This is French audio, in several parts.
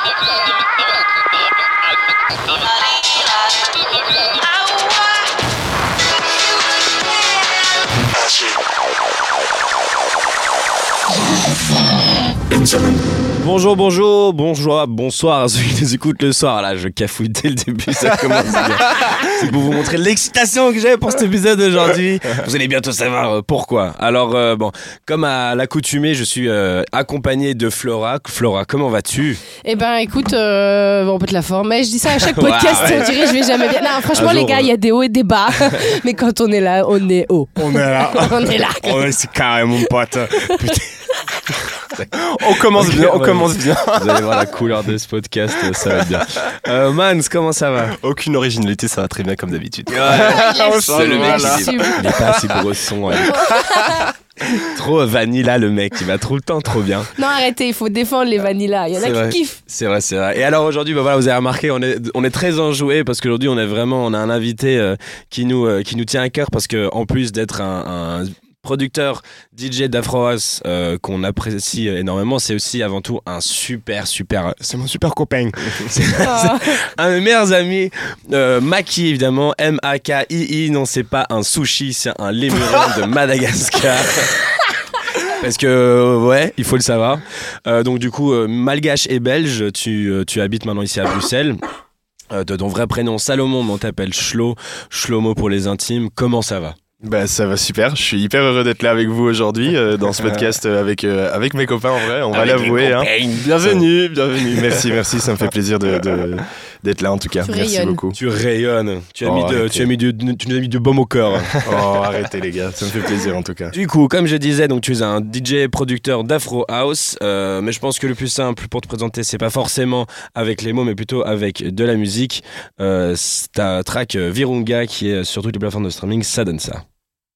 Bonjour, bonsoir à ceux qui nous écoutent le soir. Là, je cafouille dès le début, ça commence bien. C'est pour vous montrer l'excitation que j'ai pour cet épisode d'aujourd'hui. Vous allez bientôt savoir pourquoi. Alors, comme à l'accoutumée, je suis accompagné de Flora. Flora, comment vas-tu ? Eh ben, écoute, on peut te la former. Je dis ça à chaque podcast, on dirait je vais jamais bien. Non, franchement, les gars, il y a des hauts et des bas. Mais quand on est là, on est haut. On est là. On est là. C'est carrément mon pote. Putain. On commence bien. Vous allez voir la couleur de ce podcast, ça va être bien. Mans, comment ça va ? Aucune originalité, ça va très bien comme d'habitude. C'est le mec, il est pas assez bresson. Trop vanilla, le mec, il va tout le temps trop bien. Non, arrêtez, il faut défendre les vanillas. Il y en a qui kiffent. C'est vrai. Et alors aujourd'hui, voilà, vous avez remarqué, on est très enjoué parce qu'aujourd'hui, on a un invité qui nous tient à cœur parce que en plus d'être un producteur DJ d'Afro House qu'on apprécie énormément, c'est aussi avant tout un super, c'est mon super copain. C'est un de mes meilleurs amis, Maki évidemment, M-A-K-I-I, non c'est pas un sushi, c'est un lémurien de Madagascar. Parce que, ouais, il faut le savoir. Donc du coup, malgache et belge, tu habites maintenant ici à Bruxelles. De ton vrai prénom Salomon, mais on t'appelle Shlomo pour les intimes. Comment ça va ? Bah ça va super, je suis hyper heureux d'être là avec vous aujourd'hui dans ce podcast avec mes copains en vrai, on va l'avouer. Bienvenue, merci, ça me fait plaisir d'être là en tout cas. Merci beaucoup. Tu rayonnes, tu nous as mis du baume au cœur. Oh arrêtez les gars, ça me fait plaisir en tout cas. Du coup, comme je disais, donc tu es un DJ producteur d'Afro House, mais je pense que le plus simple pour te présenter, c'est pas forcément avec les mots, mais plutôt avec de la musique. C'est ta track Virunga qui est sur toutes les plateformes de streaming, ça donne ça.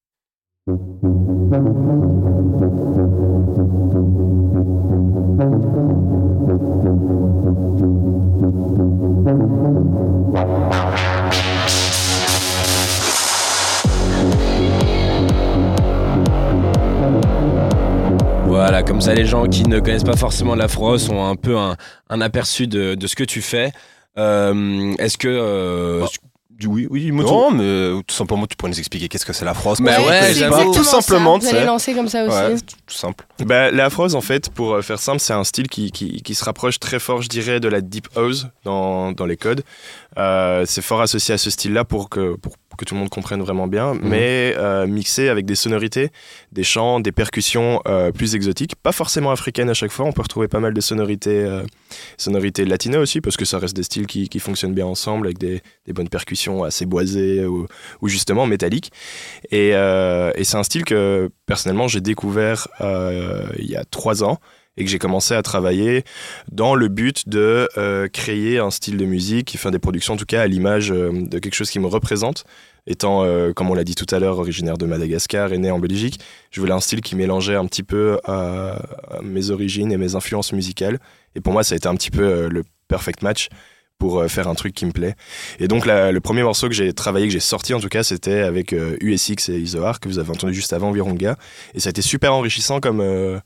Voilà, comme ça les gens qui ne connaissent pas forcément l'Afro House ont un peu un aperçu de ce que tu fais. Est-ce que... Oui, non, mais tout simplement, tu pourrais nous expliquer qu'est-ce que c'est l'Afro House. Tout simplement. Vous allez lancer comme ça aussi. Ouais, tout simple. L'Afro House, en fait, pour faire simple, c'est un style qui se rapproche très fort, je dirais, de la Deep House dans les codes. C'est fort associé à ce style-là pour que tout le monde comprenne vraiment bien, mais mixé avec des sonorités, des chants, des percussions plus exotiques, pas forcément africaines à chaque fois. On peut retrouver pas mal de sonorités latino aussi, parce que ça reste des styles qui fonctionnent bien ensemble, avec des bonnes percussions assez boisées ou justement métalliques. Et c'est un style que personnellement j'ai découvert il y a 3 ans, et que j'ai commencé à travailler dans le but de créer un style de musique, qui fait des productions en tout cas à l'image de quelque chose qui me représente. Étant, comme on l'a dit tout à l'heure, originaire de Madagascar et né en Belgique, je voulais un style qui mélangeait un petit peu mes origines et mes influences musicales. Et pour moi, ça a été un petit peu le perfect match pour faire un truc qui me plaît. Et donc le premier morceau que j'ai travaillé, que j'ai sorti en tout cas, c'était avec USX et Izoar, que vous avez entendu juste avant, Virunga. Et ça a été super enrichissant comme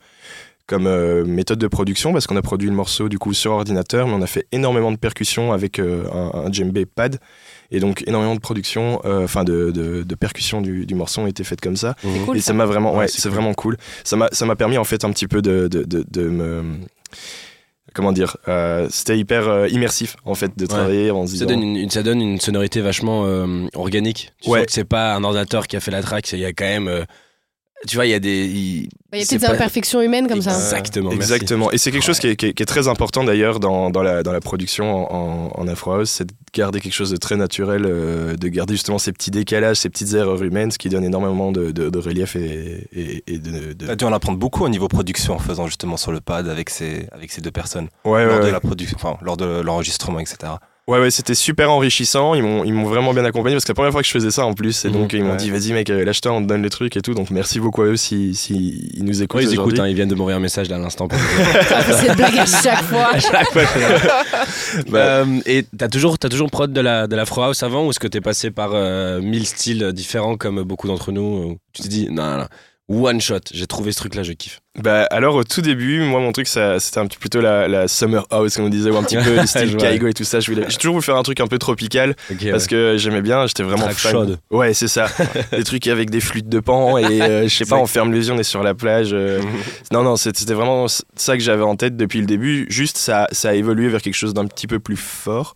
méthode de production, parce qu'on a produit le morceau du coup sur ordinateur, mais on a fait énormément de percussions avec un djembé pad, et donc énormément de production, de percussions du morceau ont été faites comme ça. C'est cool, et ça m'a vraiment, c'est cool. Vraiment cool. Ça m'a permis en fait un petit peu de me... Comment dire, c'était hyper immersif en fait de travailler en se disant... Ça donne une sonorité vachement organique. Tu sens que c'est pas un ordinateur qui a fait la track, il y a quand même... Tu vois, il y a des petites imperfections humaines comme ça. Exactement. Et c'est quelque chose qui est très important d'ailleurs dans la production en Afro House, c'est de garder quelque chose de très naturel, de garder justement ces petits décalages, ces petites erreurs humaines, ce qui donne énormément de relief et de... T'as dû en apprendre beaucoup au niveau production en faisant justement sur le pad avec ces 2 personnes. Lors de l'enregistrement, etc. Ouais, c'était super enrichissant. Ils m'ont vraiment bien accompagné parce que c'est la première fois que je faisais ça en plus. Et donc, ils m'ont dit, vas-y, mec, lâche-toi, on te donne les trucs et tout. Donc, merci beaucoup à eux si ils nous écoutent. Ils écoutent, ils viennent de m'envoyer un message là à l'instant. C'est une blague à chaque fois. Et t'as toujours prod de l'Afro House avant, ou est-ce que t'es passé par 1000 styles différents comme beaucoup d'entre nous, où tu t'es dit, non, one shot. J'ai trouvé ce truc-là, je kiffe. Bah alors au tout début, moi mon truc c'était un petit plutôt la summer house comme on disait, ou un petit peu le style Kaigo et tout ça. J'ai toujours voulu faire un truc un peu tropical parce que j'aimais bien, j'étais vraiment fan. Chaude. Ouais, c'est ça. Des trucs avec des flûtes de pan et je sais pas, on ferme les yeux, on est sur la plage. Non, c'était vraiment ça que j'avais en tête depuis le début. Juste ça a évolué vers quelque chose d'un petit peu plus fort.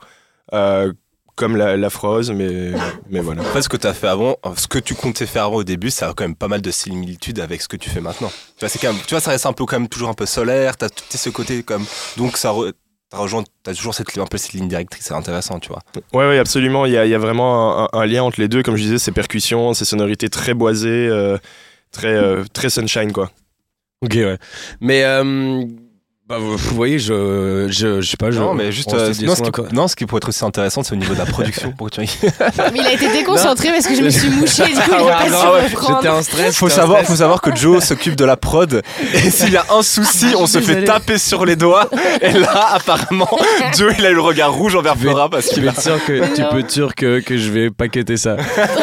Comme l'Afro-House, mais voilà. En fait, ce que tu as fait avant, ce que tu comptais faire avant au début, ça a quand même pas mal de similitudes avec ce que tu fais maintenant. Tu vois, c'est quand même, ça reste un peu quand même toujours un peu solaire, t'as ce côté comme, donc ça rejoint, t'as toujours un peu cette ligne directrice, c'est intéressant, tu vois. Ouais, absolument. Il y a vraiment un lien entre les deux, comme je disais, ces percussions, ces sonorités très boisées, très sunshine, quoi. Ok, ouais. Mais bah, vous voyez, je sais pas. Non, mais juste. Ce qui pourrait être aussi intéressant, c'est au niveau de la production. Pour que tu... Mais il a été déconcentré parce que je me suis mouché. Du coup, il a pas su reprendre. J'étais en stress. Faut savoir que Joe s'occupe de la prod. Et s'il y a un souci, on se fait taper sur les doigts. Et là, apparemment, Joe, il a eu le regard rouge envers Flora parce qu'il est sûr que je vais paqueter ça.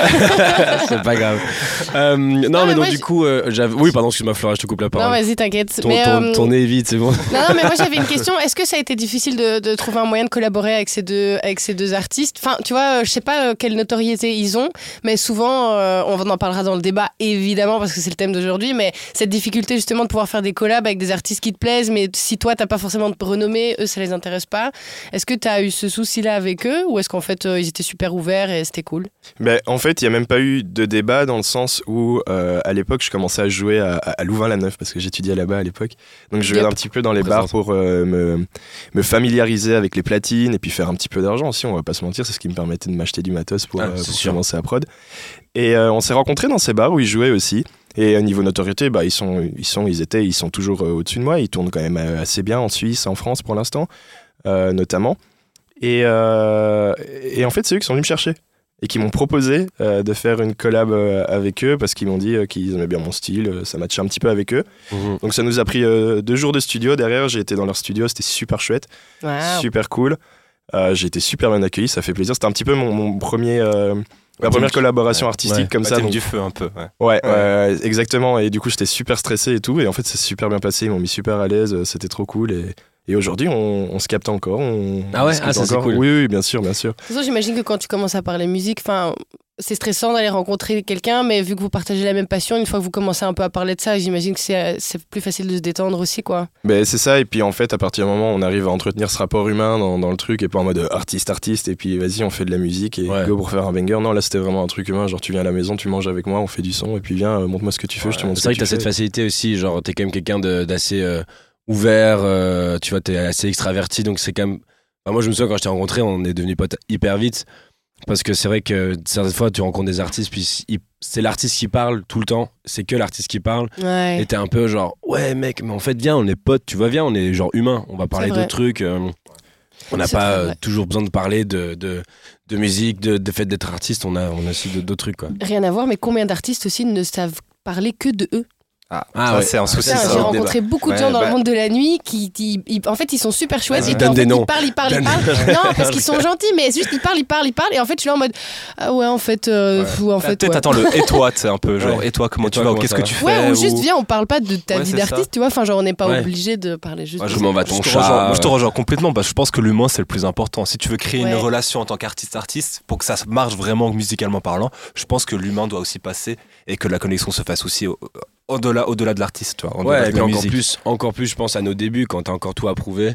C'est pas grave. Non, mais donc du coup, oui, pardon, excuse-moi, Flora, je te coupe la parole. Non, vas-y, t'inquiète. Ton nez est vide, c'est bon. Non, mais moi j'avais une question. Est-ce que ça a été difficile de trouver un moyen de collaborer avec ces deux artistes ? Enfin, tu vois, je sais pas quelle notoriété ils ont, mais souvent, on en parlera dans le débat, évidemment, parce que c'est le thème d'aujourd'hui, mais cette difficulté justement de pouvoir faire des collabs avec des artistes qui te plaisent, mais si toi t'as pas forcément de renommée, eux ça les intéresse pas. Est-ce que t'as eu ce souci-là avec eux, ou est-ce qu'en fait ils étaient super ouverts et c'était cool ? Ben, en fait, il y a même pas eu de débat dans le sens où à l'époque je commençais à jouer à Louvain-la-Neuve parce que j'étudiais là-bas à l'époque, donc je jouais un petit peu dans les bars pour me familiariser avec les platines et puis faire un petit peu d'argent aussi, on va pas se mentir, c'est ce qui me permettait de m'acheter du matos pour commencer à prod. Et on s'est rencontrés dans ces bars où ils jouaient aussi. Et au niveau notoriété, bah, ils sont toujours au-dessus de moi. Ils tournent quand même assez bien en Suisse, en France pour l'instant, notamment. Et en fait, c'est eux qui sont venus me chercher et qui m'ont proposé de faire une collab avec eux parce qu'ils m'ont dit qu'ils aimaient bien mon style, ça matchait un petit peu avec eux. Donc ça nous a pris 2 jours de studio derrière, j'ai été dans leur studio, c'était super chouette, super cool. J'ai été super bien accueilli, ça fait plaisir. C'était un petit peu mon premier... ma première collaboration artistique comme ça. Donc du feu un peu. Ouais, exactement. Et du coup, j'étais super stressé et tout. Et en fait, c'est super bien passé. Ils m'ont mis super à l'aise. C'était trop cool. Et aujourd'hui, on se capte encore. Ça c'est cool. Oui, bien sûr. De toute façon, j'imagine que quand tu commences à parler musique, c'est stressant d'aller rencontrer quelqu'un, mais vu que vous partagez la même passion, une fois que vous commencez un peu à parler de ça, j'imagine que c'est plus facile de se détendre aussi, quoi. Ben, c'est ça, et puis en fait, à partir du moment où on arrive à entretenir ce rapport humain dans le truc, et pas en mode artiste, et puis vas-y, on fait de la musique, et go pour faire un banger. Non, là, c'était vraiment un truc humain, genre tu viens à la maison, tu manges avec moi, on fait du son, et puis viens, montre-moi ce que tu fais, je te montre ce que tu fais. C'est vrai que t'as cette facilité aussi, genre t'es quand même quelqu'un d'assez ouvert, tu vois, t'es assez extraverti, donc c'est quand même... moi, je me souviens, quand je t'ai rencontré, on est devenus potes hyper vite. Parce que c'est vrai que certaines fois tu rencontres des artistes puis c'est l'artiste qui parle tout le temps, c'est que l'artiste qui parle et t'es un peu genre ouais mec mais en fait viens on est potes, tu vois viens on est genre humains, on va parler d'autres trucs, on n'a pas toujours besoin de parler de musique, de fait d'être artiste, on a aussi d'autres trucs quoi. Rien à voir, mais combien d'artistes aussi ne savent parler que de eux? C'est un souci. J'ai rencontré beaucoup de gens dans le monde de la nuit qui en fait ils sont super chouettes, ils parlent. Ils parlent. Non, parce qu'ils sont gentils, mais juste ils parlent et en fait je suis là en mode en fait peut-être attends le et toi, c'est un peu genre et toi comment tu vas, qu'est-ce que tu fais, ou juste viens, on parle pas de ta vie d'artiste, tu vois, enfin genre on n'est pas obligé de parler juste. Je m'en vais ton chat. Moi je te rejoins complètement, je pense que l'humain c'est le plus important. Si tu veux créer une relation en tant qu'artiste pour que ça marche vraiment musicalement parlant, je pense que l'humain doit aussi passer et que la connexion se fasse aussi au-delà de l'artiste, tu vois. Et puis encore plus, je pense à nos débuts quand t'as encore tout à prouver.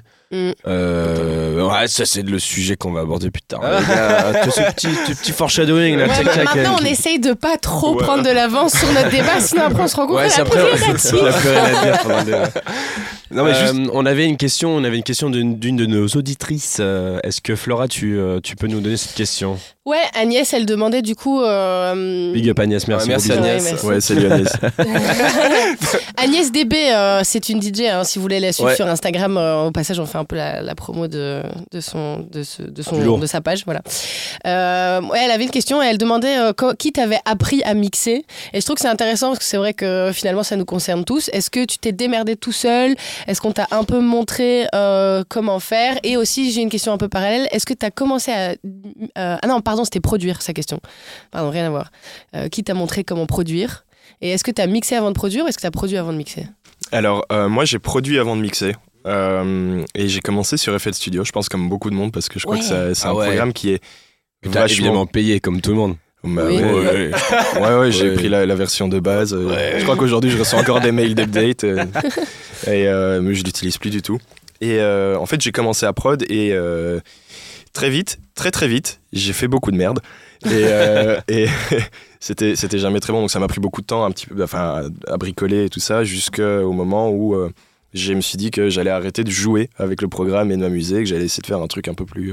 Ça c'est le sujet qu'on va aborder plus tard. Ce petit foreshadowing là. Maintenant, on essaye de pas trop prendre de l'avance sur notre débat, sinon après on se rend compte qu'on a plus rien à dire pendant le débat. Non, mais on avait une question d'une de nos auditrices. Est-ce que Flora, tu peux nous donner cette question? Ouais, Agnès, elle demandait du coup. Big up Agnès, merci. Merci Agnès. Ouais, salut Agnès. Agnès DB, c'est une DJ. Si vous voulez la suivre sur Instagram, au passage, on fait un peu la promo de sa page, voilà. Elle avait une question et elle demandait qui t'avait appris à mixer. Et je trouve que c'est intéressant parce que c'est vrai que finalement ça nous concerne tous. Est-ce que tu t'es démerdé tout seul? Est-ce qu'on t'a un peu montré comment faire? Et aussi, j'ai une question un peu parallèle. Est-ce que t'as commencé à... non, pardon, c'était produire, sa question. Pardon, rien à voir. Qui t'a montré comment produire? Et est-ce que tu as mixé avant de produire ou est-ce que tu as produit avant de mixer? Alors, moi, j'ai produit avant de mixer. Et j'ai commencé sur FL Studio, je pense comme beaucoup de monde, parce que je crois que c'est un programme qui est vachement évidemment payé comme tout le monde. Bah, ouais, j'ai pris la version de base. Je crois qu'aujourd'hui, je reçois encore des mails d'update. Mais je l'utilise plus du tout. Et en fait, j'ai commencé à prod et très vite, très vite, j'ai fait beaucoup de merde. Et c'était jamais très bon, donc ça m'a pris beaucoup de temps un petit peu, à bricoler et tout ça, jusqu'au moment où je me suis dit que j'allais arrêter de jouer avec le programme et de m'amuser, que j'allais essayer de faire un truc un peu plus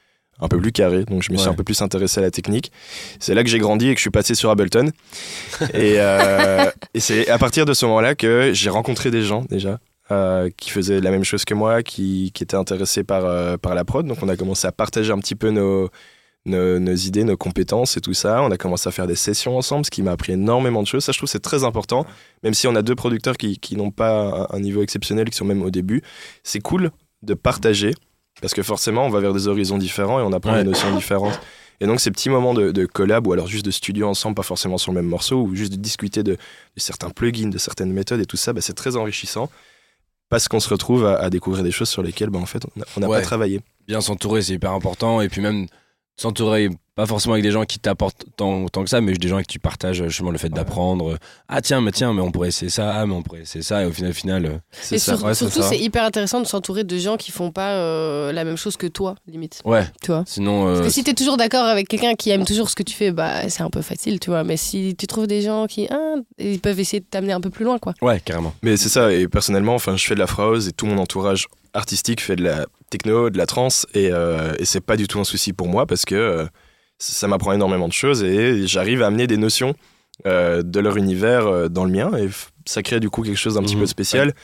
carré. Donc je me suis un peu plus intéressé à la technique. C'est là que j'ai grandi et que je suis passé sur Ableton. Et c'est à partir de ce moment-là que j'ai rencontré des gens déjà qui faisaient la même chose que moi, qui étaient intéressés par la prod. Donc on a commencé à partager un petit peu nos idées, nos compétences et tout ça. On a commencé à faire des sessions ensemble, ce qui m'a appris énormément de choses. Ça, je trouve, c'est très important. Même si on a deux producteurs qui n'ont pas un niveau exceptionnel, qui sont même au début, c'est cool de partager, parce que forcément, on va vers des horizons différents et on apprend des notions différentes. Et donc, ces petits moments de collab, ou alors juste de studio ensemble, pas forcément sur le même morceau, ou juste de discuter de certains plugins, de certaines méthodes et tout ça, c'est très enrichissant, parce qu'on se retrouve à découvrir des choses sur lesquelles, en fait, on n'a pas travaillé. Bien s'entourer, c'est hyper important. Et puis même s'entourer, pas forcément avec des gens qui t'apportent tant que ça, mais des gens avec qui tu partages justement le fait d'apprendre. Ah tiens, mais on pourrait essayer ça. Ah, mais on pourrait essayer ça. Et au final, c'est ça. Surtout, c'est hyper intéressant de s'entourer de gens qui font pas la même chose que toi, limite. Ouais. Tu vois. Sinon. Parce que si t'es toujours d'accord avec quelqu'un qui aime toujours ce que tu fais, c'est un peu facile, tu vois. Mais si tu trouves des gens qui, ils peuvent essayer de t'amener un peu plus loin, quoi. Ouais, carrément. Mais c'est ça. Et personnellement, je fais de l'Afro House et tout mon entourage artistique fait de la techno, de la trance, et c'est pas du tout un souci pour moi parce que ça m'apprend énormément de choses et j'arrive à amener des notions de leur univers dans le mien et ça crée du coup quelque chose d'un petit peu spécial.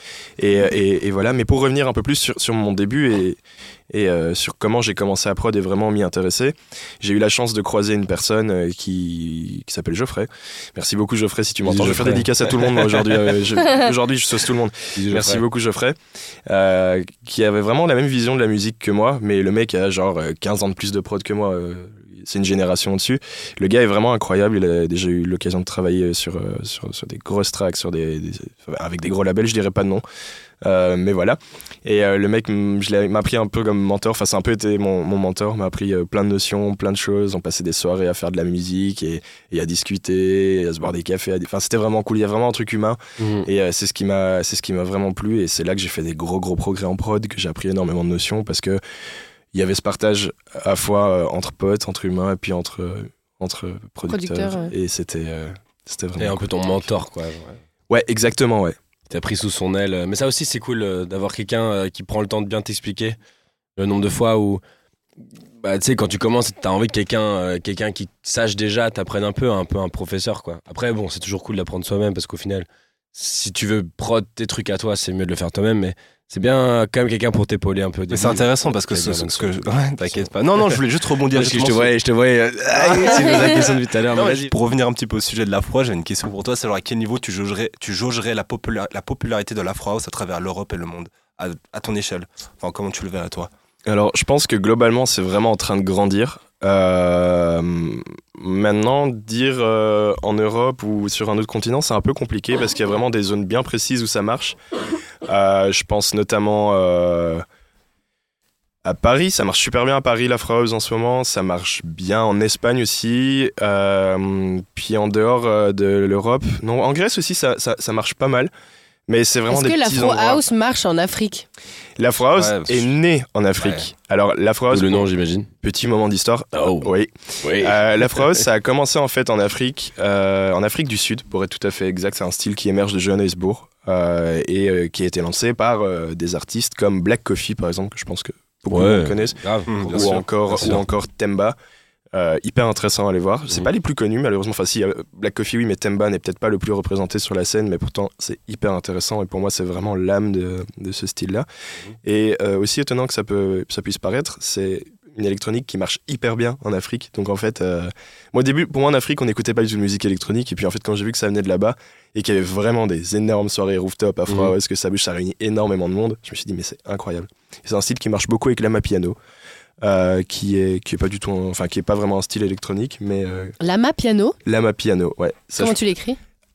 Et voilà. Mais pour revenir un peu plus sur mon début et sur comment j'ai commencé à prod et vraiment m'y intéresser, j'ai eu la chance de croiser une personne qui s'appelle Geoffrey. Merci beaucoup Geoffrey si tu m'entends. Je vais faire dédicace à tout le monde moi, aujourd'hui. Aujourd'hui je sauce tout le monde. Merci beaucoup Geoffrey. Qui avait vraiment la même vision de la musique que moi, mais le mec a genre 15 ans de plus de prod que moi. C'est une génération au-dessus. Le gars est vraiment incroyable. Il a déjà eu l'occasion de travailler sur des grosses tracks, avec des gros labels, je dirais pas de nom. Mais voilà. Et le mec m'a pris un peu comme mentor. Enfin, c'est un peu été mon mentor. M'a appris plein de notions, plein de choses. On passait des soirées à faire de la musique et à discuter, et à se boire des cafés. Enfin, c'était vraiment cool. Il y a vraiment un truc humain. Et c'est ce qui m'a vraiment plu. Et c'est là que j'ai fait des gros progrès en prod, que j'ai appris énormément de notions parce que il y avait ce partage à la fois entre potes, entre humains et puis entre producteurs. Et c'était vraiment. Et un peu ton mentor, quoi. Ouais, exactement, ouais. T'as pris sous son aile. Mais ça aussi, c'est cool d'avoir quelqu'un qui prend le temps de bien t'expliquer. Le nombre de fois où, tu sais, quand tu commences, t'as envie que quelqu'un qui sache déjà t'apprenne un peu un professeur, quoi. Après, bon, c'est toujours cool d'apprendre soi-même parce qu'au final, si tu veux prod tes trucs à toi, c'est mieux de le faire toi-même, mais c'est bien quand même quelqu'un pour t'épauler un peu. Mais c'est intéressant parce que ouais, t'inquiète pas. Non, je voulais juste rebondir. Parce que je te voyais. C'est la question depuis tout à l'heure. Non, pour revenir un petit peu au sujet de l'afro, j'ai une question pour toi. C'est genre à quel niveau tu jaugerais la popularité de l'afro house à travers l'Europe et le monde à ton échelle. Enfin, comment tu le verrais toi? Alors, je pense que globalement, c'est vraiment en train de grandir. Maintenant, dire en Europe ou sur un autre continent, c'est un peu compliqué parce qu'il y a vraiment des zones bien précises où ça marche. Je pense notamment à Paris, ça marche super bien à Paris, l'Afro House en ce moment. Ça marche bien en Espagne aussi. Puis en dehors de l'Europe, non, en Grèce aussi, ça marche pas mal. Mais c'est vraiment des petits endroits. Est-ce que l'Afro House marche en Afrique? L'Afro House est née en Afrique. Ouais. Alors, l'Afro House... Le nom, j'imagine. Petit moment d'histoire. Oh. Oui. L'Afro House, ça a commencé en fait en Afrique du Sud, pour être tout à fait exact. C'est un style qui émerge de Johannesburg et qui a été lancé par des artistes comme Black Coffee, par exemple, que je pense que beaucoup de gens connaissent. Grave, ou encore Temba. Hyper intéressant à aller voir. C'est pas les plus connus malheureusement. Enfin si, Black Coffee oui, mais Temba n'est peut-être pas le plus représenté sur la scène, mais pourtant c'est hyper intéressant et pour moi c'est vraiment l'âme de ce style-là. Et aussi étonnant que ça puisse paraître, c'est une électronique qui marche hyper bien en Afrique. Donc en fait, moi au début, pour moi en Afrique on n'écoutait pas du tout de musique électronique et puis en fait quand j'ai vu que ça venait de là-bas et qu'il y avait vraiment des énormes soirées rooftop Afro House, que ça bouge, ça réunit énormément de monde, je me suis dit mais c'est incroyable. Et c'est un style qui marche beaucoup avec l'Amapiano. Qui est pas du tout qui est pas vraiment un style électronique mais l'Amapiano, ouais. Comment tu l'écris?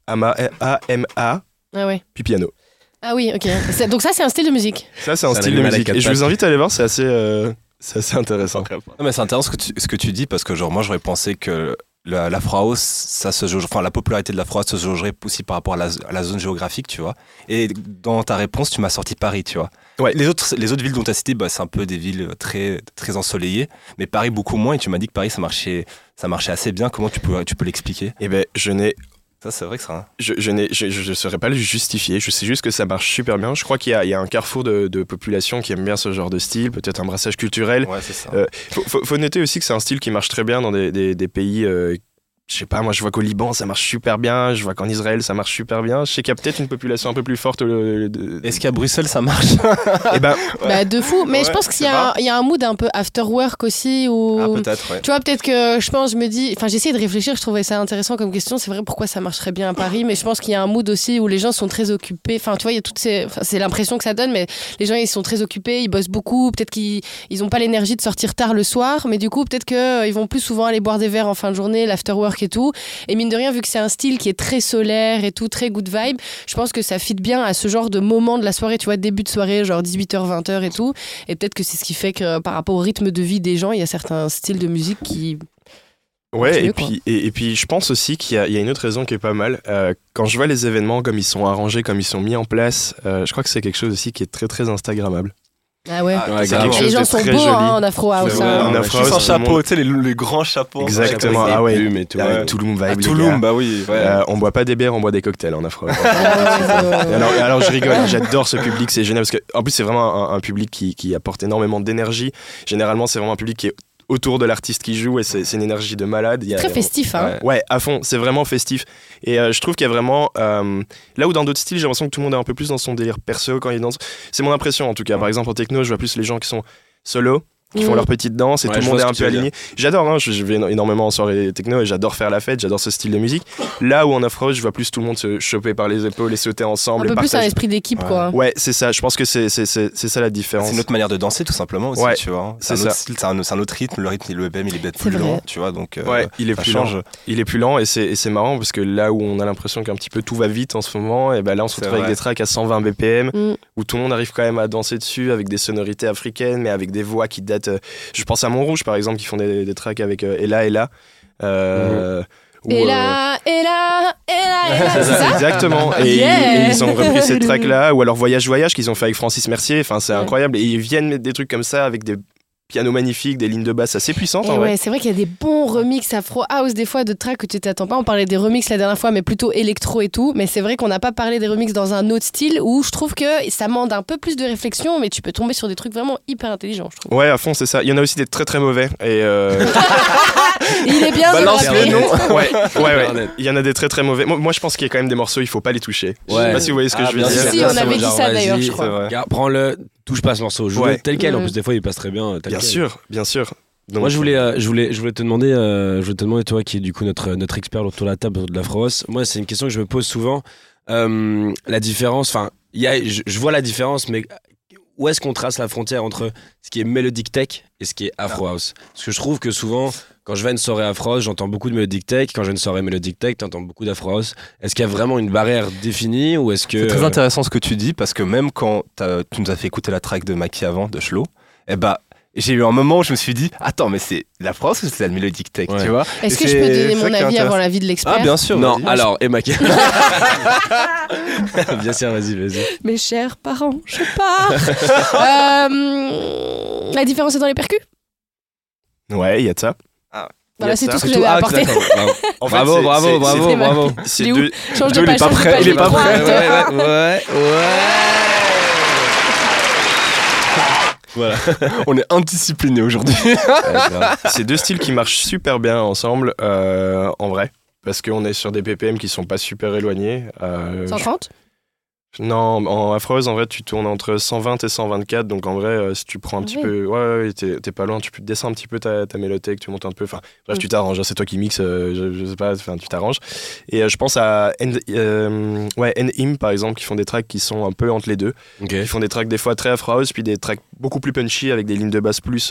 A-M-A, Ah ouais. puis piano. Ah oui, ok. Donc ça, c'est un style de musique. Ça, c'est un style de musique. Et je vous invite à aller voir, c'est assez intéressant. Non, mais c'est intéressant ce que tu dis parce que genre moi j'aurais pensé que l'Afro House, ça se jauge, enfin la popularité de l'Afro House se jaugerait aussi par rapport à la zone géographique, tu vois. Et dans ta réponse, tu m'as sorti Paris, tu vois. Ouais. Les autres villes dont tu as cité, c'est un peu des villes très, très ensoleillées, mais Paris beaucoup moins. Et tu m'as dit que Paris ça marchait assez bien. Comment tu peux l'expliquer? Eh ben, Ça, c'est vrai que ça. je saurais pas le justifier. Je sais juste que ça marche super bien. Je crois qu'il y a un carrefour de population qui aime bien ce genre de style, peut-être un brassage culturel. Ouais, c'est ça. Faut noter aussi que c'est un style qui marche très bien dans des pays. Je sais pas, moi je vois qu'au Liban ça marche super bien, je vois qu'en Israël ça marche super bien. Je sais qu'il y a peut-être une population un peu plus forte. Est-ce qu'à Bruxelles ça marche? Eh ben, Bah, de fou. Mais je pense qu'il y a un mood un peu after work aussi. Où... Ah, peut-être, ouais. Tu vois, peut-être que je me dis. Enfin, j'ai essayé de réfléchir, je trouvais ça intéressant comme question. C'est vrai, pourquoi ça marcherait bien à Paris, mais je pense qu'il y a un mood aussi où les gens sont très occupés. Enfin, tu vois, il y a toutes ces. Enfin, c'est l'impression que ça donne, mais les gens ils sont très occupés, ils bossent beaucoup. Peut-être qu'ils n'ont pas l'énergie de sortir tard le soir, mais du coup, peut-être qu'ils vont plus souvent aller boire des verres en fin de journée, l'after work et tout. Et mine de rien, vu que c'est un style qui est très solaire et tout, très good vibe, je pense que ça fit bien à ce genre de moment de la soirée, tu vois, début de soirée, genre 18h, 20h et tout. Et peut-être que c'est ce qui fait que par rapport au rythme de vie des gens, il y a certains styles de musique qui... Ouais, et puis je pense aussi qu'il y a une autre raison qui est pas mal. Quand je vois les événements comme ils sont arrangés, comme ils sont mis en place, je crois que c'est quelque chose aussi qui est très très instagrammable. Ah ouais, les gens sont beaux en Afro House. En Afro House, sans chapeau, tu sais, les grands chapeaux. Exactement, ah ouais. Et tout, Touloum vibe. Touloum, bah oui. Ouais. On boit pas des bières, on boit des cocktails en Afro House. Alors je rigole, j'adore ce public, c'est génial parce que en plus c'est vraiment un public qui apporte énormément d'énergie. Généralement, c'est vraiment un public qui est autour de l'artiste qui joue et c'est une énergie de malade. Très festif, hein. Ouais, à fond, c'est vraiment festif. Et je trouve qu'il y a vraiment là où dans d'autres styles j'ai l'impression que tout le monde est un peu plus dans son délire perso quand il danse. C'est mon impression en tout cas. Par exemple en techno je vois plus les gens qui sont solo, qui font leur petite danse et tout le monde est un peu aligné. J'adore, hein, je vais énormément en soirée techno et j'adore faire la fête, j'adore ce style de musique. Là où en Afro je vois plus tout le monde se choper par les épaules et sauter ensemble. Un peu plus un esprit d'équipe, quoi. Ouais, c'est ça, je pense que c'est ça la différence. C'est une autre manière de danser tout simplement aussi, tu vois. C'est un autre style, c'est un autre rythme, le rythme le BPM il est peut-être plus lent, tu vois, donc ouais, il est plus lent. Il est plus lent et c'est marrant parce que là où on a l'impression qu'un petit peu tout va vite en ce moment, et ben là on se retrouve avec des tracks à 120 BPM où tout le monde arrive quand même à danser dessus avec des sonorités africaines mais avec des voix qui datent. Je pense à Montrouge par exemple qui font des tracks avec Ella. Et là, c'est ça exactement. Et ils ont repris cette track là ou alors Voyage qu'ils ont fait avec Francis Mercier. Enfin c'est incroyable et ils viennent mettre des trucs comme ça avec des piano magnifique, des lignes de basse assez puissantes. En vrai. C'est vrai qu'il y a des bons remixes Afro House, des fois de tracks que tu t'attends pas. On parlait des remixes la dernière fois, mais plutôt électro et tout. Mais c'est vrai qu'on n'a pas parlé des remixes dans un autre style où je trouve que ça demande un peu plus de réflexion, mais tu peux tomber sur des trucs vraiment hyper intelligents, je trouve. Ouais, à fond, c'est ça. Il y en a aussi des très très mauvais. Et il est bien balance le nom. Ouais. Il y en a des très très mauvais. Moi, je pense qu'il y a quand même des morceaux, il faut pas les toucher. Je sais pas si vous voyez ce que je veux dire. Si, on avait dit ça d'ailleurs, je crois. Prends-le, touche pas ce morceau, joue-le tel quel. En plus, des fois, il passe très bien. Bien sûr. Donc, moi, je voulais te demander, toi, qui est du coup notre expert autour de la table de l'Afro House. Moi, c'est une question que je me pose souvent. La différence, enfin, je vois la différence, mais où est-ce qu'on trace la frontière entre ce qui est Melodic Tech et ce qui est Afro House? Parce que je trouve que souvent, quand je vais à une soirée Afro House, j'entends beaucoup de Melodic Tech. Quand je vais à une soirée Melodic Tech, t'entends beaucoup d'Afro House. Est-ce qu'il y a vraiment une barrière définie ou est-ce que... C'est très intéressant ce que tu dis parce que même quand tu nous as fait écouter la track de Maki avant, de Shlo, j'ai eu un moment où je me suis dit attends mais c'est l'Afro House ou c'est la Melodic Tech, tu vois? Est-ce que je peux donner mon avis avant l'avis de l'expert? Ah bien sûr. Non, alors et Maki. Bien sûr, vas-y. Mes chers parents, je pars. La différence est dans les percus? Ouais, il y a de ça. Voilà, c'est tout ce que j'avais à apporter. Bravo. C'est deux. Change de page. Il est pas prêt. Ouais. Voilà, on est indisciplinés aujourd'hui. C'est deux styles qui marchent super bien ensemble, en vrai, parce qu'on est sur des BPM qui sont pas super éloignés. 130 Non, en Afro House, en vrai, tu tournes entre 120 et 124, donc en vrai, si tu prends un petit peu... Ouais, t'es pas loin, tu peux descendre un petit peu ta mélodie, tu montes un peu, enfin, bref, tu t'arranges, c'est toi qui mixes, je sais pas, enfin, tu t'arranges. Et je pense à N.I.M, par exemple, qui font des tracks qui sont un peu entre les deux. Okay. Ils font des tracks des fois très Afro House, puis des tracks beaucoup plus punchy, avec des lignes de basse plus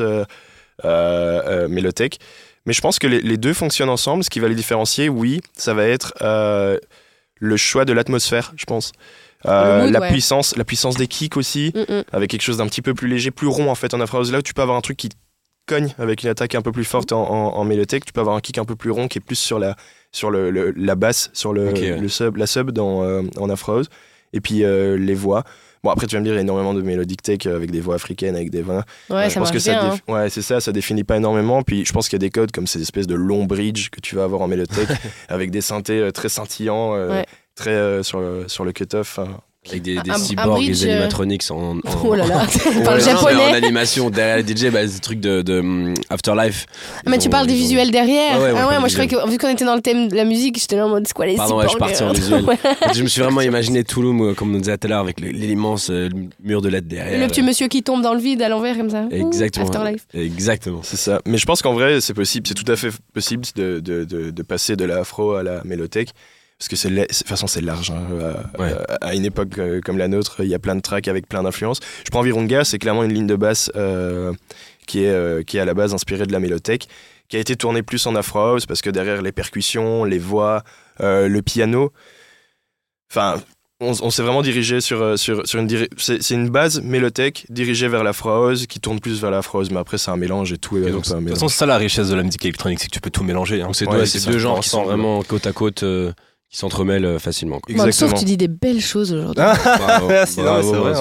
mélotech. Mais je pense que les deux fonctionnent ensemble. Ce qui va les différencier, oui, ça va être... le choix de l'atmosphère, je pense. Puissance, la puissance des kicks aussi, avec quelque chose d'un petit peu plus léger, plus rond en fait en Afro House. Là où tu peux avoir un truc qui cogne avec une attaque un peu plus forte en mélotech, tu peux avoir un kick un peu plus rond qui est plus sur la basse, sur la sub en Afro House. Et puis les voix. Bon, après, tu vas me dire, il y a énormément de melodic tech avec des voix africaines, avec des voix. Ouais, ça marche bien. Ouais, c'est ça définit pas énormément. Puis je pense qu'il y a des codes comme ces espèces de long bridge que tu vas avoir en melodic avec des synthés très scintillants, très sur le cut-off. Avec des cyborgs, des animatronics en oh là là, par le japonais. En animation, derrière les DJ, des trucs de Afterlife. Mais tu parles des visuels derrière. Moi je croyais que vu qu'on était dans le thème de la musique, j'étais là en mode c'est quoi les cyborgs. Pardon, je suis parti en visuel. Je me suis vraiment imaginé Touloum, comme on disait tout à l'heure, avec l'immense mur de LED derrière. Le petit monsieur qui tombe dans le vide à l'envers comme ça. Exactement. Afterlife. Exactement. C'est ça. Mais je pense qu'en vrai, c'est possible, c'est tout à fait possible de passer de la afro à la mélotech. Parce que de toute façon, c'est large. À une époque comme la nôtre, il y a plein de tracks avec plein d'influences. Je prends Virunga, c'est clairement une ligne de basse qui est à la base inspirée de la mélotech, qui a été tournée plus en Afro House parce que derrière les percussions, les voix, le piano, enfin, on s'est vraiment dirigé sur une c'est une base mélotech dirigée vers l'Afro House qui tourne plus vers l'Afro House, mais après c'est un mélange et tout. De toute façon, c'est ça la richesse de la musique électronique, c'est que tu peux tout mélanger. Donc c'est deux genres qui sont vraiment côte à côte. Qui s'entremêlent facilement. Exactement. Sauf que tu dis des belles choses aujourd'hui. Merci, c'est vrai.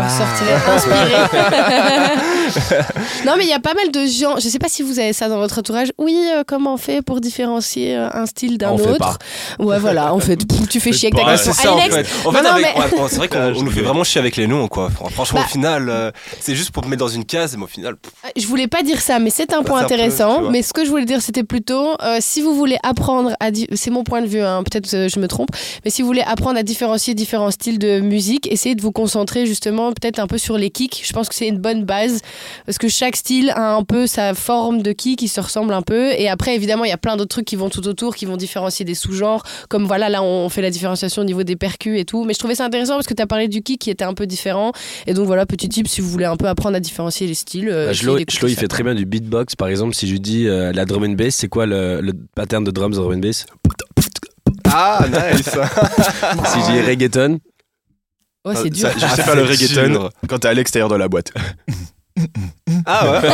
Non, mais il y a pas mal de gens, je sais pas si vous avez ça dans votre entourage. Oui, comment on fait pour différencier un style d'un autre? Fait pas. Ouais, voilà, en fait, tu fais chier avec ta question. C'est ça, en fait. C'est vrai qu'on nous fait vraiment chier avec les noms, quoi. Franchement, au final, c'est juste pour te mettre dans une case, mais au final... Je voulais pas dire ça, mais c'est un point intéressant. Mais ce que je voulais dire, c'était plutôt, si vous voulez apprendre à... C'est mon point de vue, hein, peut-être je me trompe, mais si vous voulez apprendre à différencier différents styles de musique, essayez de vous concentrer justement peut-être un peu sur les kicks. Je pense que c'est une bonne base parce que chaque style a un peu sa forme de kick qui se ressemble un peu, et après évidemment il y a plein d'autres trucs qui vont tout autour, qui vont différencier des sous-genres, comme voilà, là on fait la différenciation au niveau des percus et tout, mais je trouvais ça intéressant parce que tu as parlé du kick qui était un peu différent, et donc voilà, petit tip si vous voulez un peu apprendre à différencier les styles. Shlo il fait très bien du beatbox par exemple. Si je lui dis la drum and bass, c'est quoi le pattern de drums drum and bass? Ah, nice. Si je dis reggaeton. Oh, c'est dur. Je sais faire le reggaeton quand t'es à l'extérieur de la boîte. Ah ouais.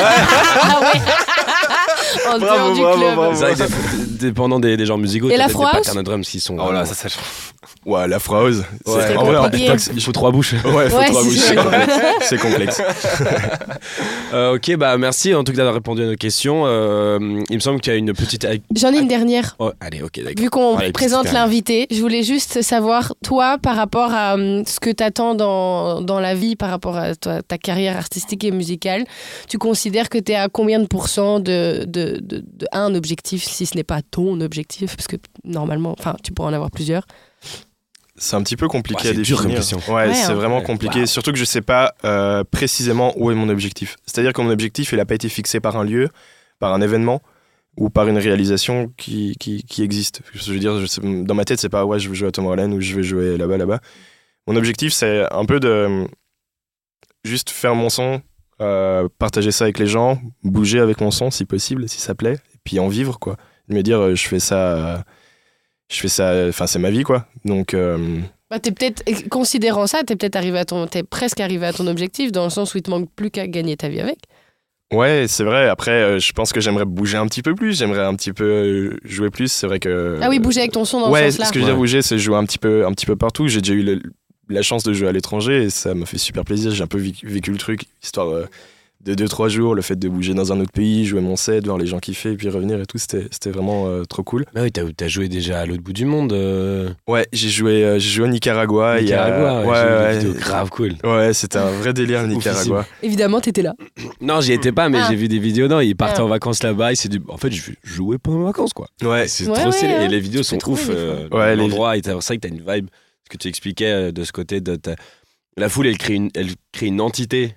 En dehors du club. C'est vrai que dépendant des genres musicaux, et la des patterns de drums qui sont... Oh là, ça... Ouais, la Afro House. Ouais. En vrai, il faut 3 bouches. Ouais, il faut 3 bouches. C'est complexe. Ok, bah merci en tout cas d'avoir répondu à nos questions. Il me semble qu'il y a une petite... J'en ai une dernière. Oh, allez, ok, d'accord. Vu qu'on présente l'invité, je voulais juste savoir, toi, par rapport à ce que t'attends dans la vie, par rapport à ta carrière artistique et musicale, tu considères que t'es à combien de pourcents de un objectif, si ce n'est pas ton objectif, parce que normalement, enfin, tu pourras en avoir plusieurs. C'est un petit peu compliqué à dur comme définir. question. Ouais, c'est vraiment compliqué. Wow. Surtout que je sais pas précisément où est mon objectif. C'est-à-dire que mon objectif, il n'a pas été fixé par un lieu, par un événement ou par une réalisation qui existe. Je veux dire, dans ma tête, c'est pas ouais, je veux jouer à Tomorrowland ou je vais jouer là-bas. Mon objectif, c'est un peu de juste faire mon son, partager ça avec les gens, bouger avec mon son si possible, si ça plaît, et puis en vivre, quoi. De me dire, je fais ça, enfin c'est ma vie, quoi. Donc t'es peut-être, considérant ça, t'es presque arrivé à ton objectif, dans le sens où il te manque plus qu'à gagner ta vie avec. Ouais, c'est vrai. Après, je pense que j'aimerais bouger un petit peu plus, j'aimerais un petit peu jouer plus. C'est vrai que ah oui, bouger avec ton son dans ce sens-là. Ouais, ce que je veux dire bouger, c'est jouer un petit peu partout. J'ai déjà eu la chance de jouer à l'étranger et ça m'a fait super plaisir. J'ai un peu vécu le truc, histoire de 2-3 jours, le fait de bouger dans un autre pays, jouer mon set, voir les gens kiffer et puis revenir et tout, c'était vraiment trop cool. Bah oui, t'as joué déjà à l'autre bout du monde. Ouais, j'ai joué au Nicaragua. Ouais, grave cool. Ouais, c'était un vrai délire le Nicaragua. Évidemment, t'étais là. Non, j'y étais pas, mais j'ai vu des vidéos. Non, il partait en vacances là-bas. En fait, je jouais pendant mes vacances, quoi. Ouais, c'est trop stylé. Et les vidéos sont ouf. L'endroit, c'est vrai que t'as une vibe. Ce que tu expliquais de ce côté de la foule, elle crée une entité.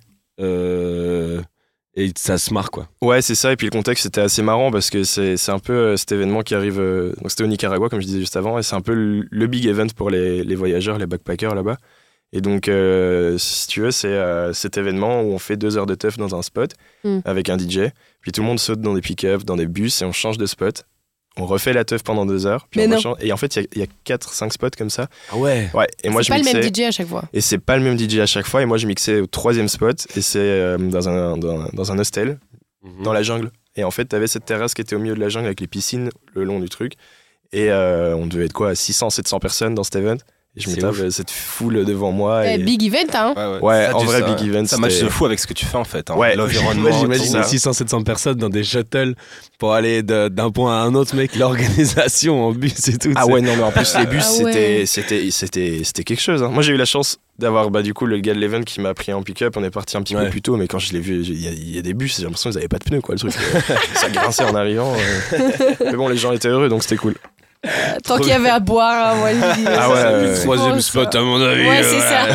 Et ça se marre, quoi. Ouais, c'est ça. Et puis le contexte était assez marrant parce que c'est un peu cet événement qui arrive. Donc c'était au Nicaragua, comme je disais juste avant, et c'est un peu le big event pour les voyageurs, les backpackers là-bas. Et donc, si tu veux, c'est cet événement où on fait 2 heures de teuf dans un spot avec un DJ. Puis tout le monde saute dans des pick-up, dans des bus, et on change de spot. On refait la teuf pendant 2 heures. Puis Mais on et en fait, il y a 4-5 spots comme ça. Ah ouais. Ouais. Et moi, c'est pas le même DJ à chaque fois. Et c'est pas le même DJ à chaque fois. Et moi, je mixais au 3e spot. Et c'est dans un hostel, dans la jungle. Et en fait, t'avais cette terrasse qui était au milieu de la jungle avec les piscines le long du truc. Et on devait être quoi, 600-700 personnes dans cet event. Et je me tape cette foule devant moi. Et... Big event, hein. Ouais, en vrai, big event. Ça match de fou avec ce que tu fais en fait. Hein. Ouais, l'environnement. J'imagine 600-700 personnes dans des shuttles pour aller d'un point à un autre, mec. L'organisation en bus et tout. Ah ouais, non, mais en plus, les bus, c'était quelque chose. Hein. Moi, j'ai eu la chance d'avoir du coup le gars de l'event qui m'a pris en pick-up. On est parti un petit peu plus tôt, mais quand je l'ai vu, il y a des bus, j'ai l'impression qu'ils n'avaient pas de pneus, quoi, le truc. Ça grinçait en arrivant. Mais bon, les gens étaient heureux, donc c'était cool. Tant qu'il y avait à boire, moi je dis. Ah ouais, troisième spot à mon avis. Ouais, c'est ça.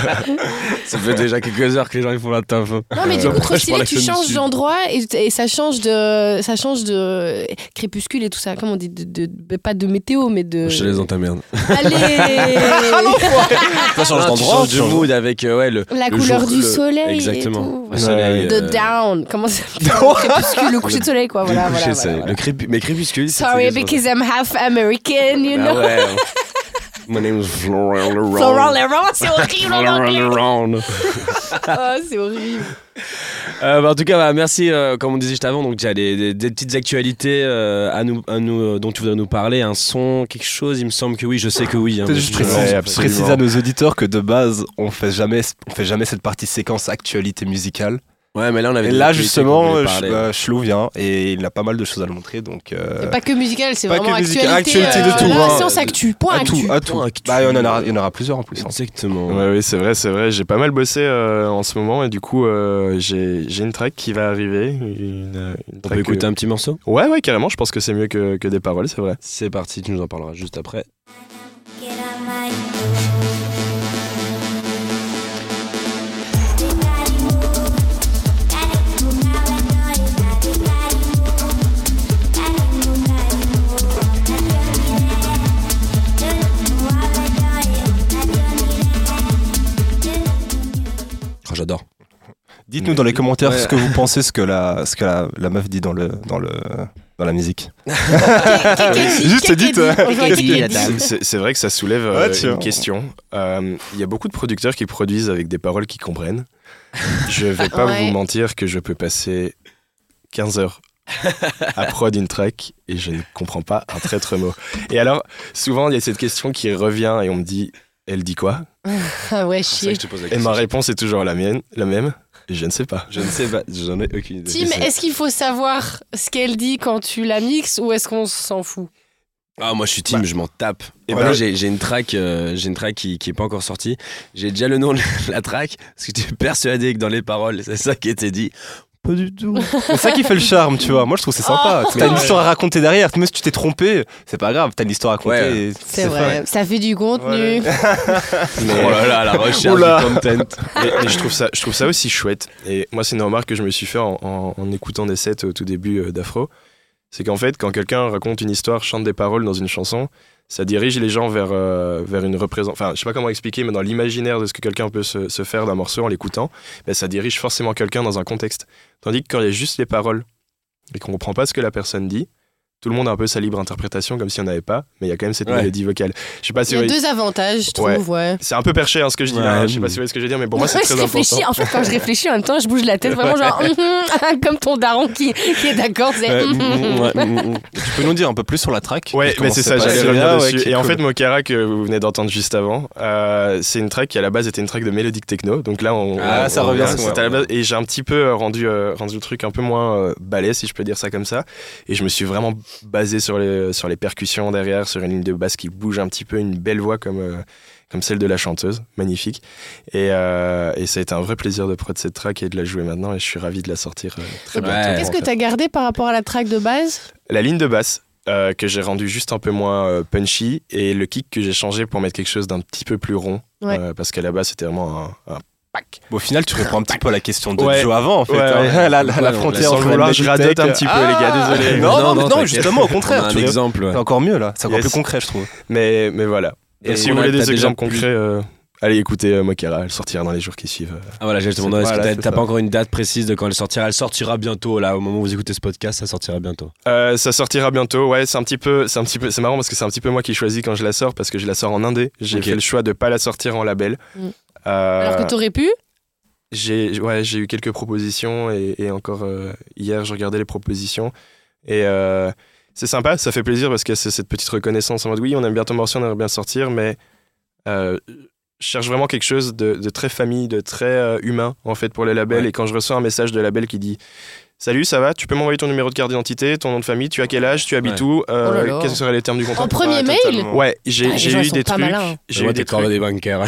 Ça fait déjà quelques heures que les gens ils font la teuf. Non mais du coup trop stylé, tu changes d'endroit et ça change de crépuscule et tout ça. Comment on dit pas de météo mais de. Je te laisse dans ta merde. Allez. Ça change d'endroit, de mood avec la couleur du soleil. Exactement. Et tout. Le soleil. The down. Comment ça crépuscule, le coucher de soleil quoi. Voilà. Mais crépuscule. Sorry because I'm half American, you know. Ouais. My name is Florent Laurent. Florent Laurent, c'est horrible en anglais. Oh, c'est horrible. En tout cas, merci. Comme on disait juste avant, donc il y a des petites actualités à nous dont tu voudrais nous parler, un son, quelque chose. Il me semble que oui, je sais que oui. Hein, juste préciser à nos auditeurs que de base, on fait jamais cette partie séquence actualité musicale. Ouais, mais là on avait. Et là justement, Chelou vient et il a pas mal de choses à nous montrer, donc. C'est pas que musical, c'est vraiment actualité de tout. La science actu, point actu. À tout. Bah il y en aura plusieurs en plus. Exactement. Ouais, oui, c'est vrai. J'ai pas mal bossé en ce moment et du coup j'ai une track qui va arriver. On peut écouter un petit morceau. Ouais, carrément. Je pense que c'est mieux que des paroles, c'est vrai. C'est parti, tu nous en parleras juste après. J'adore. Dites-nous dans les commentaires ce que vous pensez, ce que la meuf dit dans la musique. Juste dites. C'est vrai que ça soulève une question. Il y a beaucoup de producteurs qui produisent avec des paroles qu'ils comprennent. Je vais pas vous mentir que je peux passer 15 heures à prod une track et je ne comprends pas un traître mot. Et alors, souvent, il y a cette question qui revient et on me dit, elle dit quoi ? Ah ouais, chier. Et ma réponse est toujours la même. Je ne sais pas. J'en ai aucune idée. Tim, est-ce qu'il faut savoir ce qu'elle dit quand tu la mixes ou est-ce qu'on s'en fout ? Ah, moi je suis Tim, je m'en tape. Et moi j'ai une track qui est pas encore sortie. J'ai déjà le nom de la track parce que tu es persuadé que dans les paroles c'est ça qui était dit. Pas du tout. C'est ça qui fait le charme, tu vois. Moi, je trouve que c'est sympa. T'as une histoire à raconter derrière. Même si tu t'es trompé, c'est pas grave. T'as une histoire à raconter. Ouais. C'est vrai. Ça fait du contenu. Ouais. Mais oh là là, la recherche du content. Mais je trouve ça aussi chouette. Et moi, c'est une remarque que je me suis fait en écoutant des sets au tout début d'Afro. C'est qu'en fait, quand quelqu'un raconte une histoire, chante des paroles dans une chanson, ça dirige les gens vers une représentation. Enfin, je sais pas comment expliquer, mais dans l'imaginaire de ce que quelqu'un peut se faire d'un morceau en l'écoutant, ça dirige forcément quelqu'un dans un contexte. Tandis que quand il y a juste les paroles et qu'on comprend pas ce que la personne dit, tout le monde a un peu sa libre interprétation comme si on n'avait pas, mais il y a quand même cette mélodie vocale. Je sais pas si il y a deux avantages, je trouve. Ouais. C'est un peu perché ce que je dis là. Je sais pas si vous voyez ce que je veux dire, mais pour moi c'est très important. En fait, quand je réfléchis en même temps, je bouge la tête vraiment genre comme ton daron qui est d'accord. Tu peux nous dire un peu plus sur la track ? Ouais, mais c'est ça, j'allais revenir dessus. Et en fait, Mokara que vous venez d'entendre juste avant, c'est une track qui à la base était une track de mélodique techno. Donc là, ça revient. C'était à la base, et j'ai un petit peu rendu le truc un peu moins balèze, si je peux dire ça comme ça. Et je me suis vraiment basé sur les percussions derrière, sur une ligne de basse qui bouge un petit peu, une belle voix comme celle de la chanteuse, magnifique. Et ça a été un vrai plaisir de prod cette track et de la jouer maintenant, et je suis ravi de la sortir très bientôt. Qu'est-ce que tu as gardé par rapport à la track de base ? La ligne de basse, que j'ai rendue juste un peu moins punchy, et le kick que j'ai changé pour mettre quelque chose d'un petit peu plus rond, parce qu'à la base c'était vraiment un pack. Bon, au final, tu réponds un petit peu à la question de Joe avant, en fait. La frontière entre la je radote un petit peu, les gars, désolé. Non, justement, au contraire. Un exemple. C'est encore mieux, là. C'est encore plus concret, je trouve. Mais voilà. Et si vous voulez des exemples concrets, allez écouter Mokera, elle sortira dans les jours qui suivent. Ah voilà, j'ai demandé, est-ce que t'as pas encore une date précise de quand elle sortira? Elle sortira bientôt, là, au moment où vous écoutez ce podcast, ça sortira bientôt. Ça sortira bientôt, ouais, c'est marrant parce que c'est un petit peu moi qui choisis quand je la sors, parce que je la sors en indé. J'ai fait le choix de pas la sortir en label. Alors que t'aurais pu? J'ai eu quelques propositions et encore hier, je regardais les propositions. Et c'est sympa, ça fait plaisir parce que c'est cette petite reconnaissance en mode oui, on aime bien ton morceau, on aimerait bien sortir, mais je cherche vraiment quelque chose de très famille, de très humain en fait pour les labels. Et quand je reçois un message de label qui dit salut, ça va, tu peux m'envoyer ton numéro de carte d'identité, ton nom de famille, tu as quel âge, tu habites où, quels seraient les termes du contrat? En premier mail? Ouais, j'ai eu des trucs. J'ai eu des trucs des bunkers.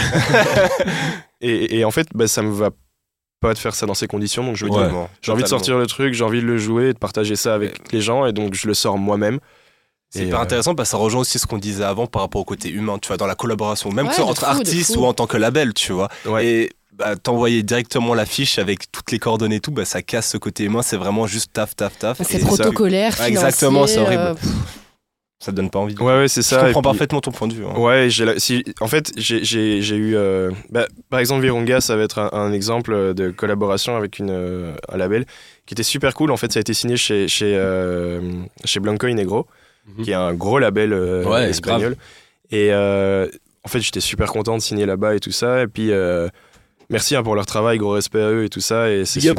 et en fait, ça me va pas de faire ça dans ces conditions, donc je me dis j'ai envie de sortir le truc, j'ai envie de le jouer et de partager ça avec les gens, et donc je le sors moi-même. C'est hyper intéressant parce que ça rejoint aussi ce qu'on disait avant par rapport au côté humain, tu vois, dans la collaboration, même que ce soit entre artistes ou en tant que label, tu vois. Et t'envoyer directement l'affiche avec toutes les coordonnées et tout, ça casse ce côté humain, c'est vraiment juste taf. C'est protocolaire, financier. Exactement, c'est horrible. Ça te donne pas envie. Ouais, c'est ça. Je comprends parfaitement ton point de vue. Hein. Ouais, en fait, j'ai eu. Par exemple, Virunga, ça va être un exemple de collaboration avec un label qui était super cool. En fait, ça a été signé chez Blanco y Negro, qui est un gros label espagnol. Et en fait, j'étais super content de signer là-bas et tout ça. Et puis. Merci pour leur travail, gros respect à eux et tout ça. Et c'est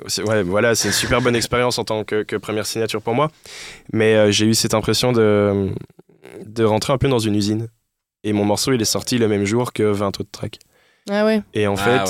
une super bonne expérience en tant que première signature pour moi. Mais j'ai eu cette impression de rentrer un peu dans une usine. Et mon morceau, il est sorti le même jour que 20 autres tracks. Ah ouais. Et en fait,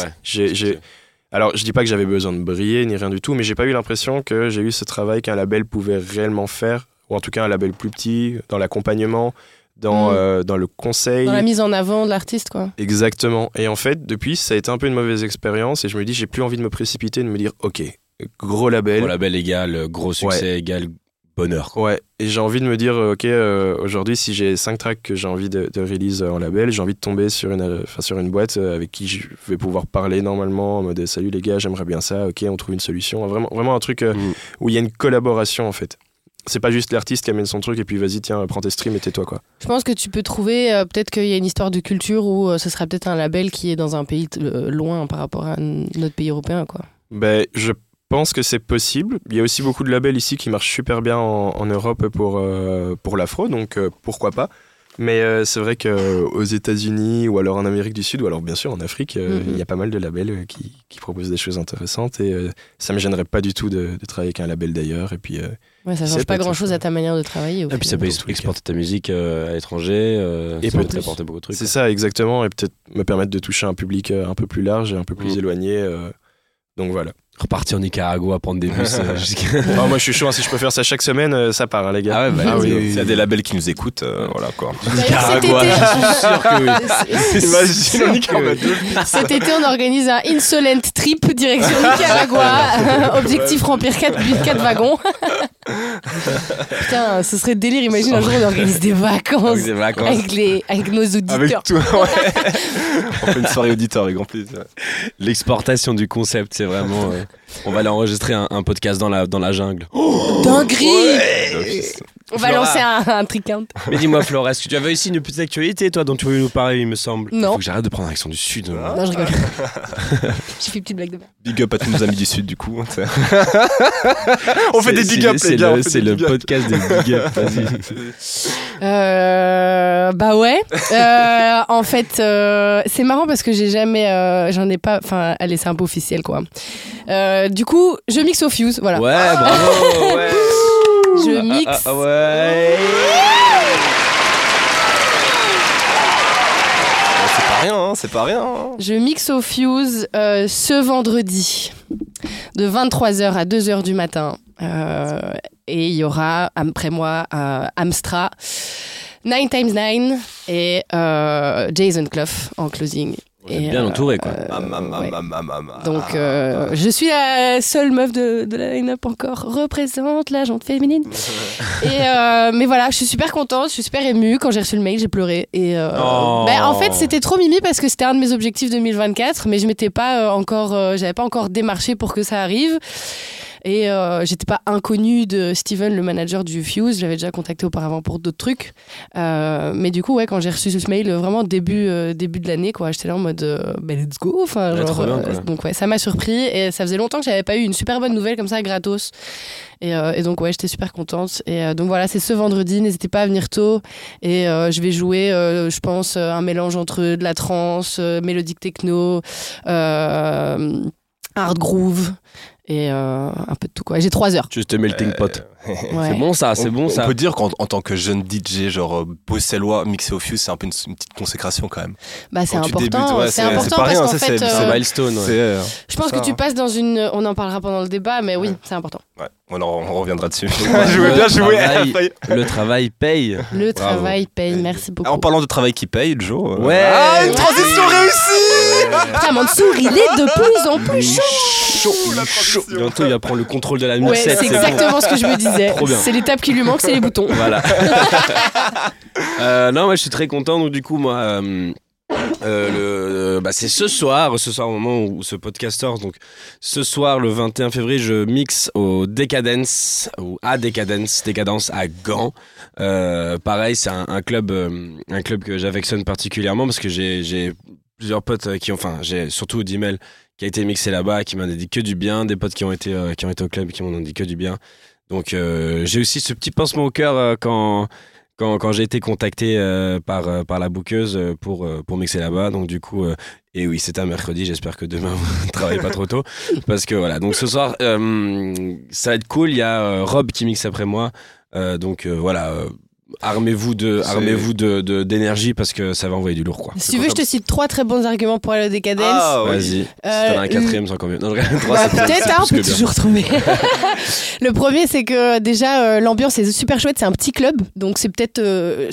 alors, je dis pas que j'avais besoin de briller ni rien du tout, mais j'ai pas eu l'impression que j'ai eu ce travail qu'un label pouvait réellement faire, ou en tout cas un label plus petit, dans l'accompagnement. Dans le conseil. Dans la mise en avant de l'artiste, quoi. Exactement. Et en fait, depuis, ça a été un peu une mauvaise expérience. Et je me dis, j'ai plus envie de me précipiter, de me dire, ok, gros label. Gros label égale gros succès égale bonheur. Ouais. Et j'ai envie de me dire, ok, aujourd'hui, si j'ai 5 tracks que j'ai envie de release en label, j'ai envie de tomber sur une boîte avec qui je vais pouvoir parler normalement, en mode, salut les gars, j'aimerais bien ça, ok, on trouve une solution. Vraiment un truc où il y a une collaboration, en fait. C'est pas juste l'artiste qui amène son truc et puis vas-y, tiens, prends tes streams et tais-toi, quoi. Je pense que tu peux trouver, peut-être qu'il y a une histoire de culture où ce sera peut-être un label qui est dans un pays loin par rapport à notre pays européen, quoi. Je pense que c'est possible. Il y a aussi beaucoup de labels ici qui marchent super bien en Europe pour l'afro, donc pourquoi pas. Mais c'est vrai qu'aux États-Unis ou alors en Amérique du Sud ou alors bien sûr en Afrique, il y a pas mal de labels qui proposent des choses intéressantes et ça me gênerait pas du tout de travailler avec un label d'ailleurs. Et puis, ça change pas grand-chose à ta manière de travailler. Et puis ça peut exporter ta musique à l'étranger et peut apporter beaucoup de trucs. C'est ça, exactement, et peut-être me permettre de toucher un public un peu plus large et un peu plus éloigné. Donc voilà. Repartir au Nicaragua, prendre des bus moi je suis chaud, si je peux faire ça chaque semaine, ça part, les gars. S'il y a des labels qui nous écoutent, voilà quoi. Nicaragua, je suis sûr que oui. Cet été, on organise un insolent trip direction Nicaragua. Objectif remplir 4 wagons. Putain, ce serait délire. Imagine un jour on organise des vacances avec nos auditeurs. Avec tout, ouais. On fait une soirée auditeur avec grand plaisir. L'exportation du concept, c'est vraiment. On va aller enregistrer un podcast dans la jungle. Dinguerie! On va lancer un tricount. Mais dis-moi, Flore, est-ce que tu avais ici une petite actualité, toi, dont tu voulais nous parler, il me semble? Non. Faut que j'arrête de prendre l'accent du Sud. Non, je rigole. J'ai fait une petite blague de merde. Big up à tous nos amis du Sud, du coup. On fait des big up, les gars. C'est le podcast des big up, vas-y. Bah ouais. En fait, c'est marrant parce que j'ai jamais. J'en ai pas. Enfin, allez, c'est un peu officiel, quoi. Du coup, je mixe au Fuse, voilà. Ouais, bravo, ouais. Je mixe. Ouais. C'est pas rien. Je mixe au Fuse ce vendredi de 23h à 2h du matin. Et il y aura après moi Amstra, 9x9 et Jason Clough en closing. On est bien entouré, quoi. Donc, je suis la seule meuf de la line-up encore représente la jante féminine. Mais voilà, je suis super contente, je suis super émue. Quand j'ai reçu le mail, j'ai pleuré. Et en fait, c'était trop mimi parce que c'était un de mes objectifs 2024, mais je m'étais pas encore, j'avais pas encore démarché pour que ça arrive. Et j'étais pas inconnue de Steven, le manager du Fuse. J'avais déjà contacté auparavant pour d'autres trucs. Mais du coup, quand j'ai reçu ce mail, vraiment début de l'année, quoi, j'étais là en mode let's go. Enfin, donc ça m'a surpris. Et ça faisait longtemps que j'avais pas eu une super bonne nouvelle comme ça, gratos. Et donc j'étais super contente. Et donc voilà, c'est ce vendredi, n'hésitez pas à venir tôt. Et je vais jouer, je pense, un mélange entre de la trance, mélodique techno, hard groove et un peu de tout, quoi. J'ai 3 heures. Juste melting pot. Ouais. C'est bon ça, c'est bon ça. On peut dire qu'en tant que jeune DJ, genre bruxellois mixé au Fuse, c'est un peu une petite consécration quand même. Bah c'est Quand tu important, débutes, ouais, c'est important pas rien, parce qu'en fait, c'est milestone. Ouais. je pense que tu passes dans une, on en parlera pendant le débat, mais oui, c'est important. Ouais, on reviendra dessus. Je veux bien jouer. Le travail paye. Le travail paye, merci beaucoup. En parlant de travail qui paye, Joe. Ouais. Une transition réussie. Putain, Mansour, il est de plus en plus chaud. Bientôt, il va prendre le contrôle de la Ouais, mixette. c'est exactement ce que je me disais. Trop bien. C'est l'étape qui lui manque, c'est les boutons. Voilà. Non, moi je suis très content. Donc du coup, moi, c'est ce soir au moment où ce podcast sort. Donc ce soir, le 21 février, je mixe au Décadence à Gand. Pareil, c'est un club que j'affectionne particulièrement parce que j'ai plusieurs potes j'ai surtout d'email qui a été mixé là-bas, qui m'a dit que du bien, des potes qui ont été au club qui m'ont dit que du bien. Donc j'ai aussi ce petit pincement au cœur quand j'ai été contacté par la bookeuse pour mixer là-bas. Donc du coup, et oui, c'est un mercredi, j'espère que demain vous ne travaillez pas trop tôt. Parce que voilà, donc ce soir, ça va être cool, il y a Rob qui mixe après moi. Armez-vous d'énergie parce que ça va envoyer du lourd, quoi. Si tu veux, je te cite 3 très bons arguments pour aller au Décadence. Ah, oui. Vas-y. Si t'en as un 4e, c'est encore mieux. Non, 3, peut-être, on peut toujours trouver. Le premier, c'est que déjà, l'ambiance est super chouette. C'est un petit club, donc c'est peut-être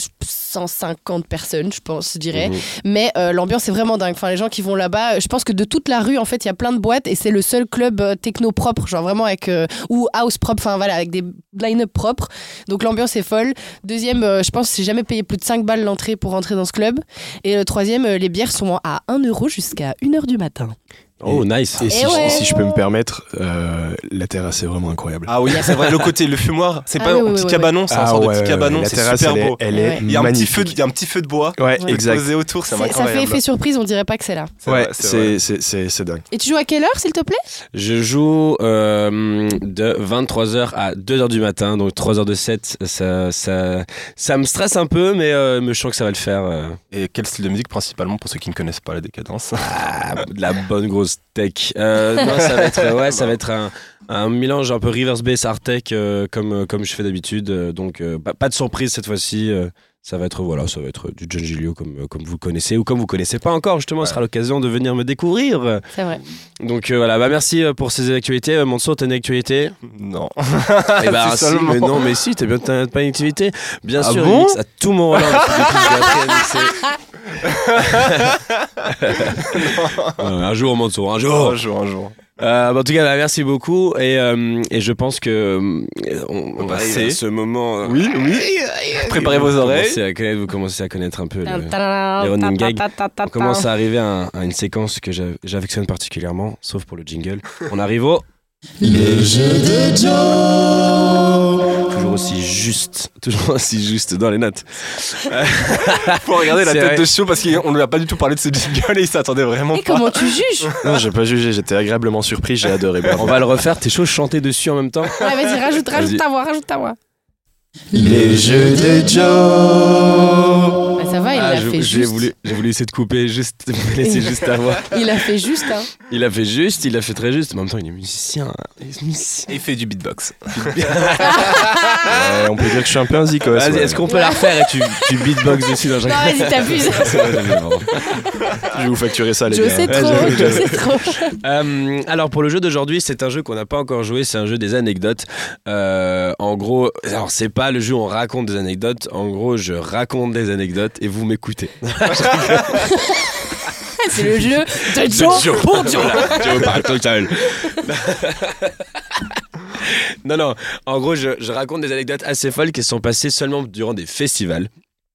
150 personnes, je pense, je dirais. Mais l'ambiance est vraiment dingue. Enfin, les gens qui vont là-bas, je pense que de toute la rue, en fait, il y a plein de boîtes et c'est le seul club techno propre, genre vraiment avec ou house propre, enfin voilà, avec des line-up propres. Donc l'ambiance est folle. Deuxième, je pense que j'ai jamais payé plus de 5 balles l'entrée pour rentrer dans ce club. Et le troisième, les bières sont à 1 € jusqu'à 1h du matin. Oh, nice. Et si je peux me permettre, la terrasse est vraiment incroyable. Ah oui, c'est vrai, le côté, le fumoir, c'est pas un petit cabanon, c'est un sort de petit cabanon, c'est terrasse, super beau. Elle est il y a magnifique. un petit feu de bois. Ouais, exact. Posé autour, c'est incroyable. Ça fait effet surprise, on dirait pas que c'est là. C'est dingue. Et tu joues à quelle heure, s'il te plaît ? Je joue de 23h à 2h du matin, donc 3 heures de set. Ça me stresse un peu, mais je sens que ça va le faire. Et quel style de musique principalement pour ceux qui ne connaissent pas la Décadence ? De la bonne grosse tech. Non, ça va être un mélange un peu reverse bass art tech comme je fais d'habitude. Donc pas de surprise cette fois-ci. Ça va être du John Giglio comme vous connaissez ou comme vous connaissez pas encore. Justement, ce sera l'occasion de venir me découvrir. C'est vrai. Donc voilà, merci pour ces actualités. Mansour, t'as une actualité ? Non. Eh bah si, mais si, t'as pas une activité. Bien sûr, bon, il mixe à tout moment là. Un jour, Mansour, un jour. En tout cas, merci beaucoup et je pense que on va arriver à ce moment. Oui. Préparez vos oreilles. Vous commencez à connaître un peu les running gags. On commence à arriver à une séquence que j'affectionne particulièrement, sauf pour le jingle. On arrive au Le jeu de Joe. toujours aussi juste dans les notes. Faut regarder la C'est tête vrai. de Chio parce qu'on ne lui a pas du tout parlé de ce jingle et il s'attendait vraiment Et pas. comment tu juges ? Non, j'ai pas jugé, j'étais agréablement surpris, j'ai adoré. On va le refaire. T'es chaud de chanter dessus en même temps ? Ouais, vas-y, rajoute ta voix. Les jeux de Joe. Bah, ça va, il l'a fait J'ai juste. voulu essayer de couper, laisser juste ta voix. Il a fait juste, hein. Il a fait très juste. En même temps, il est musicien. Et il fait du beatbox. Ouais, on peut dire que je suis un peu un zikos. Vas-y, ouais. est-ce qu'on peut la refaire et tu beatbox dessus dans Non, vas-y, t'abuses. Je vais vous facturer ça, les Je gars. sais trop. Alors pour le jeu d'aujourd'hui, c'est un jeu qu'on n'a pas encore joué, c'est un jeu des anecdotes. En gros, alors c'est pas le jeu où on raconte des anecdotes, en gros je raconte des anecdotes et vous m'écoutez. C'est le jeu de Joe pour Joe. Joe parle tout seul. Non, en gros je raconte des anecdotes assez folles qui se sont passées seulement durant des festivals.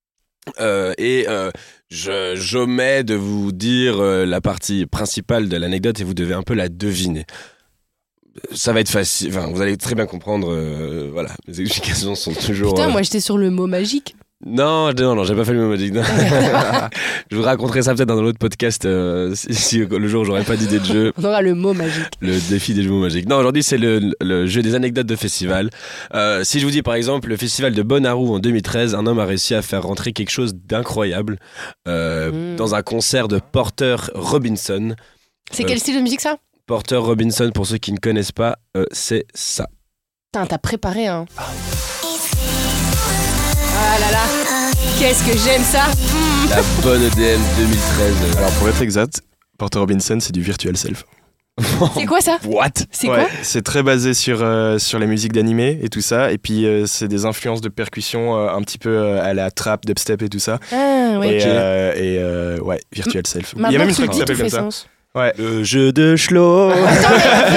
J'omets de vous dire la partie principale de l'anecdote et vous devez un peu la deviner. Ça va être facile. Enfin, vous allez très bien comprendre. Voilà, mes explications sont toujours. Putain, moi j'étais sur le mot magique. Non, j'ai pas fait le mot magique. Je vous raconterai ça peut-être dans un autre podcast si le jour où j'aurai pas d'idée de jeu. On aura le mot magique. Le défi des jeux magiques. Non, aujourd'hui c'est le jeu des anecdotes de festival. Si je vous dis par exemple le festival de Bonnaroo en 2013, un homme a réussi à faire rentrer quelque chose d'incroyable dans un concert de Porter Robinson. C'est quel style de musique ça ? Porter Robinson, pour ceux qui ne connaissent pas, c'est ça. Putain, t'as préparé hein. Ah là là, qu'est-ce que j'aime ça. La bonne EDM 2013. Alors pour être exact, Porter Robinson, c'est du virtual self. C'est quoi ça ? What ? C'est quoi ? C'est très basé sur les musiques d'animé et tout ça. Et puis c'est des influences de percussion un petit peu à la trap, dubstep et tout ça. Ah ouais. Ouais, virtual self. Maintenant, Il y a même une que tu track qui le dis, s'appelle tout comme fait ça. sens. Ouais. Le jeu de Schlo. Attends, mais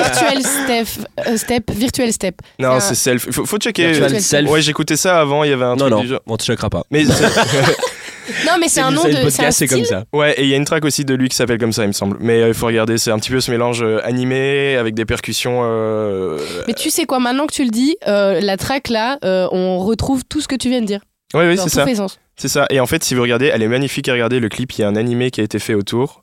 virtual step. Non, C'est c'est self. Faut checker. Virtual self. Ouais, j'écoutais ça avant, il y avait un truc du genre. on te choquera pas. Mais Non, mais c'est un nom le de. podcast, c'est un comme style. ça. ouais, et il y a une track aussi de lui qui s'appelle comme ça, il me semble. Mais il faut regarder, c'est un petit peu ce mélange animé avec des percussions. Mais tu sais quoi, maintenant que tu le dis, la track là, on retrouve tout ce que tu viens de dire. Ouais, Genre, c'est tout ça. fait sens. C'est ça. Et en fait, si vous regardez, elle est magnifique à regarder. Le clip, il y a un animé qui a été fait autour.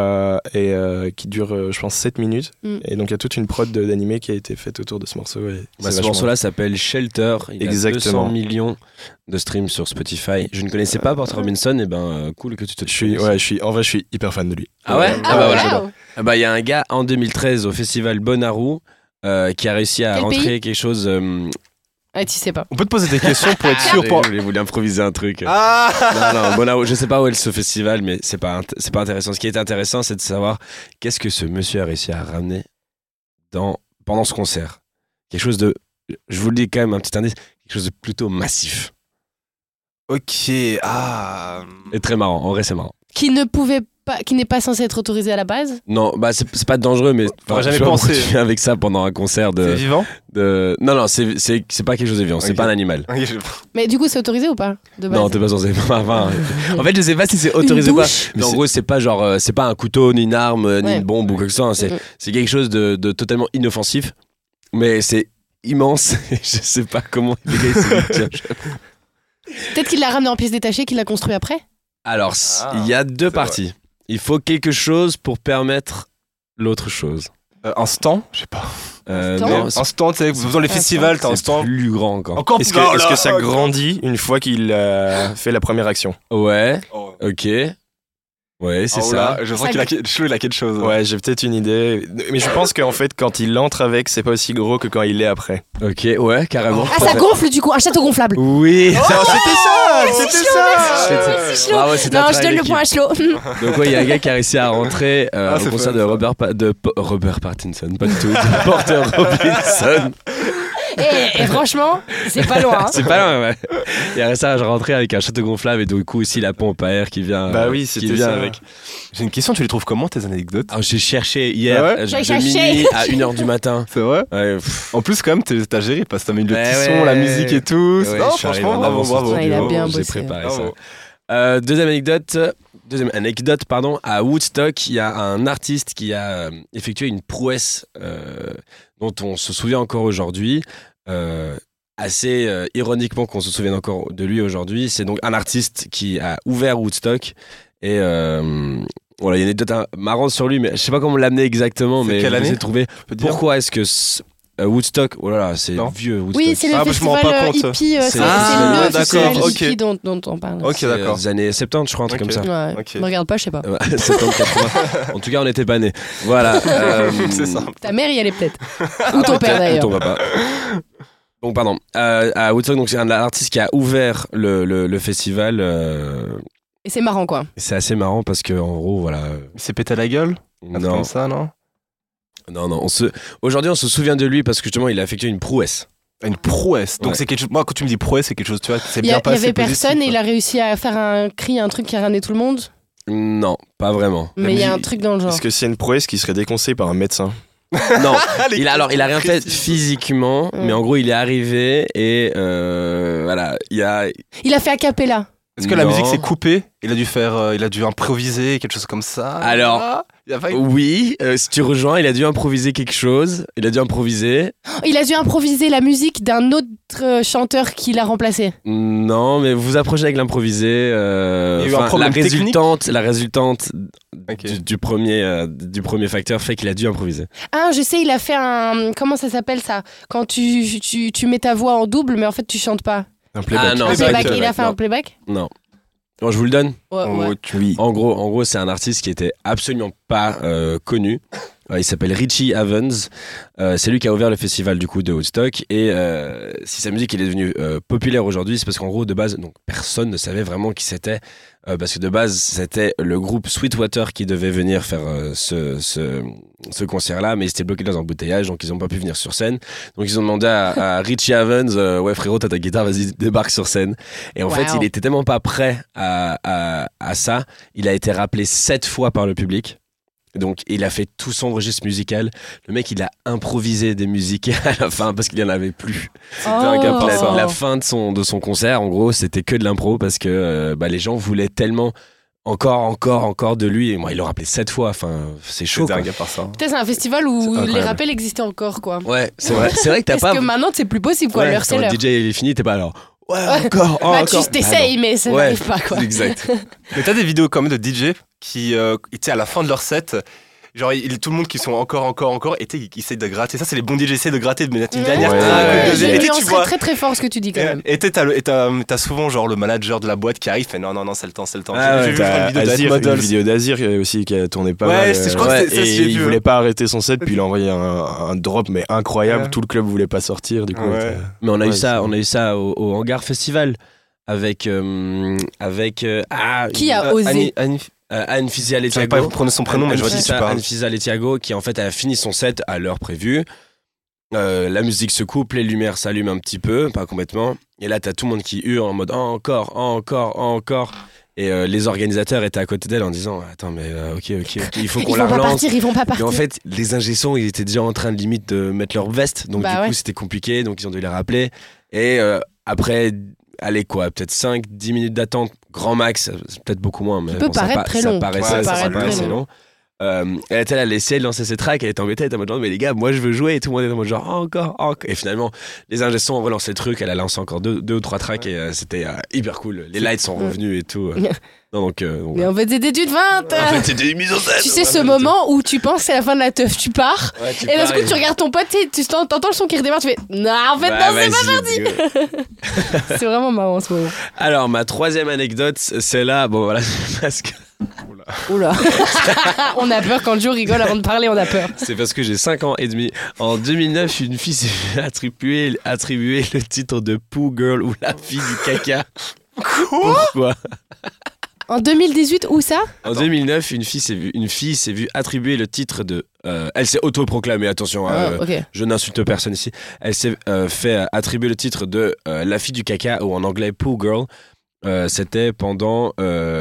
Qui dure, je pense, 7 minutes. Et donc, il y a toute une prod d'animé qui a été faite autour de ce morceau. Ce morceau-là s'appelle Shelter. Il Exactement. a 200 millions de streams sur Spotify. Je ne connaissais pas Porter Robinson. Et ben, cool que tu te je suis hyper fan de lui. Ah ouais ? Ah bah ouais, voilà. wow. Ah bah, il y a un gars en 2013 au festival Bonnaroo qui a réussi à Quel rentrer pays quelque chose. Ah, tu sais pas. On peut te poser des questions pour être sûr. Je voulais improviser un truc. Ah Non, Bonnaroo, je sais pas où est ce festival, mais c'est pas intéressant. Ce qui est intéressant, c'est de savoir qu'est-ce que ce monsieur a réussi à ramener pendant ce concert. Quelque chose de, je vous le dis quand même, un petit indice, quelque chose de plutôt massif. Ok, ah. Et très marrant, en vrai c'est marrant. Qui n'est pas censé être autorisé à la base. Non, bah c'est pas dangereux, mais J'aurais jamais je sais pas pensé. pourquoi tu viens avec ça pendant un concert C'est vivant Non, c'est pas quelque chose de vivant, c'est Ok. pas un animal. Ok, Mais du coup, c'est autorisé ou pas de base. Non, t'es pas censé. Enfin, en fait, je sais pas si c'est autorisé ou pas. douche. Mais en gros, c'est pas genre, c'est pas un couteau, ni une arme, ni Ouais. une bombe ou quelque chose. Hein. C'est quelque chose de totalement inoffensif, mais c'est immense. Je sais pas comment les gars ils se disent. Peut-être qu'il l'a ramené en pièces détachées, qu'il l'a construit après. Alors, il y a deux c'est parties. Il faut quelque chose pour permettre l'autre chose. un stand Je sais pas. Stand Non, Un stand, tu sais, dans les festivals, t'as un c'est stand. plus grand encore. Encore Est-ce plus grand, que là. ça grandit une fois qu'il a fait la première action? Ouais, Oh. ok. Ouais, c'est Oh ça. là, je sens qu'il a quelque chose. Ouais, j'ai peut-être une idée. Mais je pense qu'en fait, quand il entre avec, c'est pas aussi gros que quand il est après. Ok, ouais, carrément. Ah, ça gonfle du coup, un château gonflable. Oui. C'était ça. C'est chaud. Bravo, c'est ta Non, je track, donne le l'équipe. point à Chlot. Donc ouais, il y a un gars qui a réussi à rentrer au c'est concert fun, de ça. Robert Pattinson, pas du tout, de Porter Robinson. Et franchement, c'est pas loin. hein. C'est pas loin, ouais. Il a réussi à rentrer avec un château gonflable et du coup aussi la pompe à air qui vient. Bah oui, qui c'était vient ça. avec. J'ai une question, tu les trouves comment tes anecdotes Alors, j'ai cherché hier Ah ouais de J'ai cherché. minuit à 1h du matin. C'est vrai Ouais, En plus, quand même, t'as géré parce que t'as mis le Ouais, petit ouais. son, la musique et tout. Ouais, non, je suis arrivé franchement, en bravo, avance au bravo. Ouais, il a studio, bien j'ai bossé. préparé Bravo. ça. Deuxième anecdote, pardon, à Woodstock, il y a un artiste qui a effectué une prouesse dont on se souvient encore aujourd'hui. Assez ironiquement qu'on se souvienne encore de lui aujourd'hui. C'est donc un artiste qui a ouvert Woodstock et voilà, il y a une anecdote marrante sur lui, mais je sais pas comment l'amener exactement, C'est mais quelle année j'ai trouvé. Je peux te dire Pourquoi est-ce que Woodstock, oh là là, c'est Non. vieux Woodstock. Oui, c'est le Ah, bah, je m'en rends festival pas compte. hippie. C'est C'est- le Ah, festival d'accord, ok. hippie dont on parle. Ok, C'est, d'accord. des années 70, je crois, un truc Ok. comme ça. Ouais. Ok. Me regarde pas, je sais pas. 70, 80. En tout cas, on n'était pas nés. Voilà. C'est ça. Ta mère y allait peut-être. Ou ton père Ou d'ailleurs. ton papa. Donc, pardon. À Woodstock, donc, c'est un artiste qui a ouvert le festival. Et c'est marrant quoi. C'est assez marrant parce que, en gros, voilà. Il s'est pété la gueule Un truc Non, Comme ça, non non. Aujourd'hui, on se souvient de lui parce que justement, il a effectué une prouesse. Une prouesse. Donc Ouais. c'est quelque chose. Moi, quand tu me dis prouesse, c'est quelque chose, tu vois, c'est Il y bien passé. avait positif, personne et quoi. il a réussi à faire un truc qui a ramené tout le monde. Non, pas vraiment. Mais il y a un truc dans le genre. Est-ce que c'est une prouesse qui serait déconseillée par un médecin? Non, Les il a rien fait précisions. physiquement, mais en gros, il est arrivé et voilà, Il a fait a cappella. Est-ce que la musique s'est coupée? Il a dû improviser quelque chose comme ça. Alors, oui, si tu rejoins, il a dû improviser quelque chose. Il a dû improviser la musique d'un autre chanteur qui l'a remplacé. Non, mais vous vous approchez avec l'improvisé. Il y a eu un problème la résultante du premier facteur fait qu'il a dû improviser. Ah, je sais, il a fait un... Comment ça s'appelle ça? Quand tu mets ta voix en double, mais en fait tu chantes pas. Un playback. Ah non, Un playback. Il a fait un playback? Non. Bon, je vous le donne. Ouais. Oui. En gros, c'est un artiste qui était absolument pas connu. Il s'appelle Richie Havens. C'est lui qui a ouvert le festival du coup de Woodstock. Et si sa musique est devenue populaire aujourd'hui, c'est parce qu'en gros, de base, donc personne ne savait vraiment qui c'était. Parce que de base, c'était le groupe Sweetwater qui devait venir faire ce concert-là, mais ils étaient bloqués dans un embouteillage, donc ils n'ont pas pu venir sur scène. Donc ils ont demandé à Richie Havens, ouais frérot, t'as ta guitare, vas-y, débarque sur scène. Et en fait, il était tellement pas prêt à ça, il a été rappelé 7 fois par le public. Donc il a fait tout son registre musical. Le mec, il a improvisé des musiques à la fin parce qu'il n'y en avait plus. C'était la fin de son concert, en gros, c'était que de l'impro parce que les gens voulaient tellement encore de lui. Et moi, il l'a rappelé 7 fois. Enfin, c'est chaud. C'est dingue à part ça. Putain, c'est un festival où les rappels existaient encore, quoi. Ouais, c'est vrai que t'as pas... Parce que maintenant, c'est plus possible, quoi. L'heure, c'est l'heure. Quand le DJ est fini, t'es pas alors... Ouais, encore. Tu t'essayes, mais ça n'arrive pas, quoi. Exact. Mais t'as des vidéos quand même de DJ qui, à la fin de leur set, genre tout le monde qui sont encore, et qui essayent de gratter. Ça, c'est les bons DJ, essayent de gratter, de mettre une dernière track. Tu vois très très fort ce que tu dis quand même. Et t'as souvent genre le manager de la boîte qui arrive, fait non, c'est le temps. J'ai vu une vidéo d'Azir aussi qui a tourné pas mal. Je crois que c'est il voulait pas arrêter son set, puis il a envoyé un drop mais incroyable. Tout le club voulait pas sortir, du coup. Mais on a eu ça au Hangar Festival avec qui a osé Anne Fizia Je savais Letiago. pas prononcer son prénom, mais je vois qui tu parles. Anne Fizia Letiago qui en fait a fini son set à l'heure prévue. La musique se coupe, les lumières s'allument un petit peu, pas complètement. Et là, t'as tout le monde qui hurle en mode encore. Et les organisateurs étaient à côté d'elle en disant attends mais ok, il faut qu'on la relance. Ils vont pas partir. Et en fait, les ingé-sons, ils étaient déjà en train de limite de mettre leur veste, donc du coup c'était compliqué, donc ils ont dû les rappeler. Et après, allez quoi, peut-être 5-10 minutes d'attente, grand max, c'est peut-être beaucoup moins, mais peut paraître très long. Ça paraissait long. Elle était là, elle essayait de lancer ses tracks, elle était embêtée, elle était en mode genre, mais les gars, moi je veux jouer, et tout le monde était en mode genre encore. Et finalement, les ingé-sons ont relancé le truc, elle a lancé encore 2 ou 3 tracks et c'était hyper cool. Les lights sont revenus et tout. Mais en fait, c'était une feinte. En fait, c'était une mise en scène. Tu sais, ce moment où tu penses c'est la fin de la teuf, tu pars, et d'un coup, tu regardes ton pote, tu t'entends le son qui redémarre, tu fais non, en fait, non, c'est pas parti. C'est vraiment marrant en ce moment. Alors, ma 3e anecdote, c'est là, bon voilà, parce que. Oula. On a peur quand Joe rigole avant de parler, on a peur. C'est parce que j'ai 5 ans et demi. En 2009, une fille s'est fait attribuer le titre de Poo Girl ou la fille du caca. Pourquoi? En 2018, où ça? En 2009, une fille s'est vue attribuer le titre de... elle s'est autoproclamée, attention, okay. Je n'insulte personne ici. Elle s'est fait attribuer le titre de la fille du caca, ou en anglais Poo Girl. C'était pendant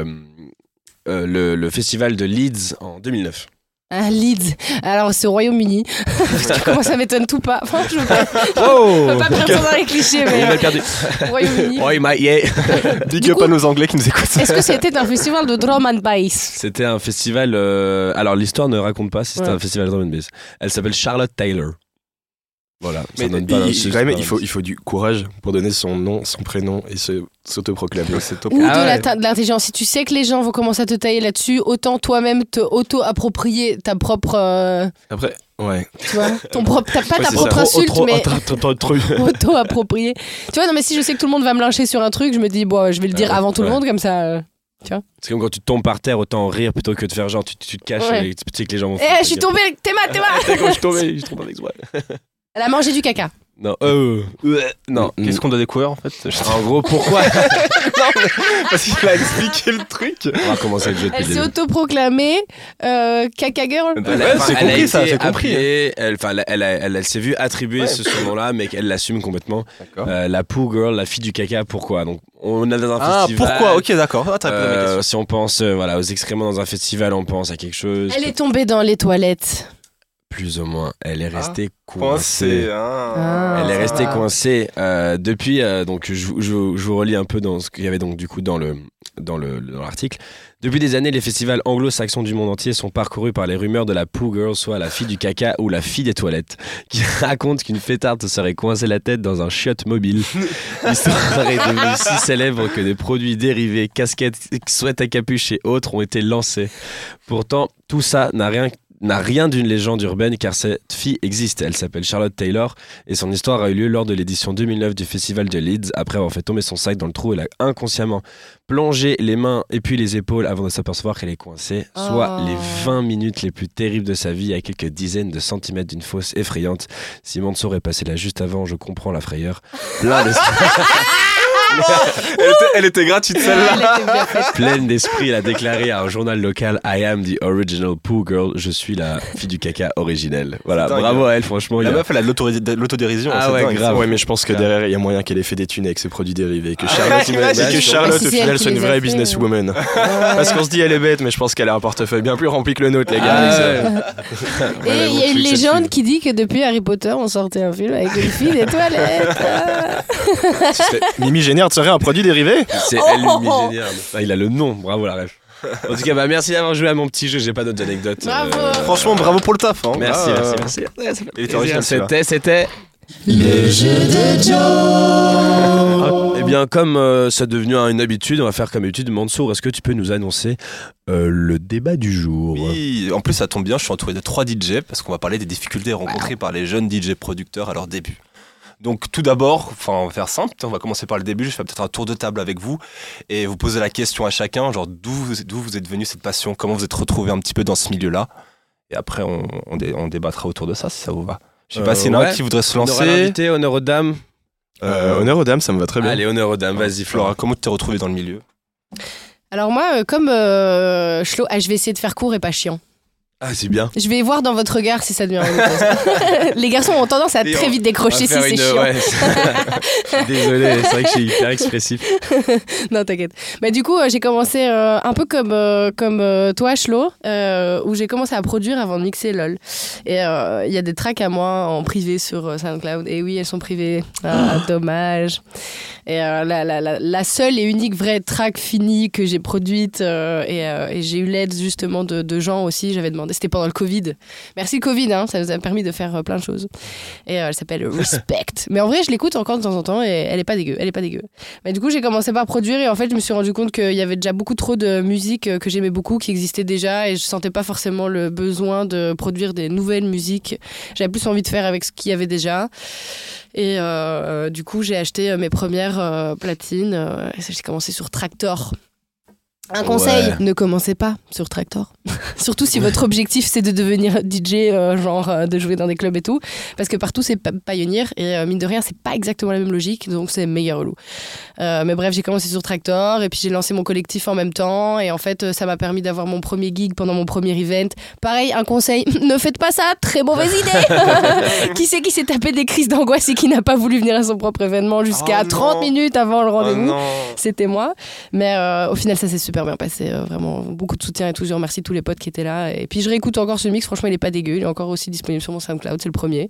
le festival de Leeds en 2009. Ah, Leeds. Alors, c'est au Royaume-Uni. Comment ça m'étonne tout pas. Enfin, je veux pas perdre dans les clichés, mais. Mal perdu. Royaume-Uni. Oh, yeah. Big up à nos Anglais qui nous écoutent. Est-ce que c'était un festival de drum and bass? C'était un festival. Alors, l'histoire ne raconte pas si c'était un festival de drum and bass. Elle s'appelle Charlotte Taylor. Voilà. Mais il faut du courage pour donner son nom, son prénom et s'autoproclamer. Ou de l'intelligence. Si tu sais que les gens vont commencer à te tailler là-dessus, autant toi-même te auto-approprier ta propre. Après, ouais. Tu vois, t'as pas ta propre insulte, mais auto-approprier. Tu vois, non, mais si je sais que tout le monde va me lyncher sur un truc, je me dis, bon, je vais le dire avant tout le monde, comme ça. Tu vois. C'est comme quand tu tombes par terre, autant rire plutôt que de faire genre, tu te caches et tu sais que les gens vont. Je suis tombé, t'es mal. Quand je suis tombé, je tombe avec toi. Elle a mangé du caca. Non, non. Qu'est-ce qu'on doit découvrir en fait? En gros, pourquoi? Parce qu'il a expliqué le truc. On va commencer le jeu. Elle s'est autoproclamée caca girl. C'est compris. Elle s'est vue attribuer ce surnom-là, mais qu'elle l'assume complètement. La Poo Girl, la fille du caca. Pourquoi? Donc, on est dans un festival. Ah, pourquoi? Ok, d'accord. Si on pense aux excréments dans un festival, on pense à quelque chose. Elle est tombée dans les toilettes. Plus ou moins. Elle est restée coincée. Elle est restée coincée. Depuis, donc, je vous relis un peu dans ce qu'il y avait donc, du coup, dans l'article. Depuis des années, les festivals anglo-saxons du monde entier sont parcourus par les rumeurs de la Poo Girl, soit la fille du caca ou la fille des toilettes, qui raconte qu'une fêtarde se serait coincée la tête dans un chiotte mobile. L'histoire est devenue si célèbre que des produits dérivés, casquettes, sweats à capuche et autres ont été lancés. Pourtant, tout ça n'a rien d'une légende urbaine car cette fille existe. Elle s'appelle Charlotte Taylor et son histoire a eu lieu lors de l'édition 2009 du festival de Leeds. Après avoir fait tomber son sac dans le trou, elle a inconsciemment plongé les mains et puis les épaules avant de s'apercevoir qu'elle est coincée. Soit les 20 minutes les plus terribles de sa vie à quelques dizaines de centimètres d'une fosse effrayante. Si Mansour est passé là juste avant, je comprends la frayeur. Elle était gratuite celle-là. Pleine d'esprit, elle a déclaré à un journal local I am the original poo girl. Je suis la fille du caca originelle. Voilà, bravo à elle, franchement. La meuf, elle a de l'autodérision. Ah ouais, dingue, grave. Ouais, mais je pense que derrière, il y a moyen qu'elle ait fait des thunes avec ses produits dérivés. Que Charlotte, au final, soit une vraie businesswoman. Parce qu'on se dit, elle est bête, mais je pense qu'elle a un portefeuille bien plus rempli que le nôtre, les gars. Et il y a une légende qui dit que depuis Harry Potter, on sortait un film avec une fille des toilettes. Mimi Géniard serait un produit dérivé. C'est elle, Mimi Géniard. Il a le nom, bravo la ref. En tout cas, merci d'avoir joué à mon petit jeu, j'ai pas d'autres anecdotes. Bravo. Franchement, bravo pour le taf. Hein. Merci. Il était original, C'était... Le jeu de Joe. Eh bien, comme ça est devenu une habitude, on va faire comme habitude. Mansour, est-ce que tu peux nous annoncer le débat du jour? Oui, en plus ça tombe bien, je suis entouré de 3 DJ parce qu'on va parler des difficultés rencontrées par les jeunes DJ producteurs à leur début. Donc tout d'abord, on va faire simple, on va commencer par le début, je fais peut-être un tour de table avec vous et vous posez la question à chacun, genre d'où vous êtes venu cette passion, comment vous êtes retrouvé un petit peu dans ce milieu-là, et après on débattra autour de ça si ça vous va. Je sais pas s'il y en a un qui voudrait se lancer. Honneur aux dames. Honneur aux dames, ça me va très bien. Allez, honneur aux dames, vas-y Flora. Comment tu t'es retrouvé dans le milieu? Alors moi, comme Schlo, je vais essayer de faire court et pas chiant. Ah, c'est bien. Je vais voir dans votre regard si ça devient Les garçons ont tendance à très vite décrocher si c'est chiant. Ouais, désolé, c'est vrai que je suis hyper expressif. Non, t'inquiète. Bah, du coup, j'ai commencé un peu comme toi, Schlo, où j'ai commencé à produire avant de mixer LOL. Et il y a des tracks à moi en privé sur SoundCloud. Et oui, elles sont privées. Ah, dommage. Et la seule et unique vraie track finie que j'ai produite, et j'ai eu l'aide justement de gens aussi. J'avais demandé, c'était pendant le Covid. Merci le Covid, hein, ça nous a permis de faire plein de choses. Et elle s'appelle Respect. Mais en vrai, je l'écoute encore de temps en temps et elle est pas dégueu. Mais du coup, j'ai commencé par produire et en fait, je me suis rendu compte qu'il y avait déjà beaucoup trop de musique que j'aimais beaucoup, qui existait déjà, et je sentais pas forcément le besoin de produire des nouvelles musiques. J'avais plus envie de faire avec ce qu'il y avait déjà. Et du coup, j'ai acheté mes premières platines. J'ai commencé sur Traktor. Un conseil, ne commencez pas sur Traktor. Surtout si votre objectif c'est de devenir DJ, de jouer dans des clubs et tout. Parce que partout c'est Pioneer et mine de rien c'est pas exactement la même logique, donc c'est méga relou. Mais bref, j'ai commencé sur Traktor et puis j'ai lancé mon collectif en même temps. Et en fait, ça m'a permis d'avoir mon premier gig pendant mon premier event. Pareil, un conseil, ne faites pas ça, très mauvaise idée. Qui c'est qui s'est tapé des crises d'angoisse et qui n'a pas voulu venir à son propre événement jusqu'à 30 minutes avant le rendez-vous? C'était moi. Mais au final, ça s'est super bien passé, vraiment beaucoup de soutien et tout. Je remercie tous les potes qui étaient là. Et puis je réécoute encore ce mix, franchement il est pas dégueu, il est encore aussi disponible sur mon SoundCloud, c'est le premier.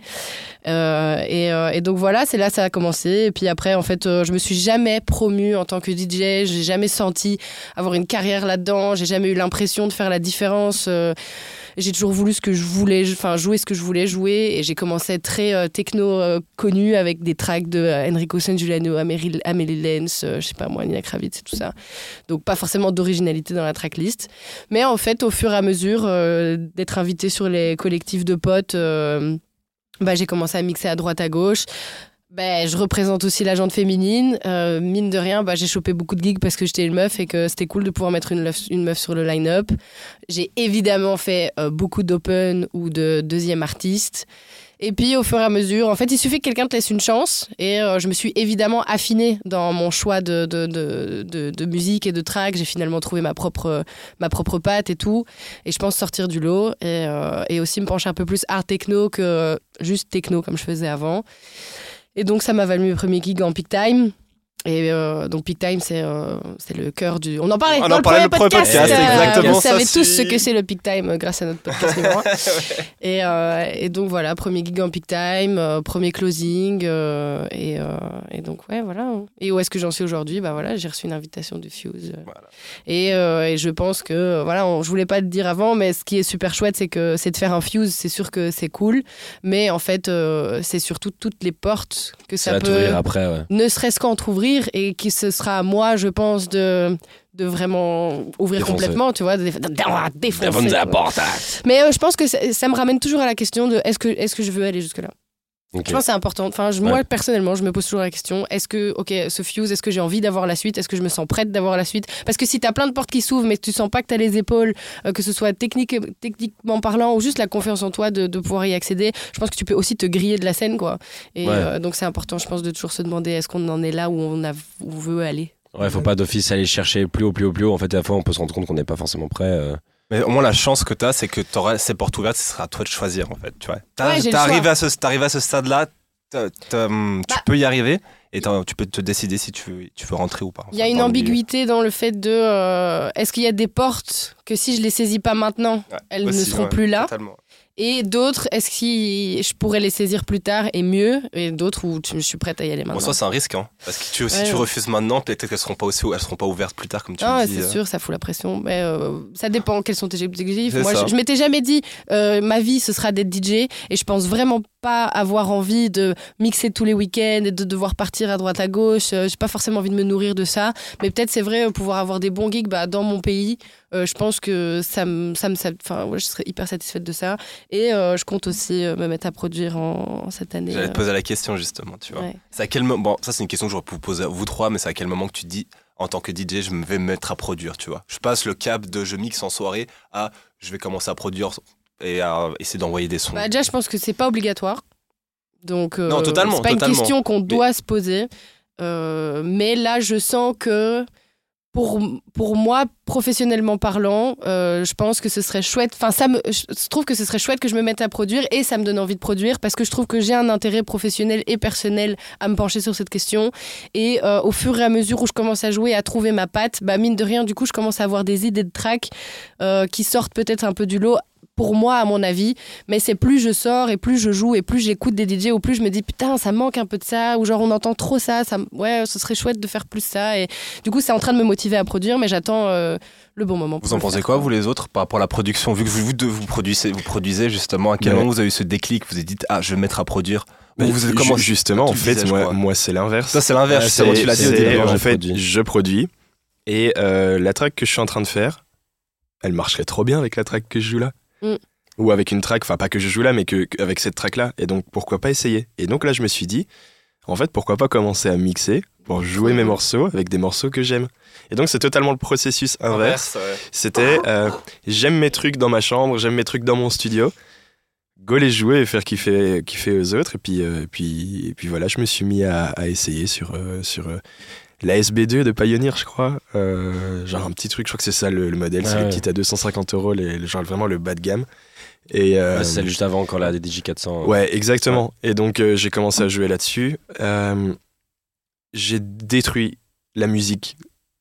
Et donc voilà, c'est là ça a commencé. Et puis après en fait, je me suis jamais promue en tant que DJ, j'ai jamais senti avoir une carrière là-dedans, j'ai jamais eu l'impression de faire la différence. J'ai toujours voulu ce que je voulais, jouer ce que je voulais jouer, et j'ai commencé à être très techno connu avec des tracks de Enrico Sangiuliano, Amélie Lenz, je sais pas moi, Nina Kravitz et tout ça. Donc pas forcément d'originalité dans la tracklist, mais en fait au fur et à mesure d'être invitée sur les collectifs de potes, j'ai commencé à mixer à droite à gauche. Je représente aussi la jante féminine. Mine de rien, j'ai chopé beaucoup de gigs parce que j'étais une meuf et que c'était cool de pouvoir mettre une meuf sur le line-up. J'ai évidemment fait beaucoup d'open ou de deuxième artiste. Et puis, au fur et à mesure, en fait, il suffit que quelqu'un te laisse une chance. Et je me suis évidemment affinée dans mon choix de musique et de track. J'ai finalement trouvé ma propre patte et tout. Et je pense sortir du lot. Et aussi me pencher un peu plus art techno que juste techno comme je faisais avant. Et donc, ça m'a valu mes premiers gigs en peak time. Et donc Peak Time, c'est le cœur du... On en parlait On dans en parlait le premier podcast. exactement vous ça. savez tous ce que c'est le Peak Time grâce à notre podcast numéro 1. Et donc voilà, premier gig en Peak Time, premier closing. Et donc ouais, voilà. Et où est-ce que j'en suis aujourd'hui ? Bah voilà, j'ai reçu une invitation du Fuse. Voilà. Et je pense que, voilà, je voulais pas te dire avant, mais ce qui est super chouette, c'est de faire un Fuse. C'est sûr que c'est cool. Mais en fait, c'est surtout toutes les portes que ça peut... après, ouais. Ne serait-ce qu'entrouvrir et que ce sera à moi, je pense, de vraiment ouvrir complètement, tu vois, défoncer la porte. Mais je pense que ça me ramène toujours à la question de est-ce que je veux aller jusque-là. Okay. Je pense que c'est important. Enfin, moi, personnellement, je me pose toujours la question, est-ce que, ce Fuse, est-ce que j'ai envie d'avoir la suite ? Est-ce que je me sens prête d'avoir la suite ? Parce que si t'as plein de portes qui s'ouvrent, mais que tu sens pas que t'as les épaules, que ce soit techniquement parlant ou juste la confiance en toi de pouvoir y accéder, je pense que tu peux aussi te griller de la scène, quoi. Et donc, c'est important, je pense, de toujours se demander est-ce qu'on en est là où on veut aller. Ouais, faut pas d'office aller chercher plus haut. En fait, à la fois, on peut se rendre compte qu'on n'est pas forcément prêt. Mais au moins, la chance que t'as, c'est que t'auras ces portes ouvertes, ce sera à toi de choisir, en fait, tu vois. T'arrives à ce stade-là, tu peux y arriver et tu peux te décider si tu veux rentrer ou pas. Il y a une ambiguïté dans le fait de est-ce qu'il y a des portes que si je les saisis pas maintenant, elles ne seront plus là. Totalement. Et d'autres, est-ce que je pourrais les saisir plus tard et mieux ? Et d'autres où je suis prête à y aller maintenant. Bon, ça, c'est un risque, hein. Parce que si tu refuses maintenant, peut-être qu'elles seront pas ouvertes plus tard, comme tu le dis. C'est sûr, ça fout la pression. Mais ça dépend quels sont tes objectifs. Moi, je m'étais jamais dit ma vie, ce sera d'être DJ. Et je pense vraiment pas avoir envie de mixer tous les week-ends et de devoir partir à droite à gauche. J'ai pas forcément envie de me nourrir de ça. Mais peut-être, c'est vrai, pouvoir avoir des bons gigs dans mon pays. Je pense que je serais hyper satisfaite de ça. Et je compte aussi me mettre à produire en cette année. J'allais te poser la question, justement, tu vois. Ouais. C'est à quel moment... Bon, ça, c'est une question que j'aurais pu vous poser à vous trois, mais c'est à quel moment que tu te dis, en tant que DJ, je vais me mettre à produire, tu vois. Je passe le cap de je mixe en soirée à je vais commencer à produire et à essayer d'envoyer des sons. Déjà, je pense que c'est pas obligatoire. Donc, non, totalement, c'est pas une question qu'on doit se poser. Mais là, je sens que pour moi, professionnellement parlant, je pense que ce serait chouette. Enfin, je trouve que ce serait chouette que je me mette à produire et ça me donne envie de produire parce que je trouve que j'ai un intérêt professionnel et personnel à me pencher sur cette question. Et au fur et à mesure où je commence à jouer, à trouver ma patte, mine de rien, du coup, je commence à avoir des idées de tracks qui sortent peut-être un peu du lot. Pour moi, à mon avis, mais c'est plus je sors et plus je joue et plus j'écoute des DJ ou plus je me dis putain, ça manque un peu de ça ou genre on entend trop ça, ouais, ce serait chouette de faire plus ça et du coup, c'est en train de me motiver à produire, mais j'attends le bon moment. Vous en pensez quoi, vous les autres, par rapport à la production, vu que vous produisez justement, à quel moment vous avez eu ce déclic, vous avez dit je vais me mettre à produire? Justement, en fait, moi c'est l'inverse. Ça, c'est l'inverse, justement, tu l'as dit au début. En fait, je produis et la track que je suis en train de faire, elle marcherait trop bien avec la track que je joue là. Ou avec une track, enfin pas que je joue là, mais avec cette track là. Et donc pourquoi pas essayer. Et donc là je me suis dit, en fait pourquoi pas commencer à mixer pour jouer mes morceaux avec des morceaux que j'aime. Et donc c'est totalement le processus inverse. C'était j'aime mes trucs dans ma chambre, j'aime mes trucs dans mon studio. Go les jouer et faire kiffer aux autres. Et puis voilà, je me suis mis à essayer sur la SB2 de Pioneer, je crois. Genre un petit truc, je crois que c'est ça le modèle. C'est les petites à 250 €, genre vraiment le bas de gamme. Et c'est celle juste avant quand la DJ400. Ouais, exactement. Et donc j'ai commencé à jouer là-dessus. J'ai détruit la musique.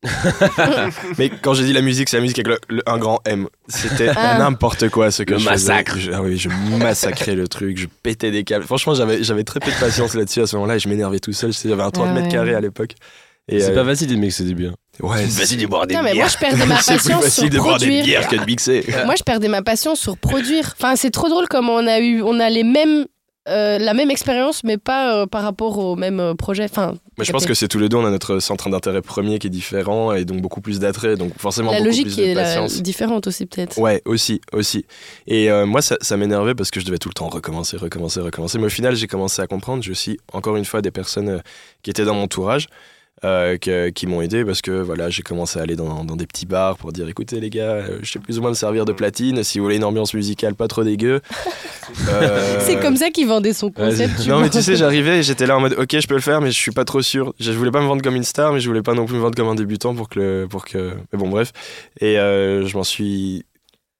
Mais quand j'ai dit la musique, c'est la musique avec un grand M. C'était n'importe quoi ce que je massacre. faisais. Je massacrais le truc, je pétais des câbles. Franchement, j'avais très peu de patience là-dessus à ce moment-là et je m'énervais tout seul. J'avais un 30 mètres carrés à l'époque. Et c'est pas facile de mixer des bières. Ouais, c'est facile de boire des bières. Mais moi je perdais ma c'est passion plus facile sur de boire des produire. bières que de mixer. Moi je perdais ma passion sur produire. Enfin, c'est trop drôle comme on a les mêmes la même expérience, mais pas par rapport au même projet. Enfin, mais je pense que c'est tous les deux, on a notre centre d'intérêt premier qui est différent et donc beaucoup plus d'attrait, donc forcément la beaucoup logique plus qui de patience. est différente aussi peut-être. Ouais, aussi. Et moi, ça m'énervait parce que je devais tout le temps recommencer. Mais au final, j'ai commencé à comprendre. J'ai aussi, encore une fois, des personnes qui étaient dans mon entourage qui m'ont aidé parce que voilà, j'ai commencé à aller dans des petits bars pour dire écoutez les gars, je sais plus ou moins me servir de platine si vous voulez une ambiance musicale pas trop dégueu. C'est comme ça qu'il vendait son concept. Non mais tu sais, j'arrivais et j'étais là en mode ok, je peux le faire mais je suis pas trop sûr. Je voulais pas me vendre comme une star mais je voulais pas non plus me vendre comme un débutant pour que mais bon bref. Et je m'en suis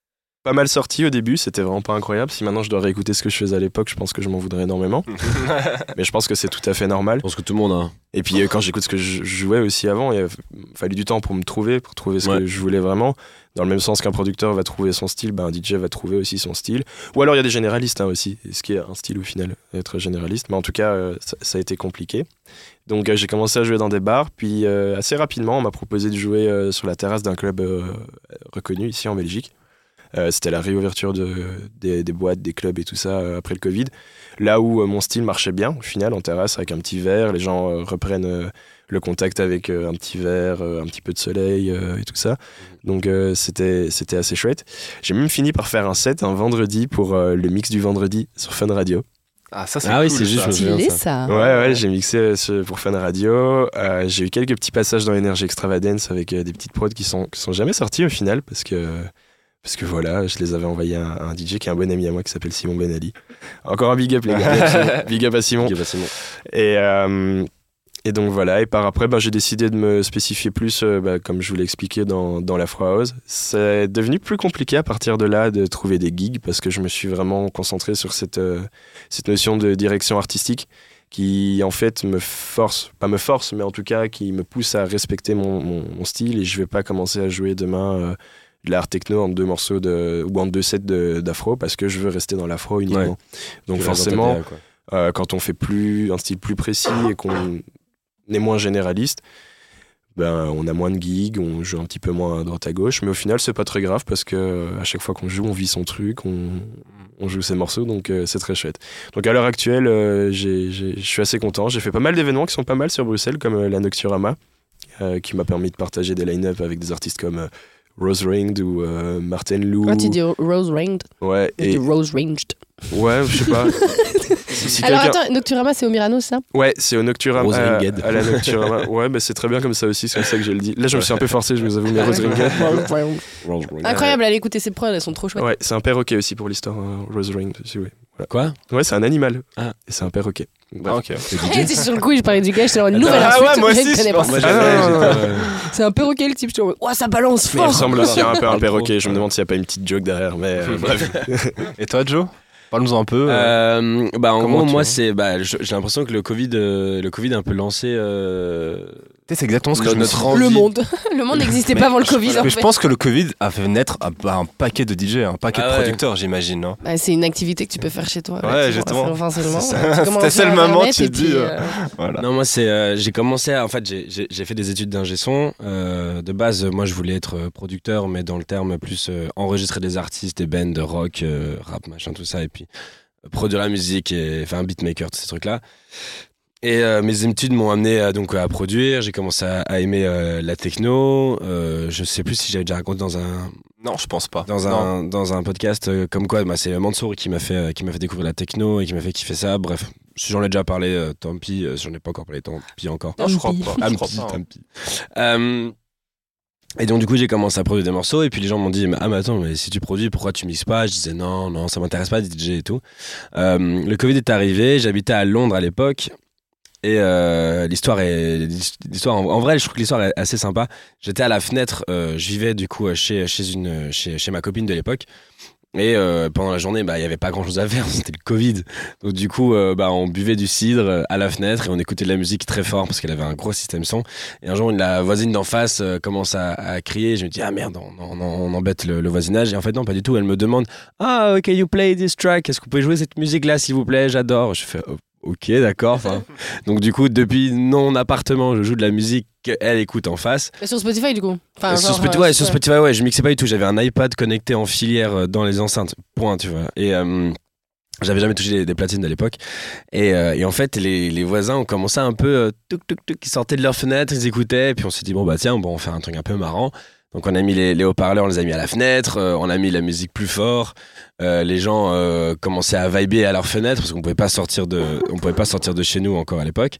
pas mal sorti au début, c'était vraiment pas incroyable. Si maintenant je dois réécouter ce que je faisais à l'époque, je pense que je m'en voudrais énormément. Mais je pense que c'est tout à fait normal. Je pense que tout le monde a. Et puis quand j'écoute ce que je jouais aussi avant, il a fallu du temps pour trouver ce que je voulais vraiment. Dans le même sens qu'un producteur va trouver son style, un DJ va trouver aussi son style. Ou alors il y a des généralistes aussi, ce qui est un style au final, être généraliste. Mais en tout cas, ça a été compliqué. Donc j'ai commencé à jouer dans des bars, puis assez rapidement, on m'a proposé de jouer sur la terrasse d'un club reconnu ici en Belgique. C'était la réouverture des boîtes, des clubs et tout ça après le Covid. Là où mon style marchait bien, au final, en terrasse, avec un petit verre, les gens reprennent le contact avec un petit verre, un petit peu de soleil et tout ça. Donc c'était assez chouette. J'ai même fini par faire un set un vendredi pour le mix du vendredi sur Fun Radio. Ah, ça, c'est cool, oui, c'est juste stylé, ça. Ouais, j'ai mixé pour Fun Radio. J'ai eu quelques petits passages dans Energy Extravagance avec des petites prods qui sont jamais sorties au final parce que voilà, je les avais envoyés à un DJ qui est un bon ami à moi qui s'appelle Simon Ben Ali. Encore un big up les gars, big up à Simon. Et donc voilà, et par après j'ai décidé de me spécifier plus, comme je vous l'ai expliqué dans l'Afro House. C'est devenu plus compliqué à partir de là de trouver des gigs parce que je me suis vraiment concentré sur cette notion de direction artistique qui en fait pas me force, mais en tout cas qui me pousse à respecter mon style et je vais pas commencer à jouer demain de l'art techno en 2 morceaux ou en 2 sets d'afro parce que je veux rester dans l'afro uniquement. Ouais. Donc forcément, quand on fait un style plus précis et qu'on est moins généraliste, on a moins de gigs, on joue un petit peu moins à droite à gauche, mais au final c'est pas très grave parce que à chaque fois qu'on joue, on vit son truc, on joue ses morceaux, donc c'est très chouette. Donc à l'heure actuelle, je suis assez content. J'ai fait pas mal d'événements qui sont pas mal sur Bruxelles, comme la Nocturama, qui m'a permis de partager des line-up avec des artistes comme Rose Ringed ou Martin Lou. Quand tu dis Rose Ringed, ouais, tu dis Rose Ringed. Ouais, je sais pas. Alors attends, Nocturama c'est au Mirano, ça? Ouais, c'est au Nocturama. À la Nocturama. Ouais, c'est très bien comme ça aussi, c'est comme ça que je le dis. Là, je me suis un peu forcé, je vous avoue, mais Rose Ringed. Incroyable, allez écouter ces prods, elles sont trop chouettes. Ouais, c'est un perroquet aussi pour l'histoire, Rose Ringed. Voilà. Quoi? Ouais, c'est un animal. Ah. Et c'est un perroquet. Ah, ok. C'est sur le coup, je parlais du gars, j'étais dans une nouvelle insulte. Ah ouais, moi aussi, c'est un perroquet le type, je suis ça balance fort. Mais il ressemble aussi à un peu à un perroquet, je me demande s'il n'y a pas une petite joke derrière, mais bref. Et toi, Joe? Parle-nous un peu. En gros, moi, j'ai l'impression que le Covid a un peu lancé. C'est exactement ce que Le monde n'existait pas avant le Covid. Je pense que le Covid a fait naître un paquet de DJ, un paquet de producteurs, j'imagine. Non, c'est une activité que tu peux faire chez toi. Ouais, justement. C'était ça le moment, tu te dis. Voilà. Non, moi, j'ai commencé à. En fait, j'ai fait des études d'ingé son. De base, moi, je voulais être producteur, mais dans le terme plus enregistrer des artistes, des bands de rock, rap, machin, tout ça, et puis produire la musique et faire un beatmaker, tous ces trucs-là. Et mes études m'ont amené à produire. J'ai commencé à aimer la techno. Je sais plus si j'avais déjà raconté dans un. Non, je pense pas. Dans un podcast comme quoi, c'est Mansour qui m'a fait découvrir la techno et qui m'a fait kiffer ça. Bref, si j'en ai déjà parlé, tant pis. Si j'en ai pas encore parlé, tant pis encore. Non, je crois pas. Tant pis. Et donc du coup j'ai commencé à produire des morceaux et puis les gens m'ont dit mais attends, mais si tu produis, pourquoi tu mixes pas? Je disais non, ça m'intéresse pas DJ et tout. Le Covid est arrivé, j'habitais à Londres à l'époque. Et l'histoire en vrai je trouve que l'histoire est assez sympa. J'étais à la fenêtre, je vivais du coup chez ma copine de l'époque et pendant la journée il y avait pas grand chose à faire, c'était le Covid, donc du coup on buvait du cidre à la fenêtre et on écoutait de la musique très fort parce qu'elle avait un gros système son. Et un jour la voisine d'en face commence à crier, je me dis ah merde, on embête le voisinage. Et en fait non, pas du tout, elle me demande ah can you play this track, est-ce que vous pouvez jouer cette musique là s'il vous plaît, j'adore. Je fais ok, d'accord. Donc du coup, depuis mon appartement, je joue de la musique qu'elle écoute en face. Et sur Spotify, du coup. Sur Spotify, ouais, je mixais pas du tout. J'avais un iPad connecté en filière dans les enceintes. Point, tu vois. Et j'avais jamais touché des platines à l'époque. Et en fait, les voisins ont commencé un peu ils sortaient de leur fenêtre, ils écoutaient. Et puis on s'est dit tiens, on va faire un truc un peu marrant. Donc on a mis les haut-parleurs, on les a mis à la fenêtre, on a mis la musique plus fort. Les gens commençaient à vibrer à leur fenêtre parce qu'on pouvait pas sortir de chez nous encore à l'époque.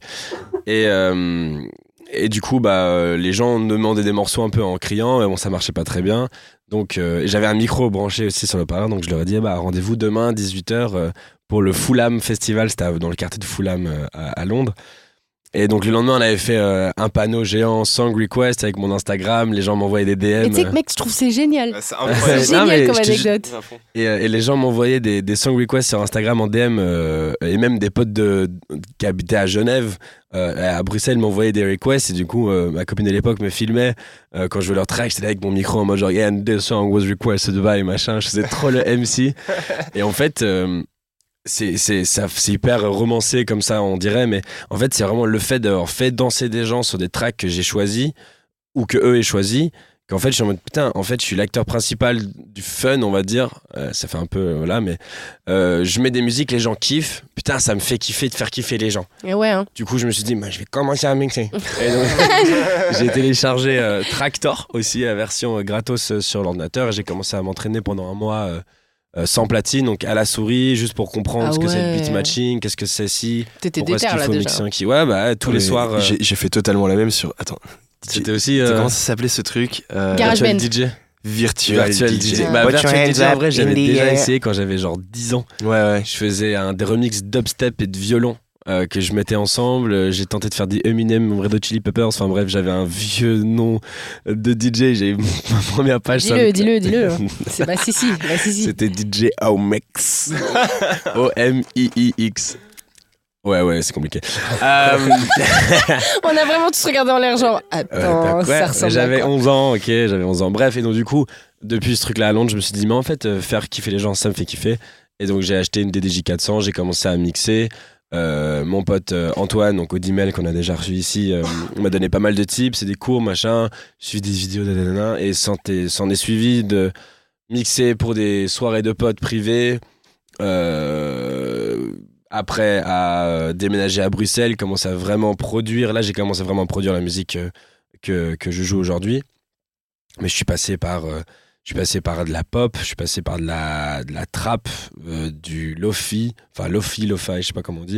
Et du coup les gens demandaient des morceaux un peu en criant et ça marchait pas très bien. Donc j'avais un micro branché aussi sur le haut-parleur, donc je leur ai dit rendez-vous demain 18h pour le Fulham Festival, c'était dans le quartier de Fulham à Londres. Et donc le lendemain, on avait fait un panneau géant song request avec mon Instagram. Les gens m'envoyaient des DM. Et tu sais que mec, je trouve c'est génial. C'est incroyable. C'est génial comme anecdote. Et les gens m'envoyaient des song requests sur Instagram en DM et même des potes qui habitaient à Genève, à Bruxelles m'envoyaient des requests et du coup ma copine de l'époque me filmait quand je jouais leur track, j'étais là avec mon micro en mode genre yeah, and this song was requested by machin, je faisais trop le MC et en fait c'est hyper romancé comme ça on dirait, mais en fait c'est vraiment le fait d'avoir fait danser des gens sur des tracks que j'ai choisis ou que eux aient choisi, qu'en fait je suis en mode putain, en fait je suis l'acteur principal du fun, on va dire, ça fait un peu voilà, mais je mets des musiques, les gens kiffent, putain ça me fait kiffer de faire kiffer les gens. Et ouais, hein. Du coup je me suis dit je vais commencer à mixer. Et donc j'ai téléchargé Tractor aussi, la version gratos sur l'ordinateur, et j'ai commencé à m'entraîner pendant un mois sans platine, donc à la souris, juste pour comprendre ce que c'est le beat matching, qu'est-ce que c'est si. T'étais déter là déjà. Ouais, bah tous les soirs. J'ai fait totalement la même sur. Attends. C'était aussi. Comment ça s'appelait ce truc GarageBand. DJ. Virtual DJ. Bah, Virtual DJ, en vrai, j'avais déjà air. essayé quand j'avais genre 10 ans. Ouais. Je faisais des remixes dubstep et de violon que je mettais ensemble. J'ai tenté de faire des Eminem, Red Hot Chili Peppers. Enfin bref, j'avais un vieux nom de DJ. J'ai ma première page. Dis-le. C'est si. C'était DJ Omix. Omix. Ouais, c'est compliqué. On a vraiment tous regardé en l'air genre attends, ça ressemble j'avais à quoi 11 ans, j'avais 11 ans. Bref, et donc du coup, depuis ce truc-là à Londres, je me suis dit mais en fait, faire kiffer les gens, ça me fait kiffer. Et donc j'ai acheté une DDJ 400, j'ai commencé à mixer. Mon pote Antoine, donc Audimel qu'on a déjà reçu ici, m'a donné pas mal de tips et des cours, machin. J'ai suivi des vidéos, et s'en est suivi de mixer pour des soirées de potes privées. Après, à déménager à Bruxelles, commencer à vraiment produire. Là, j'ai commencé à vraiment produire la musique que je joue aujourd'hui. Mais je suis passé par de la pop, je suis passé par de la trap, du lofi, enfin lo-fi, je sais pas comment on dit,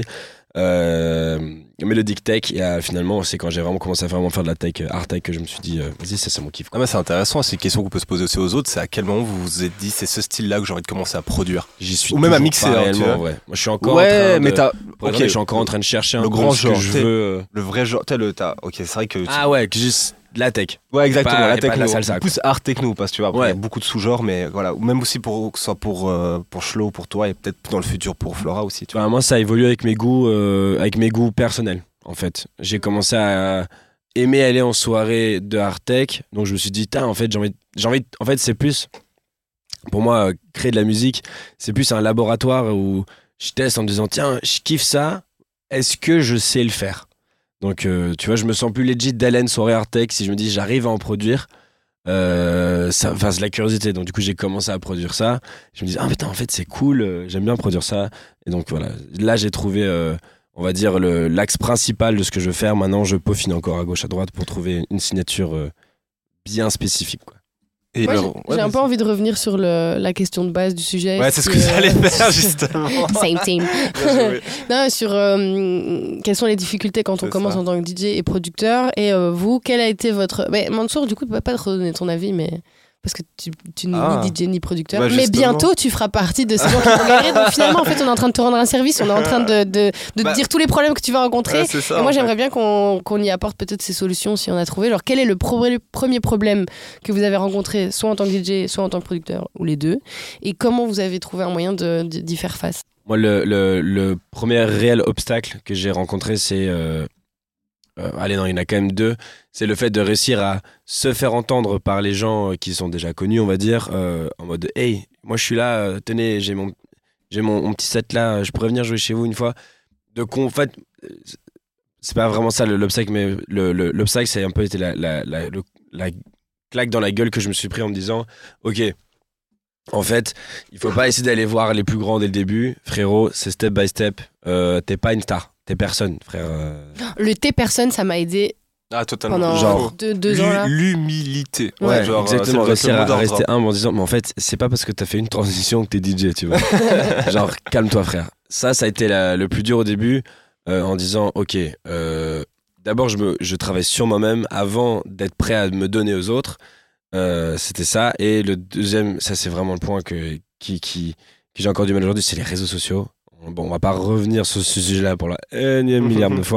melodic tech. Et finalement, c'est quand j'ai vraiment commencé à faire de la tech, art tech, que je me suis dit, vas-y, ça c'est mon kiff. Ah bah c'est intéressant, c'est une question qu'on peut se poser aussi aux autres, c'est à quel moment vous vous êtes dit c'est ce style-là que j'ai envie de commencer à produire. J'y suis ou même à toujours mixer, pas hein, réellement, en vrai. Moi, je suis encore je suis encore en train de chercher le grand genre, ce que je veux. Le vrai genre, ok, c'est vrai que juste de la tech. Ouais, exactement, la techno, pas de la salsa, plus art techno, parce que tu vois, après, il y a beaucoup de sous-genres, mais voilà, ou même aussi pour Shlo, pour toi, et peut-être dans le futur pour Flora aussi, tu vois. Moi, ça évolue avec mes goûts personnels, en fait. J'ai commencé à aimer aller en soirée de art tech, donc je me suis dit, en fait, j'ai envie, en fait, c'est plus, pour moi, créer de la musique, c'est plus un laboratoire où je teste en me disant, tiens, je kiffe ça, est-ce que je sais le faire? Donc, tu vois, je me sens plus legit d'aller à une soirée art tech si je me dis j'arrive à en produire. C'est la curiosité. Donc, du coup, j'ai commencé à produire ça. Je me dis, putain, en fait, c'est cool, j'aime bien produire ça. Et donc, voilà. Là, j'ai trouvé, on va dire, l'axe principal de ce que je veux faire. Maintenant, je peaufine encore à gauche, à droite pour trouver une signature bien spécifique, quoi. Et j'ai un peu envie de revenir sur la question de base du sujet. Ouais, c'est ce que j'allais faire justement. Same team. Non, sur quelles sont les difficultés quand on commence en tant que DJ et producteur. Et vous, quel a été votre... Mansour, du coup, tu ne peux pas te redonner ton avis, mais... Parce que tu n'es ni DJ ni producteur. Mais bientôt, tu feras partie de ces gens qui vont galérer. Donc finalement, en fait, on est en train de te rendre un service. On est en train de te dire tous les problèmes que tu vas rencontrer. Ça, et moi, j'aimerais bien qu'on y apporte peut-être ces solutions si on a trouvé. Genre, quel est le premier problème que vous avez rencontré, soit en tant que DJ, soit en tant que producteur, ou les deux? Et comment vous avez trouvé un moyen d'y faire face? Moi, le premier réel obstacle que j'ai rencontré, c'est... il y en a quand même deux. C'est le fait de réussir à se faire entendre par les gens qui sont déjà connus, on va dire, en mode hey, moi je suis là, tenez, j'ai mon petit set là, je pourrais venir jouer chez vous une fois. En fait, c'est pas vraiment ça l'obstacle, mais l'obstacle, c'est un peu été la claque dans la gueule que je me suis pris en me disant ok, en fait, il faut pas essayer d'aller voir les plus grands dès le début, frérot, c'est step by step. T'es pas une star. T'es personne, frère. Le t'es personne, ça m'a aidé. Totalement. Pendant genre deux ans là. L'humilité. Ouais, genre, exactement. Réussir à rester humble en disant, mais en fait, c'est pas parce que t'as fait une transition que t'es DJ, tu vois. Genre, calme-toi, frère. Ça a été le plus dur au début, en disant, ok, d'abord, je travaille sur moi-même avant d'être prêt à me donner aux autres. C'était ça. Et le deuxième, ça, c'est vraiment le point que j'ai encore du mal aujourd'hui, c'est les réseaux sociaux. Bon, on va pas revenir sur ce sujet-là pour la énième milliarde de fois,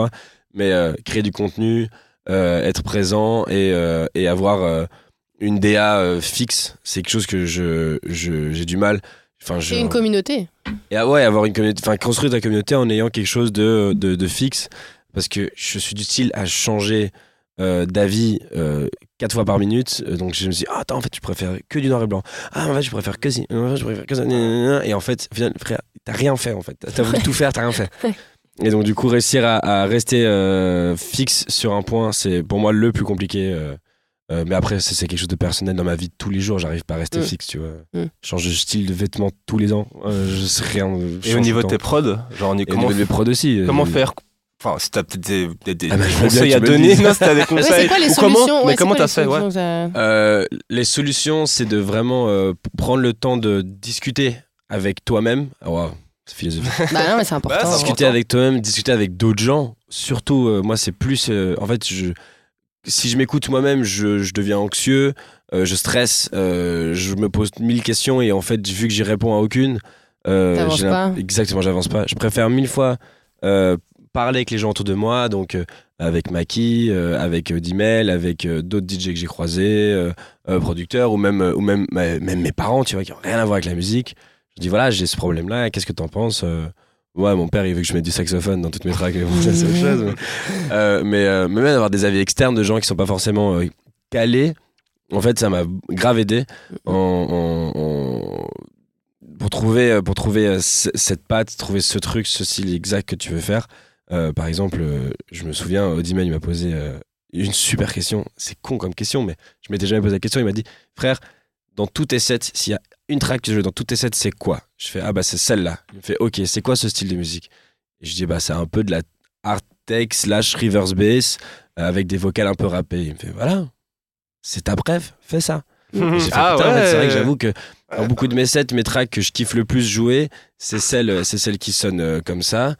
mais créer du contenu, être présent et avoir une DA fixe, c'est quelque chose que j'ai du mal. Et une communauté. Et avoir une communauté, construire ta communauté en ayant quelque chose de fixe, parce que je suis du style à changer d'avis 4 fois par minute, donc je me suis dit attends, en fait tu préfères que du noir et blanc, en fait je préfère que si, en fait je préfère que ça, et en fait frère, t'as rien fait, en fait t'as voulu tout faire, t'as rien fait. Et donc du coup réussir à rester fixe sur un point, c'est pour moi le plus compliqué. Mais après c'est quelque chose de personnel dans ma vie de tous les jours, j'arrive pas à rester fixe, tu vois. Je change de style de vêtements tous les ans, je sais rien. Et au niveau de tes prods, genre au niveau de mes prods aussi, comment faire? Enfin, si t'as peut-être des conseils à donner, non, si t'as des conseils. C'est quoi les solutions? Mais comment t'as fait? Les solutions, c'est de vraiment prendre le temps de discuter avec toi-même. C'est philosophique. Bah non, mais c'est important. Discuter avec toi-même, discuter avec d'autres gens. Surtout, moi, c'est plus. En fait, si je m'écoute moi-même, je deviens anxieux, je stresse, je me pose 1000 questions et en fait, vu que j'y réponds à aucune, t'avances pas. Exactement, j'avance pas. Je préfère 1000 fois parler avec les gens autour de moi, donc avec Maki, avec Dimel, avec d'autres DJ que j'ai croisés, producteurs, ou même mes parents, tu vois, qui n'ont rien à voir avec la musique. Je dis voilà, j'ai ce problème-là, qu'est-ce que t'en penses? Ouais, mon père il veut que je mette du saxophone dans toutes mes tracks, c'est autre chose. Mais même avoir des avis externes de gens qui sont pas forcément calés, en fait ça m'a grave aidé pour trouver cette patte, trouver ce truc, ce style exact que tu veux faire. Par exemple, je me souviens, Odimel il m'a posé une super question, c'est con comme question, mais je m'étais jamais posé la question. Il m'a dit frère, dans tous tes sets, s'il y a une track que tu joues dans tous tes sets, c'est quoi? Je fais c'est celle-là. Il me fait ok, c'est quoi ce style de musique? Et je dis c'est un peu de la hard tech / reverse bass avec des vocales un peu rappées. Il me fait voilà, c'est ta préf, fais ça. Et j'ai fait, en fait, c'est vrai que j'avoue que dans beaucoup de mes sets, mes tracks que je kiffe le plus jouer, c'est celle qui sonne comme ça.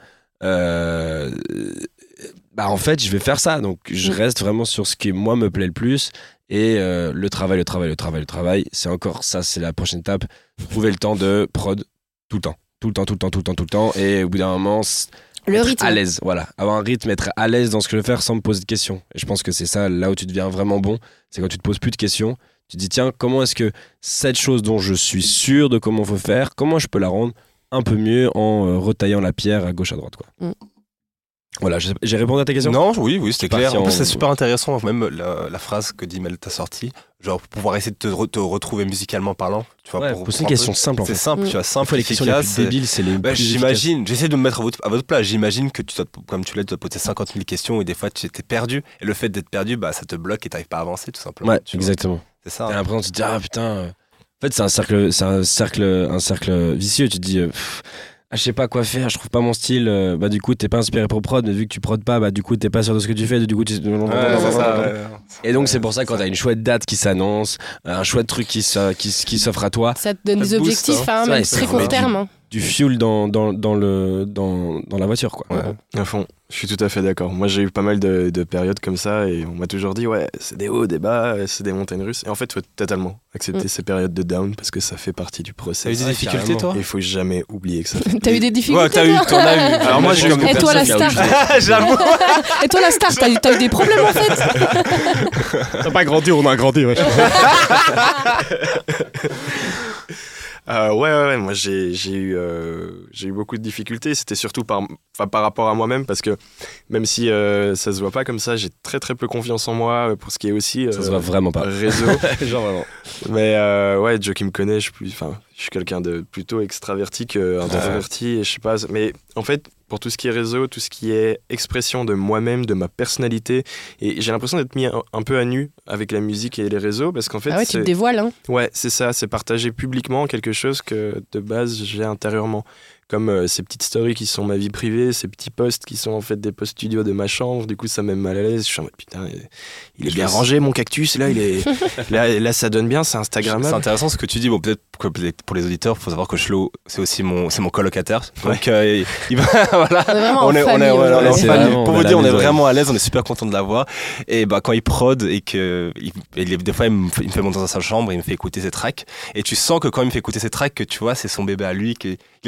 En fait je vais faire ça, donc je reste vraiment sur ce qui moi me plaît le plus, et le travail, c'est encore ça, c'est la prochaine étape, trouver le temps de prod tout le temps, et au bout d'un moment le rythme, à l'aise, voilà, avoir un rythme, être à l'aise dans ce que je veux faire sans me poser de questions. Et je pense que c'est ça là où tu deviens vraiment bon, c'est quand tu te poses plus de questions, tu te dis tiens, comment est-ce que cette chose dont je suis sûr de comment faut faire, comment je peux la rendre un peu mieux en retaillant la pierre à gauche à droite, quoi. Voilà, j'ai répondu à ta question. Non, oui, c'était clair. En plus, c'est super intéressant, même la phrase que Dimel t'a sortie, genre pour pouvoir essayer de te retrouver musicalement parlant. Tu vois, c'est une question simple. C'est simple, tu vois, simple, les questions les plus débiles, c'est les plus j'imagine, j'essaie de me mettre à votre place. J'imagine que comme tu l'as, tu dois poser 50 000 questions et des fois tu étais perdu. Et le fait d'être perdu, ça te bloque et t'arrives pas à avancer, tout simplement. Ouais, exactement. C'est ça. T'as l'impression de te dire putain. En fait, c'est un cercle vicieux. Tu te dis. Je sais pas quoi faire, je trouve pas mon style, du coup t'es pas inspiré pour prod, mais vu que tu prod pas, du coup t'es pas sûr de ce que tu fais, du coup Et donc c'est pour ça que quand t'as une chouette date qui s'annonce, un chouette truc qui s'offre à toi, ça te donne des objectifs, même très court terme. Du fuel dans la voiture, quoi. À fond, je suis tout à fait d'accord. Moi j'ai eu pas mal de périodes comme ça et on m'a toujours dit c'est des hauts, des bas, c'est des montagnes russes. Et en fait faut totalement accepter ces périodes de down parce que ça fait partie du process. T'as eu des difficultés, toi? Il faut jamais oublier que ça. T'as eu des difficultés? T'en as eu. Alors moi j'ai Et toi la star? J'avoue. Et toi la star, t'as eu des problèmes en fait? T'as pas grandi, on a grandi. Ouais. Moi j'ai eu beaucoup de difficultés. C'était surtout par rapport à moi-même, parce que même si ça se voit pas comme ça, j'ai très très peu confiance en moi pour ce qui est aussi ça se voit vraiment pas réseau. Genre vraiment. Mais Joe qui me connaît, je suis quelqu'un de plutôt extraverti qu'introverti, et je sais pas, mais en fait pour tout ce qui est réseau, tout ce qui est expression de moi-même, de ma personnalité, et j'ai l'impression d'être mis un peu à nu avec la musique et les réseaux, parce qu'en fait tu te dévoiles, hein. Ouais, c'est ça, c'est partager publiquement quelque chose que de base j'ai intérieurement, comme ces petites stories qui sont ma vie privée, ces petits posts qui sont en fait des posts studio de ma chambre. Du coup ça me met mal à l'aise, je suis en mode putain, il est bien rangé mon cactus, là il est là ça donne bien, c'est instagrammable. C'est intéressant ce que tu dis. Bon, peut-être que pour les auditeurs, il faut savoir que Shlo c'est aussi mon colocataire, donc il va voilà, on est en famille. Pour vous dire, on est vraiment à l'aise, on est super content de l'avoir. Et quand il prod et que des fois il me fait monter dans sa chambre, il me fait écouter ses tracks, et tu sens que quand il me fait écouter ses tracks, que tu vois c'est son bébé à lui, qu'il est un peu mis à nu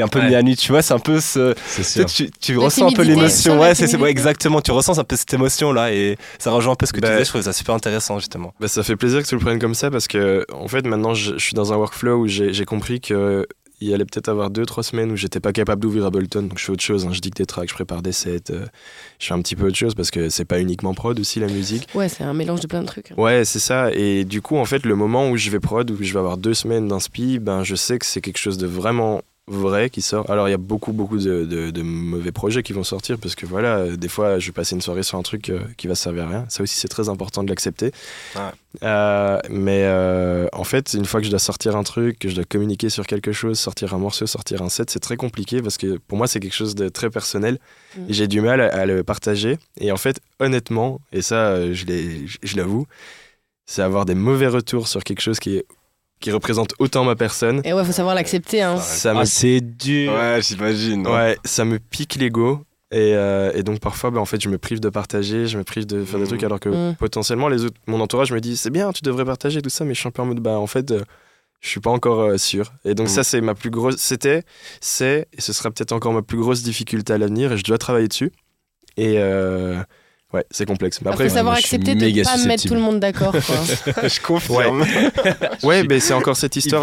nuit, tu vois, c'est un peu ce... C'est sûr. Tu ressens un peu l'émotion, exactement, tu ressens un peu cette émotion-là, et ça rejoint un peu ce que tu disais, je trouve ça super intéressant, justement. Ça fait plaisir que tu le prennes comme ça, parce que, en fait, maintenant, je suis dans un workflow où j'ai compris que il y allait peut-être avoir 2-3 semaines où j'étais pas capable d'ouvrir Ableton, donc je fais autre chose, je dicte des tracks, je prépare des sets, je fais un petit peu autre chose parce que c'est pas uniquement prod aussi la musique. Ouais, c'est un mélange de plein de trucs. Ouais, c'est ça, et du coup en fait le moment où je vais prod, où je vais avoir 2 semaines d'inspi, je sais que c'est quelque chose de vraiment vrai qui sort. Alors il y a beaucoup de mauvais projets qui vont sortir parce que voilà, des fois je vais passer une soirée sur un truc qui va servir à rien, ça aussi c'est très important de l'accepter. Mais en fait une fois que je dois sortir un truc, que je dois communiquer sur quelque chose, sortir un morceau, sortir un set, c'est très compliqué parce que pour moi c'est quelque chose de très personnel et j'ai du mal à le partager. Et en fait honnêtement, et ça je l'avoue, c'est avoir des mauvais retours sur quelque chose qui représente autant ma personne. Et ouais, faut savoir l'accepter. Hein. C'est dur. Ouais, j'imagine. Ouais, ça me pique l'ego. Et donc parfois, en fait, je me prive de partager, je me prive de faire des trucs, alors que potentiellement, les autres, mon entourage me dit c'est bien, tu devrais partager tout ça, mais je suis un peu en mode, en fait, je suis pas encore sûr. Et donc ça, c'est ma plus grosse... et ce sera peut-être encore ma plus grosse difficulté à l'avenir, et je dois travailler dessus. Et... ouais, c'est complexe. Mais après, faut savoir accepter de ne pas mettre tout le monde d'accord. Je confirme. Ouais, mais c'est encore cette histoire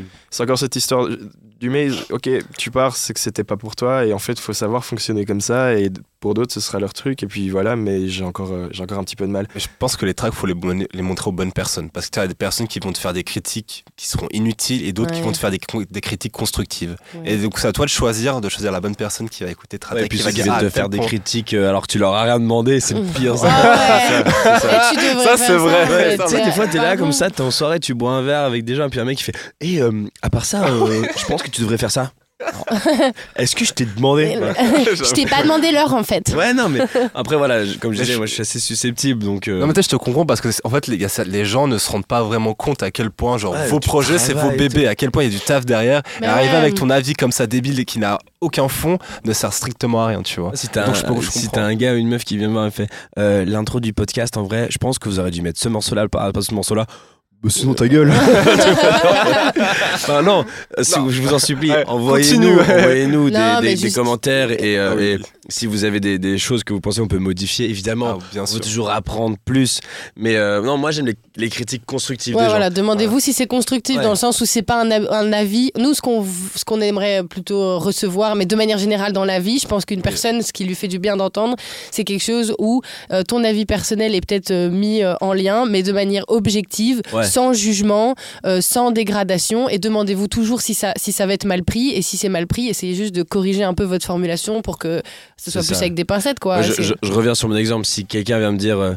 du mais ok, tu pars, c'est que c'était pas pour toi, et en fait, il faut savoir fonctionner comme ça, et pour d'autres, ce sera leur truc, et puis voilà, mais j'ai encore un petit peu de mal. Mais je pense que les tracks, il faut les montrer aux bonnes personnes, parce que tu as des personnes qui vont te faire des critiques qui seront inutiles, et d'autres qui vont te faire des critiques constructives. Ouais. Et donc, c'est à toi de choisir la bonne personne qui va écouter ta track. Et puis, qui va te faire des critiques alors que tu leur as rien demandé, c'est le pire. Ça, c'est vrai. Tu sais, des fois, t'es là comme ça, t'es en soirée, tu bois un verre avec des gens, et puis un mec qui fait à part ça, je pense que tu devrais faire ça. Est-ce que je t'ai demandé Je t'ai pas demandé l'heure en fait. Ouais, non, mais après, voilà, comme je disais, moi je suis assez susceptible. Donc, Non, mais je te comprends parce que en fait, les gens ne se rendent pas vraiment compte à quel point, vos projets, c'est vos bébés, à quel point il y a du taf derrière. Et arriver avec ton avis comme ça débile et qui n'a aucun fond ne sert strictement à rien, tu vois. Si t'as un gars ou une meuf qui vient me voir et fait l'intro du podcast, en vrai, je pense que vous aurez dû mettre ce morceau-là, pas ce morceau-là. Sinon ta gueule. Non, je vous en supplie, envoyez-nous des commentaires et si vous avez des choses que vous pensez on peut modifier, évidemment. On veut toujours apprendre plus, mais non, moi j'aime les critiques constructives des gens. Voilà, demandez-vous si c'est constructif dans le sens où c'est pas un avis. Nous, ce qu'on aimerait plutôt recevoir, mais de manière générale dans la vie, je pense qu'une personne, ce qui lui fait du bien d'entendre, c'est quelque chose où ton avis personnel est peut-être mis en lien, mais de manière objective. Sans jugement, sans dégradation, et demandez-vous toujours si ça va être mal pris, et si c'est mal pris, essayez juste de corriger un peu votre formulation pour que ce soit plus avec des pincettes, quoi. Je reviens sur mon exemple, si quelqu'un vient me dire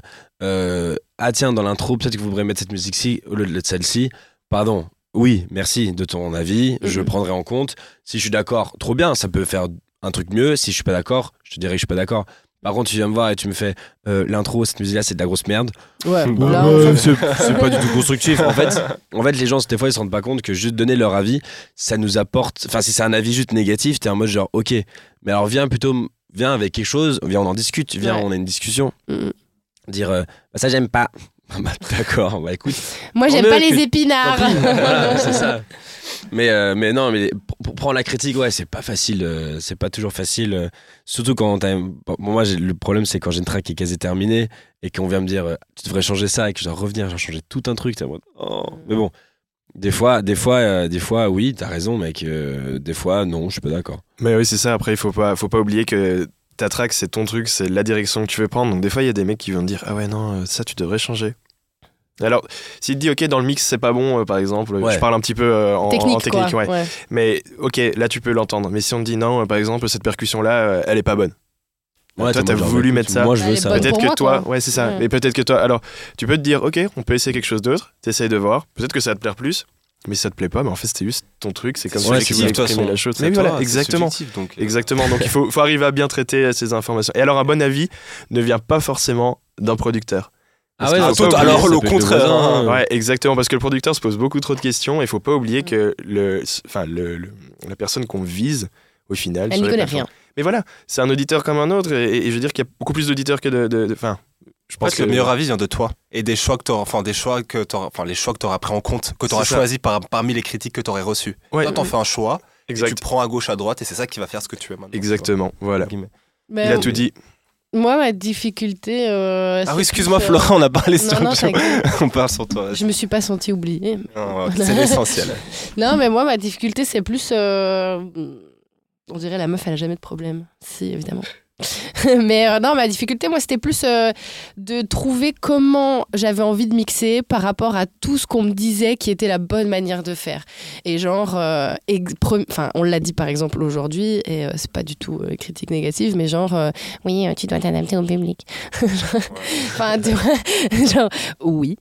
tiens, dans l'intro peut-être que vous devriez mettre cette musique-ci au lieu de celle-ci, pardon, oui, merci de ton avis, je prendrai en compte. Si je suis d'accord, trop bien, ça peut faire un truc mieux. Si je suis pas d'accord, je te dirai que je suis pas d'accord. Par contre, tu viens me voir et tu me fais l'intro, cette musique-là, c'est de la grosse merde. Ouais, c'est pas du tout constructif. En fait, les gens, des fois, ils se rendent pas compte que juste donner leur avis, ça nous apporte. Enfin, si c'est un avis juste négatif, t'es en mode genre, ok, mais alors viens avec quelque chose, viens, on en discute, on a une discussion. Dire, ça, j'aime pas. D'accord, écoute. Moi, j'aime pas les épinards. Voilà, c'est ça. Mais non, mais pour prendre la critique, c'est pas facile, c'est pas toujours facile, surtout quand moi le problème c'est quand j'ai une track qui est quasi terminée et qu'on vient me dire tu devrais changer ça et que je dois revenir, j'ai changé tout un truc, mais bon, des fois oui, t'as raison mec, des fois non, je suis pas d'accord. Mais oui, c'est ça, après il faut pas oublier que ta track c'est ton truc, c'est la direction que tu veux prendre, donc des fois il y a des mecs qui vont te dire ah ouais non, ça tu devrais changer. Alors, s'il te dit ok dans le mix c'est pas bon par exemple, je parle un petit peu en technique, ouais. Mais ok là tu peux l'entendre, mais si on te dit non par exemple cette percussion là elle est pas bonne. Toi t'as voulu mettre ça. Moi je veux ça. Peut-être que toi, c'est ça. Mais peut-être que toi, alors tu peux te dire ok on peut essayer quelque chose d'autre, t'essayes de voir, peut-être que ça va te plaire plus. Mais si ça te plaît pas, mais en fait c'était juste ton truc, c'est comme ça que tu veux exprimer la chose. Mais voilà, exactement. Exactement. Donc il faut arriver à bien traiter ces informations. Et alors un bon avis ne vient pas forcément d'un producteur. Alors le contraire. Ouais, exactement, parce que le producteur se pose beaucoup trop de questions et il faut pas oublier que la personne qu'on vise au final, elle n'y connaît rien. Mais voilà, c'est un auditeur comme un autre et je veux dire qu'il y a beaucoup plus d'auditeurs que je pense que le meilleur avis vient de toi et des choix que les choix que t'auras pris en compte, que t'auras choisi parmi les critiques que t'aurais reçues. Toi, t'en fais un choix. Exact. Tu prends à gauche, à droite, et c'est ça qui va faire ce que tu veux maintenant. Exactement, voilà. Mais Il a tout dit. Moi, ma difficulté. Ah oui, excuse-moi, Flora, on a parlé sur Non, on parle sur toi. je me suis pas sentie oubliée. Non, c'est l'essentiel. Non, mais moi, ma difficulté, c'est plus. On dirait la meuf, elle a jamais de problème. Si, évidemment. Mais non, ma difficulté, moi, c'était plus de trouver comment j'avais envie de mixer par rapport à tout ce qu'on me disait qui était la bonne manière de faire. Et genre, on l'a dit par exemple aujourd'hui, et c'est pas du tout critique négative, mais genre, oui, tu dois t'adapter au public. Enfin, tu vois, genre, oui,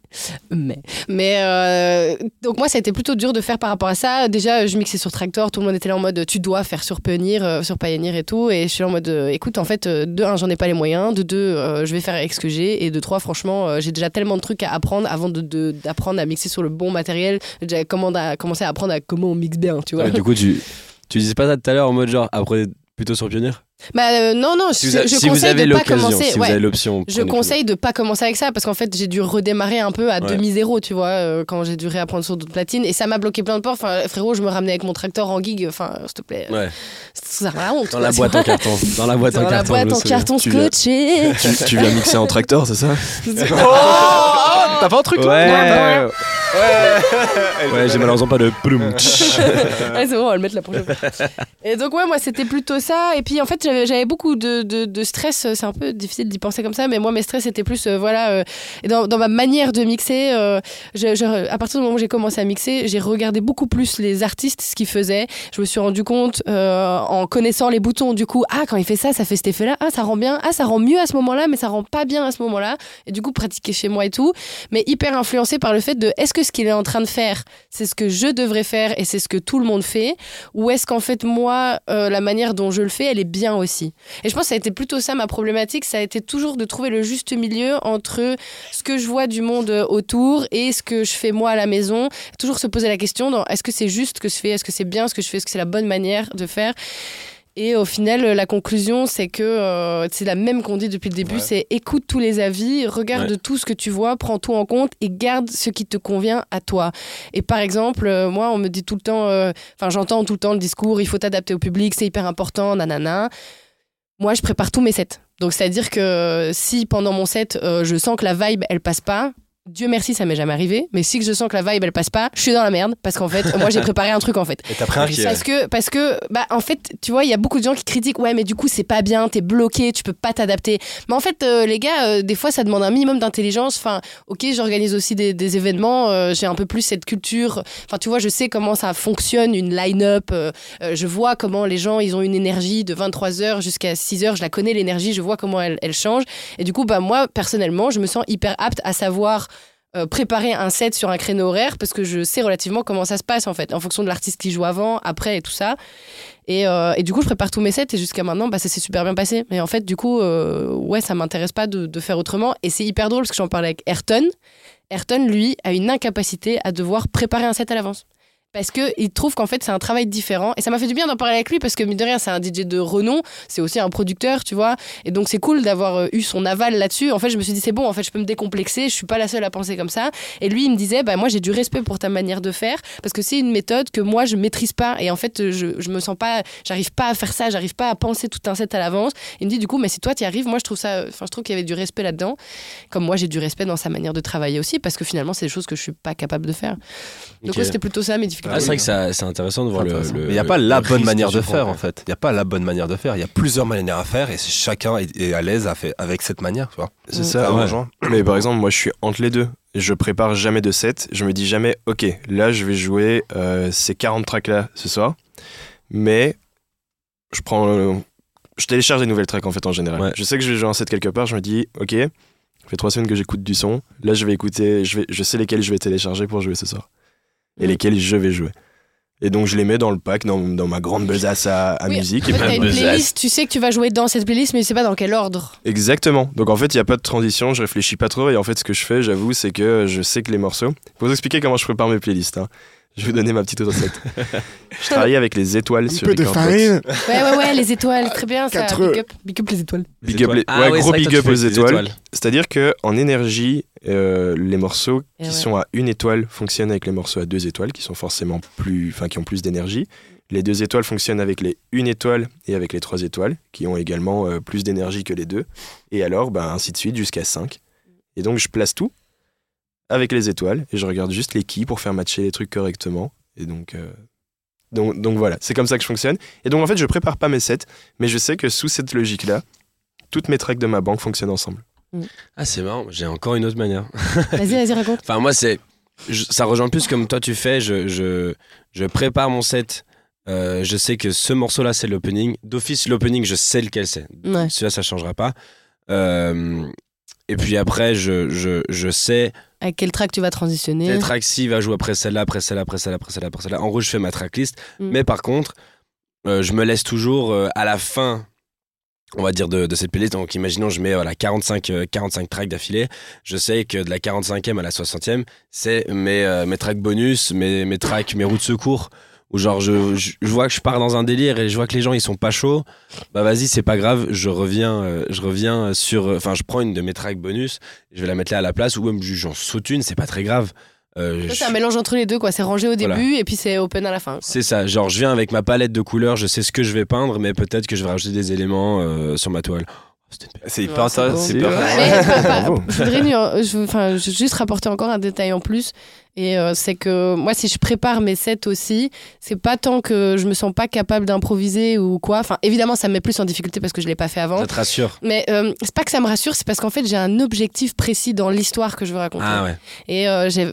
mais donc moi, ça a été plutôt dur de faire par rapport à ça. Déjà, je mixais sur Traktor, tout le monde était là en mode, tu dois faire sur Pioneer et tout, et je suis là en mode, écoute, en fait, de 1, j'en ai pas les moyens, de 2, je vais faire avec ce que j'ai, et de 3, franchement, j'ai déjà tellement de trucs à apprendre avant d'apprendre à mixer sur le bon matériel. J'ai déjà commencé à apprendre à comment on mixe bien, tu vois. Du coup, tu disais pas ça tout à l'heure en mode genre, apprenez plutôt sur Pioneer? Non, je conseille de pas commencer. Si vous avez l'option. Je conseille de pas commencer avec ça parce qu'en fait j'ai dû redémarrer un peu à demi-zéro, tu vois, quand j'ai dû réapprendre sur d'autres platines, et ça m'a bloqué plein de portes. Enfin, frérot, je me ramenais avec mon Traktor en gig, enfin, s'il te plaît. Ouais. Ça la honte. Dans la boîte en carton. Dans la boîte en carton scotché. Tu viens mixer en Traktor, c'est ça? T'as pas un truc là? Ouais, j'ai malheureusement pas de ploum. C'est bon, on va le mettre la prochaine fois. Et donc ouais, moi c'était plutôt ça. Et puis en fait j'avais beaucoup de stress. C'est un peu difficile d'y penser comme ça, mais moi mes stress étaient plus et dans ma manière de mixer. À partir du moment où j'ai commencé à mixer, j'ai regardé beaucoup plus les artistes, ce qu'ils faisaient. Je me suis rendu compte en connaissant les boutons, du coup, quand il fait ça fait cet effet là, ça rend bien, ça rend mieux à ce moment là, mais ça rend pas bien à ce moment là, et du coup pratiquer chez moi et tout, mais hyper influencé par le fait de est-ce que ce qu'il est en train de faire c'est ce que je devrais faire et c'est ce que tout le monde fait, ou est-ce qu'en fait moi la manière dont je le fais elle est bien aussi. Et je pense que ça a été plutôt ça ma problématique, ça a été toujours de trouver le juste milieu entre ce que je vois du monde autour et ce que je fais moi à la maison, toujours se poser la question est-ce que c'est juste ce que je fais, est-ce que c'est bien ce que je fais, est-ce que c'est la bonne manière de faire. Et au final, la conclusion, c'est que c'est la même qu'on dit depuis le début, c'est écoute tous les avis, regarde tout ce que tu vois, prends tout en compte et garde ce qui te convient à toi. Et par exemple, moi, on me dit tout le temps, j'entends tout le temps le discours, il faut t'adapter au public, c'est hyper important, nanana. Moi, je prépare tous mes sets. Donc, c'est-à-dire que si pendant mon set, je sens que la vibe, elle passe pas, Dieu merci, ça m'est jamais arrivé, mais si que je sens que la vibe elle passe pas, je suis dans la merde parce qu'en fait, moi j'ai préparé un truc en fait. Et t'as pris un risque. Parce que en fait, tu vois, il y a beaucoup de gens qui critiquent, ouais, mais du coup c'est pas bien, t'es bloqué, tu peux pas t'adapter. Mais en fait, les gars, des fois ça demande un minimum d'intelligence. Enfin, ok, j'organise aussi des événements, j'ai un peu plus cette culture. Enfin, tu vois, je sais comment ça fonctionne une line-up. Je vois comment les gens ils ont une énergie de 23h jusqu'à 6h. Je la connais l'énergie, je vois comment elle change. Et du coup, moi personnellement, je me sens hyper apte à savoir préparer un set sur un créneau horaire parce que je sais relativement comment ça se passe en fait, en fonction de l'artiste qui joue avant, après et tout ça. Et du coup, je prépare tous mes sets et jusqu'à maintenant, ça s'est super bien passé. Mais en fait, du coup, ça m'intéresse pas de faire autrement. Et c'est hyper drôle parce que j'en parlais avec Ayrton. Ayrton, lui, a une incapacité à devoir préparer un set à l'avance. Parce qu'il trouve qu'en fait c'est un travail différent, et ça m'a fait du bien d'en parler avec lui parce que mine de rien c'est un DJ de renom, c'est aussi un producteur, tu vois, et donc c'est cool d'avoir eu son aval là-dessus. En fait je me suis dit c'est bon, en fait je peux me décomplexer, je suis pas la seule à penser comme ça. Et lui il me disait moi j'ai du respect pour ta manière de faire parce que c'est une méthode que moi je maîtrise pas, et en fait je me sens pas, j'arrive pas à faire ça, j'arrive pas à penser tout un set à l'avance. Il me dit du coup mais si toi t'y arrives, moi je trouve qu'il y avait du respect là-dedans, comme moi j'ai du respect dans sa manière de travailler aussi parce que finalement c'est des choses que je suis pas capable de faire. Donc c'était plutôt ça mes difficultés. C'est vrai que c'est intéressant de voir le. Mais il n'y a pas la bonne manière de faire en fait. Il n'y a pas la bonne manière de faire. Il y a plusieurs manières à faire et chacun est à l'aise avec cette manière. Tu vois. C'est ça. Mais par exemple, moi je suis entre les deux. Je prépare jamais de set. Je me dis jamais, ok, là je vais jouer ces 40 tracks là ce soir. Mais je télécharge des nouvelles tracks en fait en général. Ouais. Je sais que je vais jouer un set quelque part. Je me dis, ok, ça fait 3 semaines que j'écoute du son. Là je vais écouter, je sais lesquels je vais télécharger pour jouer ce soir. Et lesquels je vais jouer. Et donc je les mets dans le pack, dans ma grande besace à musique. En fait, t'as une playlist, tu sais que tu vas jouer dans cette playlist, mais tu sais pas dans quel ordre. Exactement. Donc en fait, il n'y a pas de transition, je réfléchis pas trop. Et en fait, ce que je fais, j'avoue, c'est que je sais que les morceaux... Pour vous expliquer comment je prépare mes playlists, je vais vous donner ma petite recette. Je travaille avec les étoiles sur les cordes. Ouais, les étoiles, très bien ça. Big up les étoiles. Gros big up aux étoiles. C'est-à-dire qu'en énergie, les morceaux qui sont à 1 étoile fonctionnent avec les morceaux à 2 étoiles, qui sont forcément qui ont plus d'énergie. Les 2 étoiles fonctionnent avec les 1 étoile et avec les 3 étoiles, qui ont également plus d'énergie que les 2. Et alors, ainsi de suite, jusqu'à 5. Et donc, je place tout avec les étoiles et je regarde juste les keys pour faire matcher les trucs correctement. Et donc voilà, c'est comme ça que je fonctionne. Et donc, en fait, je prépare pas mes sets, mais je sais que sous cette logique-là, toutes mes tracks de ma banque fonctionnent ensemble. Ah, c'est marrant, j'ai encore une autre manière. Vas-y, raconte. Enfin, moi, ça rejoint plus comme toi tu fais. Je prépare mon set. Je sais que ce morceau-là, c'est l'opening. D'office, l'opening, je sais lequel c'est. Ouais. Celui-là, ça changera pas. Et puis après, je sais avec quel track tu vas transitionner. Quel track ci va jouer après celle-là, après celle-là, après celle-là, après celle-là, après celle-là. En gros, je fais ma tracklist. Mais par contre, je me laisse toujours à la fin, on va dire, de cette playlist. Donc, imaginons, je mets 45 tracks d'affilée. Je sais que de la 45e à la 60e, c'est mes tracks bonus, mes tracks, mes routes de secours. Où genre, je vois que je pars dans un délire et je vois que les gens, ils sont pas chauds. Bah, vas-y, c'est pas grave. Je reviens sur... Enfin, je prends une de mes tracks bonus. Je vais la mettre là à la place. Ou même, j'en saute une, c'est pas très grave. C'est un mélange entre les deux, quoi. C'est rangé au début et puis c'est open à la fin, quoi. C'est ça, genre je viens avec ma palette de couleurs, je sais ce que je vais peindre, mais peut-être que je vais rajouter des éléments sur ma toile. C'est hyper intéressant. C'est je voudrais juste rapporter encore un détail en plus. Et c'est que moi, si je prépare mes sets aussi, c'est pas tant que je me sens pas capable d'improviser ou quoi. Enfin, évidemment, ça me met plus en difficulté parce que je l'ai pas fait avant. Ça te rassure. Mais c'est pas que ça me rassure, c'est parce qu'en fait, j'ai un objectif précis dans l'histoire que je veux raconter. Ah ouais. Et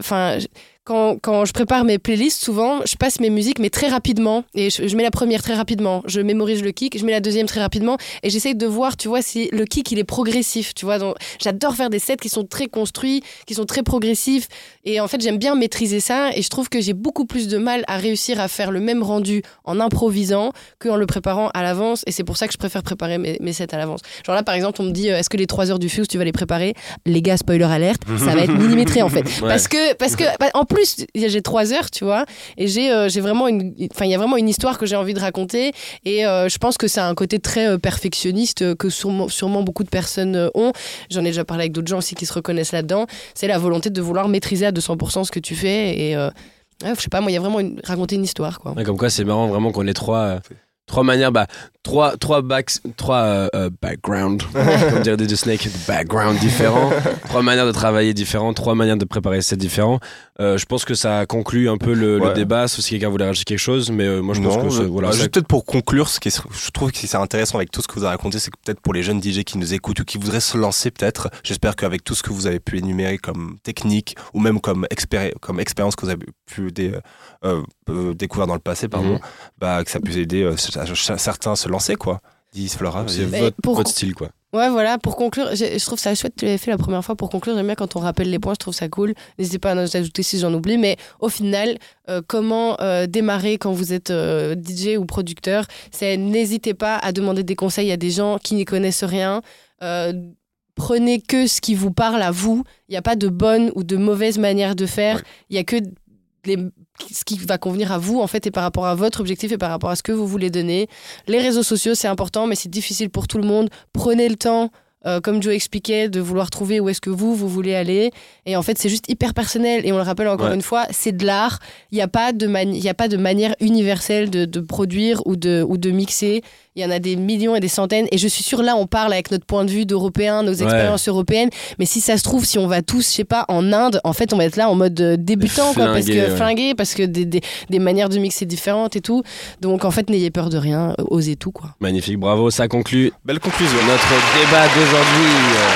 quand je prépare mes playlists, souvent, je passe mes musiques, mais très rapidement. Et je mets la première très rapidement. Je mémorise le kick, je mets la deuxième très rapidement. Et j'essaye de voir, tu vois, si le kick, il est progressif. Tu vois, donc, j'adore faire des sets qui sont très construits, qui sont très progressifs. Et en fait, j'aime bien maîtriser ça. Et je trouve que j'ai beaucoup plus de mal à réussir à faire le même rendu en improvisant qu'en le préparant à l'avance. Et c'est pour ça que je préfère préparer mes sets à l'avance. Genre là, par exemple, on me dit, est-ce que les 3 heures du Fuse, tu vas les préparer? Les gars, spoiler alerte, ça va être millimétré, en fait. Ouais. Parce que en plus, j'ai 3 heures, tu vois, et j'ai vraiment il y a vraiment une histoire que j'ai envie de raconter, et je pense que c'est un côté très perfectionniste que sûrement beaucoup de personnes ont. J'en ai déjà parlé avec d'autres gens aussi qui se reconnaissent là-dedans. C'est la volonté de vouloir maîtriser à 200% ce que tu fais, et je sais pas, moi, il y a vraiment raconter une histoire, quoi. Ouais, comme quoi, c'est marrant vraiment qu'on ait trois manières, trois backgrounds, comme dirait The Snake, backgrounds différents, 3 manières de travailler différentes, 3 manières de préparer ces différents. Je pense que ça conclut un peu le débat, sauf si quelqu'un voulait rajouter quelque chose, mais moi je pense que voilà. Juste peut-être pour conclure, je trouve que c'est intéressant avec tout ce que vous avez raconté, c'est que peut-être pour les jeunes DJ qui nous écoutent ou qui voudraient se lancer peut-être, j'espère qu'avec tout ce que vous avez pu énumérer comme technique ou même comme expérience que vous avez pu découvrir dans le passé, que ça puisse aider certains à se lancer, quoi. Dis Flora, c'est votre style, quoi. Ouais, voilà, pour conclure, je trouve ça chouette, tu l'avais fait la première fois. Pour conclure, j'aime bien quand on rappelle les points, je trouve ça cool. N'hésitez pas à nous ajouter si j'en oublie, mais au final, comment démarrer quand vous êtes DJ ou producteur, n'hésitez pas à demander des conseils à des gens qui n'y connaissent rien. Prenez que ce qui vous parle à vous. Il n'y a pas de bonne ou de mauvaise manière de faire. Il n'y a que ce qui va convenir à vous, en fait, et par rapport à votre objectif et par rapport à ce que vous voulez donner. Les réseaux sociaux, c'est important, mais c'est difficile pour tout le monde. Prenez le temps, comme Joe expliquait, de vouloir trouver où est-ce que vous voulez aller. Et en fait, c'est juste hyper personnel. Et on le rappelle encore une fois, c'est de l'art. Il n'y a pas de manière universelle de produire ou de mixer. Il y en a des millions et des centaines. Et je suis sûre, là, on parle avec notre point de vue d'Européens, nos expériences européennes. Mais si ça se trouve, si on va tous, je sais pas, en Inde, en fait, on va être là en mode débutant, flingué, parce que des manières de mixer différentes et tout. Donc, en fait, n'ayez peur de rien, osez tout, quoi. Magnifique, bravo, ça conclut. Belle conclusion. Notre débat d'aujourd'hui.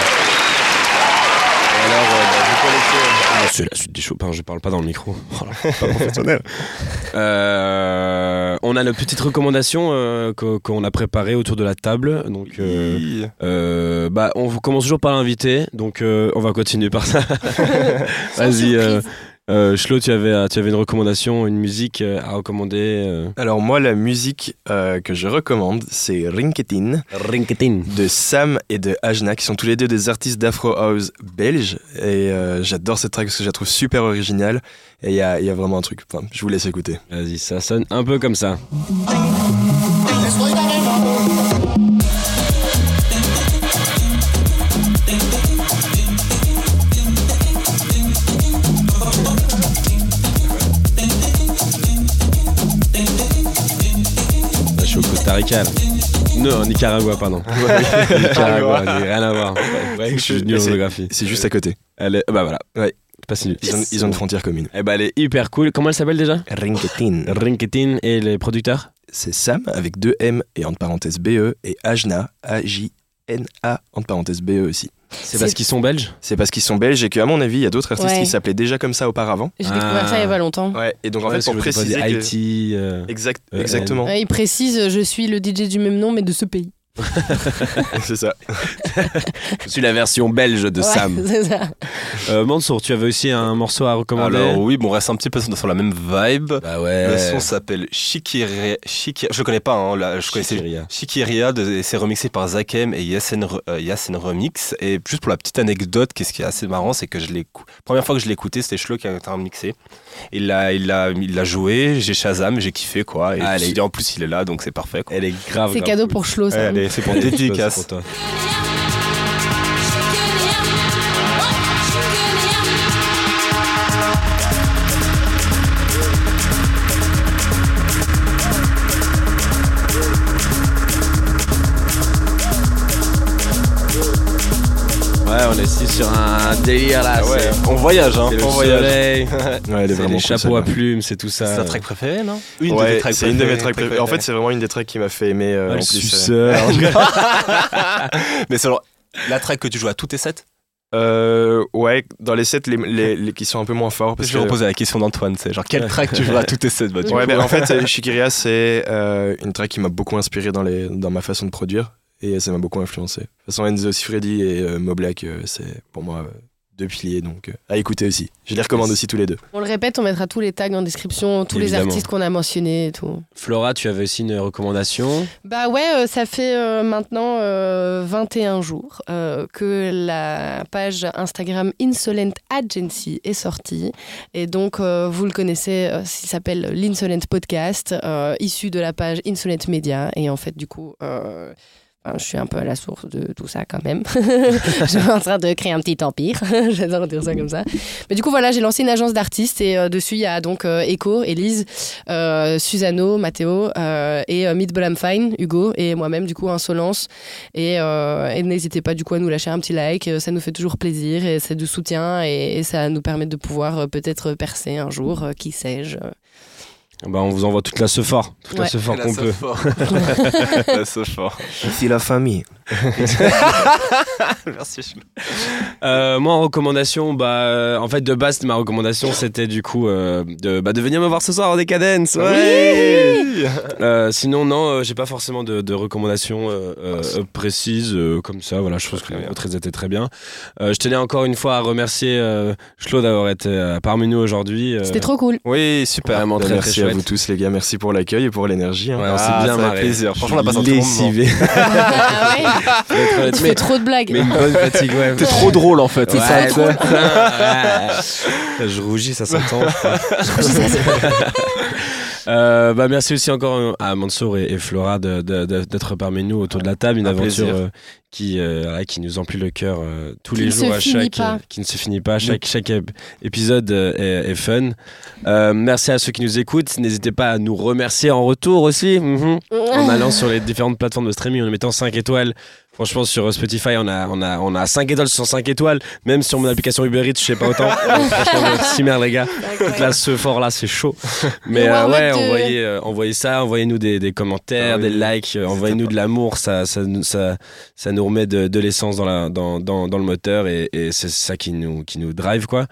Alors, vous connaissez... c'est la suite des Chopin, je parle pas dans le micro. Voilà, pas professionnel. On a la petite recommandation qu'on a préparée autour de la table. Donc, on commence toujours par l'invité, donc on va continuer par ça. Vas-y. Schlo, tu avais une recommandation, une musique à recommander Alors moi, la musique que je recommande, c'est Rinketin de Sam et de Ajna, qui sont tous les deux des artistes d'Afro House belges. Et j'adore cette track parce que je la trouve super originale. Et il y a vraiment un truc. Enfin, je vous laisse écouter. Vas-y, ça sonne un peu comme ça. Costa Rica. Non, Nicaragua, pardon. Nicaragua, rien à voir. Ouais, je suis nul en géographie. C'est juste à côté. Elle est, bah voilà. Ouais. Pas si nul. Ils ont une frontière commune. Eh ben, elle est hyper cool. Comment elle s'appelle déjà? Rinketin. Et les producteurs? C'est Sam avec 2 M et entre parenthèses BE et Ajna, A-J-N-A entre parenthèses BE aussi. C'est parce qu'ils sont belges? C'est parce qu'ils sont belges et qu'à mon avis, il y a d'autres artistes qui s'appelaient déjà comme ça auparavant. J'ai découvert ça il y a pas longtemps. Ouais, et donc en fait, pour préciser. Haïti. Exactement. Il précise je suis le DJ du même nom, mais de ce pays. C'est ça. Je suis la version belge de Sam. C'est ça. Mansour, tu avais aussi un morceau à recommander? Alors oui, bon, on reste un petit peu sur la même vibe. Bah ouais. Le son s'appelle Chikiria. Je connais pas, hein, là, je connaissais Chikiria, c'est remixé par Zakem et Yassen Remix. Et juste pour la petite anecdote, qu'est-ce qui est assez marrant, c'est que première fois que je l'ai écouté, c'était Shlo qui a remixé. Il l'a joué, j'ai Shazam, j'ai kiffé quoi. Et en plus il est là, donc c'est parfait quoi. Elle est grave. C'est cadeau pour Shlo ça. C'est pour dédicace. Ouais, on est ici sur un délire là. On voyage, hein. C'est le on soleil, Ouais, c'est les chapeaux à plumes, c'est tout ça. C'est ta track préférée, non? C'est une de mes tracks préférées. En fait, c'est vraiment une des tracks qui m'a fait aimer. Oh, en le plus, suceur. Mais c'est la track que tu joues à tous tes sets? Ouais, dans les sets les qui sont un peu moins forts. Parce je vais reposer la question d'Antoine, c'est genre quelle track tu joues à tous tes sets? En fait, Chikiria, c'est une track qui m'a beaucoup inspiré dans ma façon de produire. Et ça m'a beaucoup influencé. De toute façon, Enzo Sifredi et Mo Black, c'est pour moi 2 piliers, donc à écouter aussi. Je les recommande aussi tous les 2. On le répète, on mettra tous les tags en description, tous les artistes qu'on a mentionnés et tout. Flora, tu avais aussi une recommandation? Bah ouais, ça fait maintenant 21 jours que la page Instagram Insolent Agency est sortie. Et donc, vous le connaissez, il s'appelle l'Insolent Podcast, issu de la page Insolent Media. Et en fait, du coup... je suis un peu à la source de tout ça quand même. Je suis en train de créer un petit empire. J'adore dire ça comme ça. Mais du coup, voilà, j'ai lancé une agence d'artistes et dessus, il y a donc Echo, Elise, Susano, Matteo et Meet Bolam Fine, Hugo et moi-même, du coup, Insolence. Et n'hésitez pas du coup à nous lâcher un petit like. Ça nous fait toujours plaisir et c'est du soutien et ça nous permet de pouvoir peut-être percer un jour, qui sais-je. Bah, on vous envoie toute la sephore, la sephore qu'on peut. La sephore. C'est la famille. Merci. Moi en recommandation, en fait de base ma recommandation c'était du coup de venir me voir ce soir en Décadence. Ouais. Oui. Sinon non, j'ai pas forcément de recommandations précises comme ça. Voilà, je trouve que votre était très bien. Je tenais encore une fois à remercier Shlo d'avoir été parmi nous aujourd'hui. C'était trop cool. Oui, super, vraiment très merci très à vous tous les gars, merci pour l'accueil et pour l'énergie. Ouais, on s'est bien marré. Plaisir. Franchement, on a passé un très bon moment. Tu fais trop de blagues. Mais une bonne fatigue, ouais. T'es trop drôle en fait. Ouais, je rougis, ça s'entend. Merci aussi encore à Mansour et Flora d'être parmi nous autour de la table. Une aventure qui nous emplit le cœur tous les jours, qui ne se finit pas. Chaque épisode est fun. Merci à ceux qui nous écoutent. N'hésitez pas à nous remercier en retour aussi, en allant sur les différentes plateformes de streaming, en mettant 5 étoiles. Franchement, sur Spotify, on a 5 étoiles sur 5 étoiles. Même sur mon application Uber Eats, je sais pas autant. Franchement, merci merde, les gars. Toute la sephore là, c'est chaud. Mais envoyez ça, envoyez-nous des commentaires, des likes, envoyez-nous de l'amour. Ça nous remet de l'essence dans le moteur et c'est ça qui nous drive, quoi.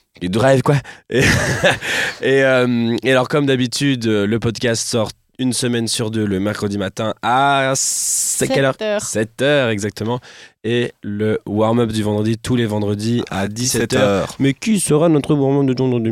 Et alors, comme d'habitude, le podcast sort une semaine sur 2 le mercredi matin à 7h exactement, et le warm-up du vendredi tous les vendredis à 17h. Mais qui sera notre warm-up de vendredi?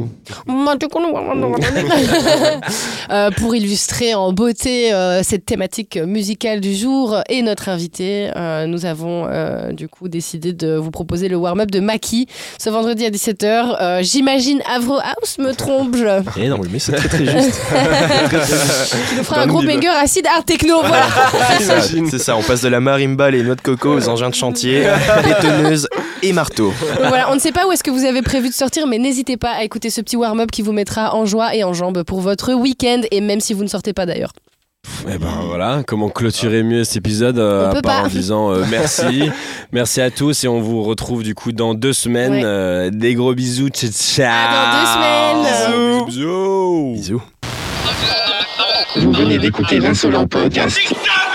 Pour illustrer en beauté cette thématique musicale du jour et notre invité, nous avons du coup décidé de vous proposer le warm-up de Maki ce vendredi à 17h. J'imagine Avro House, me trompe-je? Et non, mais c'est très très juste. Tu nous feras un gros banger acide art techno, voilà. C'est ça, on passe de la marimba, les noix de coco aux engins de chantier, bétonneuse et marteau. Donc voilà, on ne sait pas où est-ce que vous avez prévu de sortir, mais n'hésitez pas à écouter ce petit warm-up qui vous mettra en joie et en jambes pour votre week-end, et même si vous ne sortez pas d'ailleurs. Et ben voilà, comment clôturer mieux cet épisode à part en disant merci. Merci à tous et on vous retrouve du coup dans 2 semaines. Ouais. Des gros bisous. Ciao. À dans 2 semaines. Bisous. Vous venez d'écouter l'Insolent Podcast.